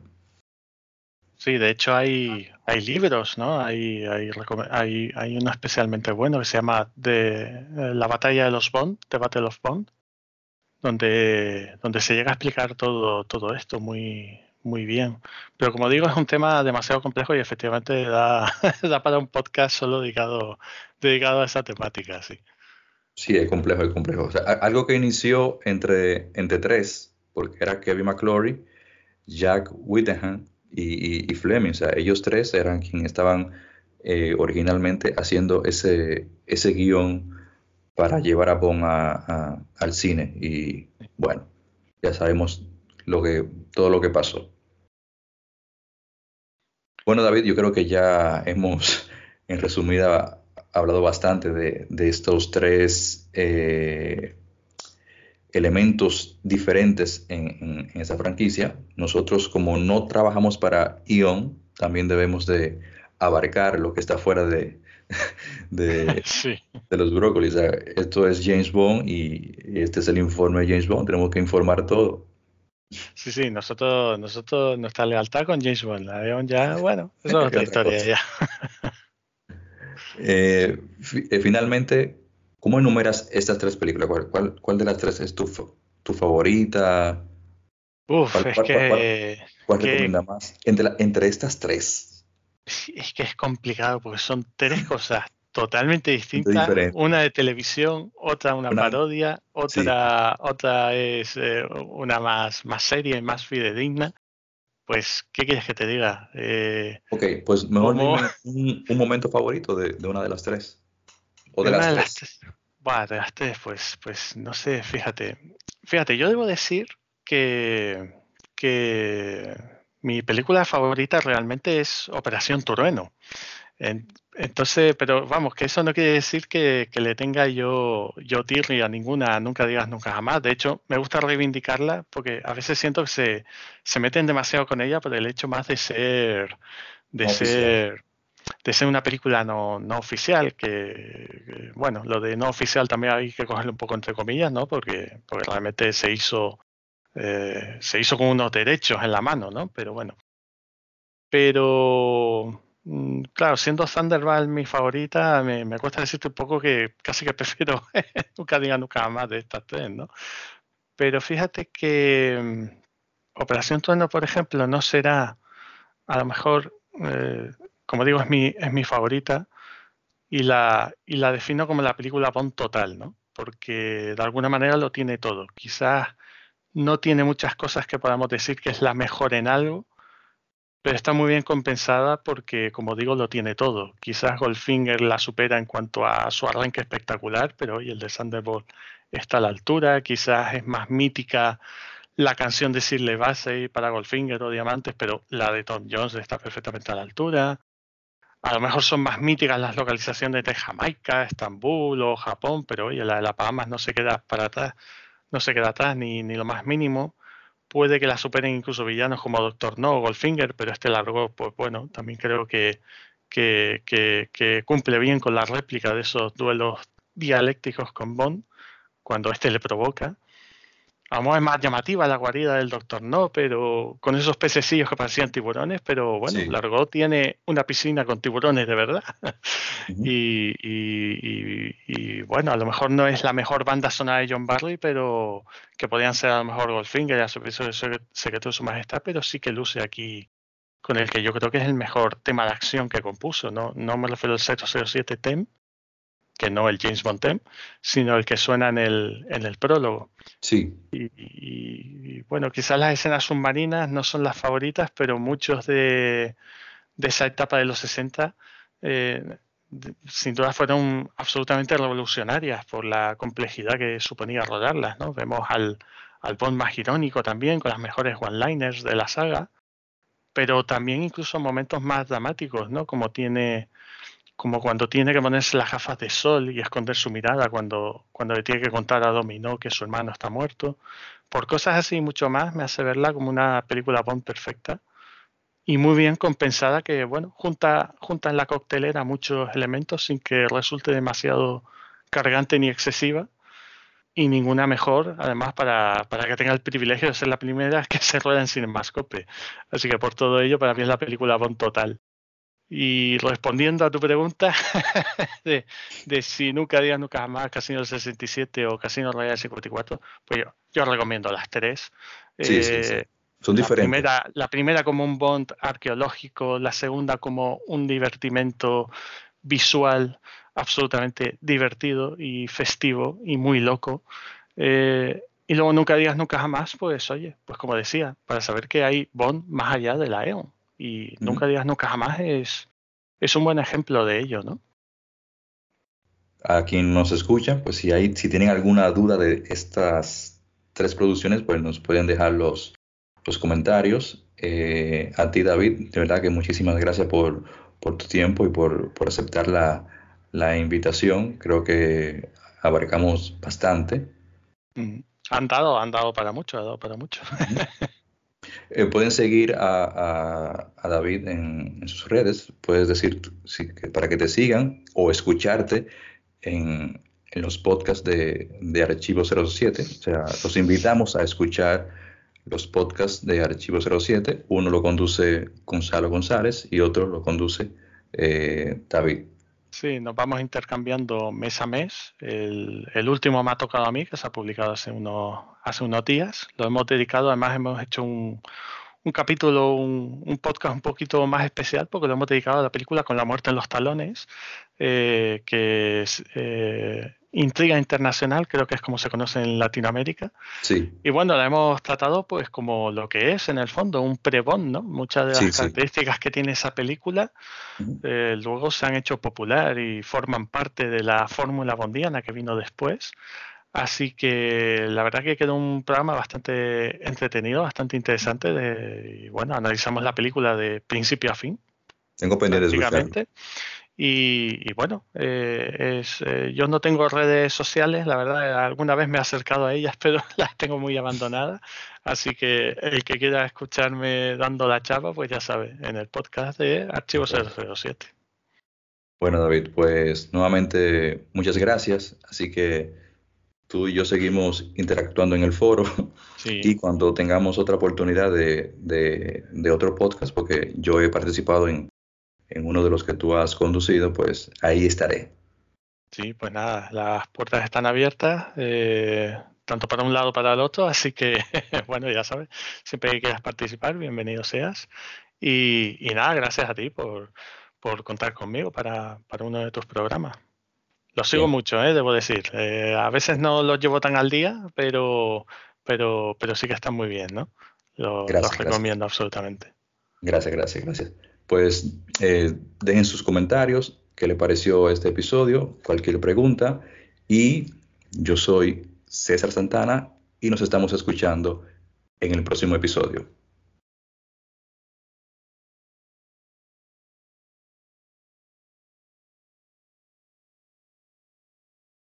Sí, de hecho hay libros, ¿no? Hay uno especialmente bueno que se llama La batalla de los Bond, The Battle of Bond, donde se llega a explicar todo esto muy, muy bien. Pero como digo, es un tema demasiado complejo y efectivamente da, da para un podcast solo dedicado a esa temática, sí. Sí, es complejo, es complejo. O sea, algo que inició entre tres, porque era Kevin McClory, Jack Whittingham y Fleming. O sea, ellos tres eran quienes estaban originalmente haciendo ese guión para llevar a Bond al cine. Y bueno, ya sabemos todo lo que pasó. Bueno, David, yo creo que ya hemos, en resumida, hablado bastante de estos tres elementos diferentes en esa franquicia. Nosotros, como no trabajamos para Ion, también debemos de abarcar lo que está fuera de, Sí, de los brócolis. O sea, esto es James Bond y este es el informe de James Bond. Tenemos que informar todo. sí, nosotros, nuestra lealtad con James Bond, la León ya, bueno, eso es Es otra otra historia cosa. ya. Finalmente, ¿cómo enumeras estas tres películas? ¿Cuál de las tres es tu favorita? Uf, ¿Cuál, cuál, cuál, cuál- cuál recomienda más? Entre estas tres, es que es complicado porque son tres cosas totalmente gente distintas. diferente. Una de televisión, otra una Una, parodia, sí, otra es una más seria y más fidedigna. Pues, ¿qué quieres que te diga? ok, pues mejor Como dime un momento favorito de una de las tres, o de de una las de las tres. tres, buah, de las tres, pues no sé, fíjate, yo debo decir que, que mi película favorita realmente es Operación Trueno. Entonces, pero vamos, que eso no quiere decir que le tenga yo tirria a ninguna, nunca digas nunca jamás. De hecho, me gusta reivindicarla porque a veces siento que se meten demasiado con ella por el hecho más de No oficial. ser, de ser una película no oficial, bueno, lo de no oficial también hay que cogerlo un poco entre comillas, ¿no? Porque realmente se hizo con unos derechos en la mano, ¿no? Pero bueno. Pero, claro, siendo Thunderbird mi favorita, me cuesta decirte un poco que casi que prefiero nunca diga nunca más de estas tres, ¿no? Pero fíjate que Operación Trueno, por ejemplo, no será, a lo mejor, como digo, es mi favorita y la defino como la película Bond total, ¿no? Porque de alguna manera lo tiene todo. Quizás no tiene muchas cosas que podamos decir que es la mejor en algo, pero está muy bien compensada porque, como digo, lo tiene todo. Quizás Goldfinger la supera en cuanto a su arranque espectacular, pero hoy el de Thunderbolt está a la altura. Quizás es más mítica la canción de Shirley Bassey para Goldfinger o Diamantes, pero la de Tom Jones está perfectamente a la altura. A lo mejor son más míticas las localizaciones de Jamaica, Estambul o Japón, pero oye, la de las Bahamas no se queda para atrás, no se queda atrás ni lo más mínimo. Puede que la superen incluso villanos como Doctor No o Goldfinger, pero este largo, pues bueno, también creo que cumple bien con la réplica de esos duelos dialécticos con Bond, cuando este le provoca. A lo mejor es más llamativa la guarida del Doctor No, pero con esos pececillos que parecían tiburones, pero bueno, Sí. Largo tiene una piscina con tiburones de verdad. Ujú. Y bueno, a lo mejor no es la mejor banda sonora de John Barry, pero que podían ser a lo mejor Goldfinger y a Servicio de Secreto de Su Majestad, pero sí que luce aquí con el que yo creo que es el mejor tema de acción que compuso. No me refiero al 007 Theme, que no el James Bond Theme, sino el que suena en el prólogo. Sí, Y bueno, quizás las escenas submarinas no son las favoritas, pero muchos de esa etapa de los 60 sin duda fueron absolutamente revolucionarias por la complejidad que suponía rodarlas, ¿no? Vemos al Bond más irónico también, con las mejores one-liners de la saga, pero también incluso momentos más dramáticos, ¿no? Como cuando tiene que ponerse las gafas de sol y esconder su mirada cuando le tiene que contar a Dominó que su hermano está muerto. Por cosas así y mucho más me hace verla como una película Bond perfecta y muy bien compensada que, bueno, junta en la coctelera muchos elementos sin que resulte demasiado cargante ni excesiva y ninguna mejor, además, para que tenga el privilegio de ser la primera que se rueda en Cinemascope. Así que por todo ello, para mí es la película Bond total. Y respondiendo a tu pregunta de si nunca digas nunca jamás Casino del 67 o Casino Royale 54, pues yo recomiendo las tres. sí, sí, sí. Eh, Son diferentes. la primera como un Bond arqueológico, la segunda como un divertimento visual absolutamente divertido y festivo y muy loco. Y luego nunca digas nunca jamás, pues oye, pues como decía, para saber que hay Bond más allá de la EON. Y Ujú. nunca digas nunca jamás es un buen ejemplo de ello, ¿no? A quien nos escucha, pues si tienen alguna duda de estas tres producciones, pues nos pueden dejar los comentarios. A ti, David, de verdad que muchísimas gracias por tu tiempo y por aceptar la invitación. Creo que abarcamos bastante. Mm. Han dado para mucho, ha dado para mucho. Ujú. Pueden seguir a David en sus redes. Puedes decir para que te sigan o escucharte en los podcasts de Archivo 07. O sea, los invitamos a escuchar los podcasts de Archivo 07. Uno lo conduce Gonzalo González y otro lo conduce David. Sí, nos vamos intercambiando mes a mes. El último me ha tocado a mí, que se ha publicado hace unos días. Lo hemos dedicado, además hemos hecho un capítulo, un podcast un poquito más especial porque lo hemos dedicado a la película Con la muerte en los talones, que es intriga internacional, creo que es como se conoce en Latinoamérica. Sí, Y bueno, la hemos tratado pues como lo que es en el fondo, un pre-Bond, ¿no? Muchas de las sí, sí. características que tiene esa película Ujú. luego se han hecho popular y forman parte de la fórmula bondiana que vino después. Así que la verdad que quedó un programa bastante entretenido, bastante interesante. Y bueno, analizamos la película de principio a fin, Tengo pendiente de escucharlo. prácticamente. Y bueno, yo no tengo redes sociales, la verdad, alguna vez me he acercado a ellas, pero las tengo muy abandonadas. Así que el que quiera escucharme dando la chapa, pues ya sabe, en el podcast de Archivo Perfecto. 007. Bueno, David, pues nuevamente muchas gracias. Así que tú y yo seguimos interactuando en el foro y Sí, cuando tengamos otra oportunidad de otro podcast, porque yo he participado en uno de los que tú has conducido, pues ahí estaré. sí, pues nada, las puertas están abiertas, tanto para un lado como para el otro, así que, bueno, ya sabes, siempre que quieras participar, bienvenido seas. Y nada, gracias a ti por contar conmigo para uno de tus programas. Los sigo Bien, mucho, debo decir. A veces no los llevo tan al día, pero sí que están muy bien, ¿no? Los gracias, gracias. recomiendo absolutamente. Gracias, gracias, gracias. Pues dejen sus comentarios, qué le pareció este episodio, cualquier pregunta. Y yo soy César Santana y nos estamos escuchando en el próximo episodio.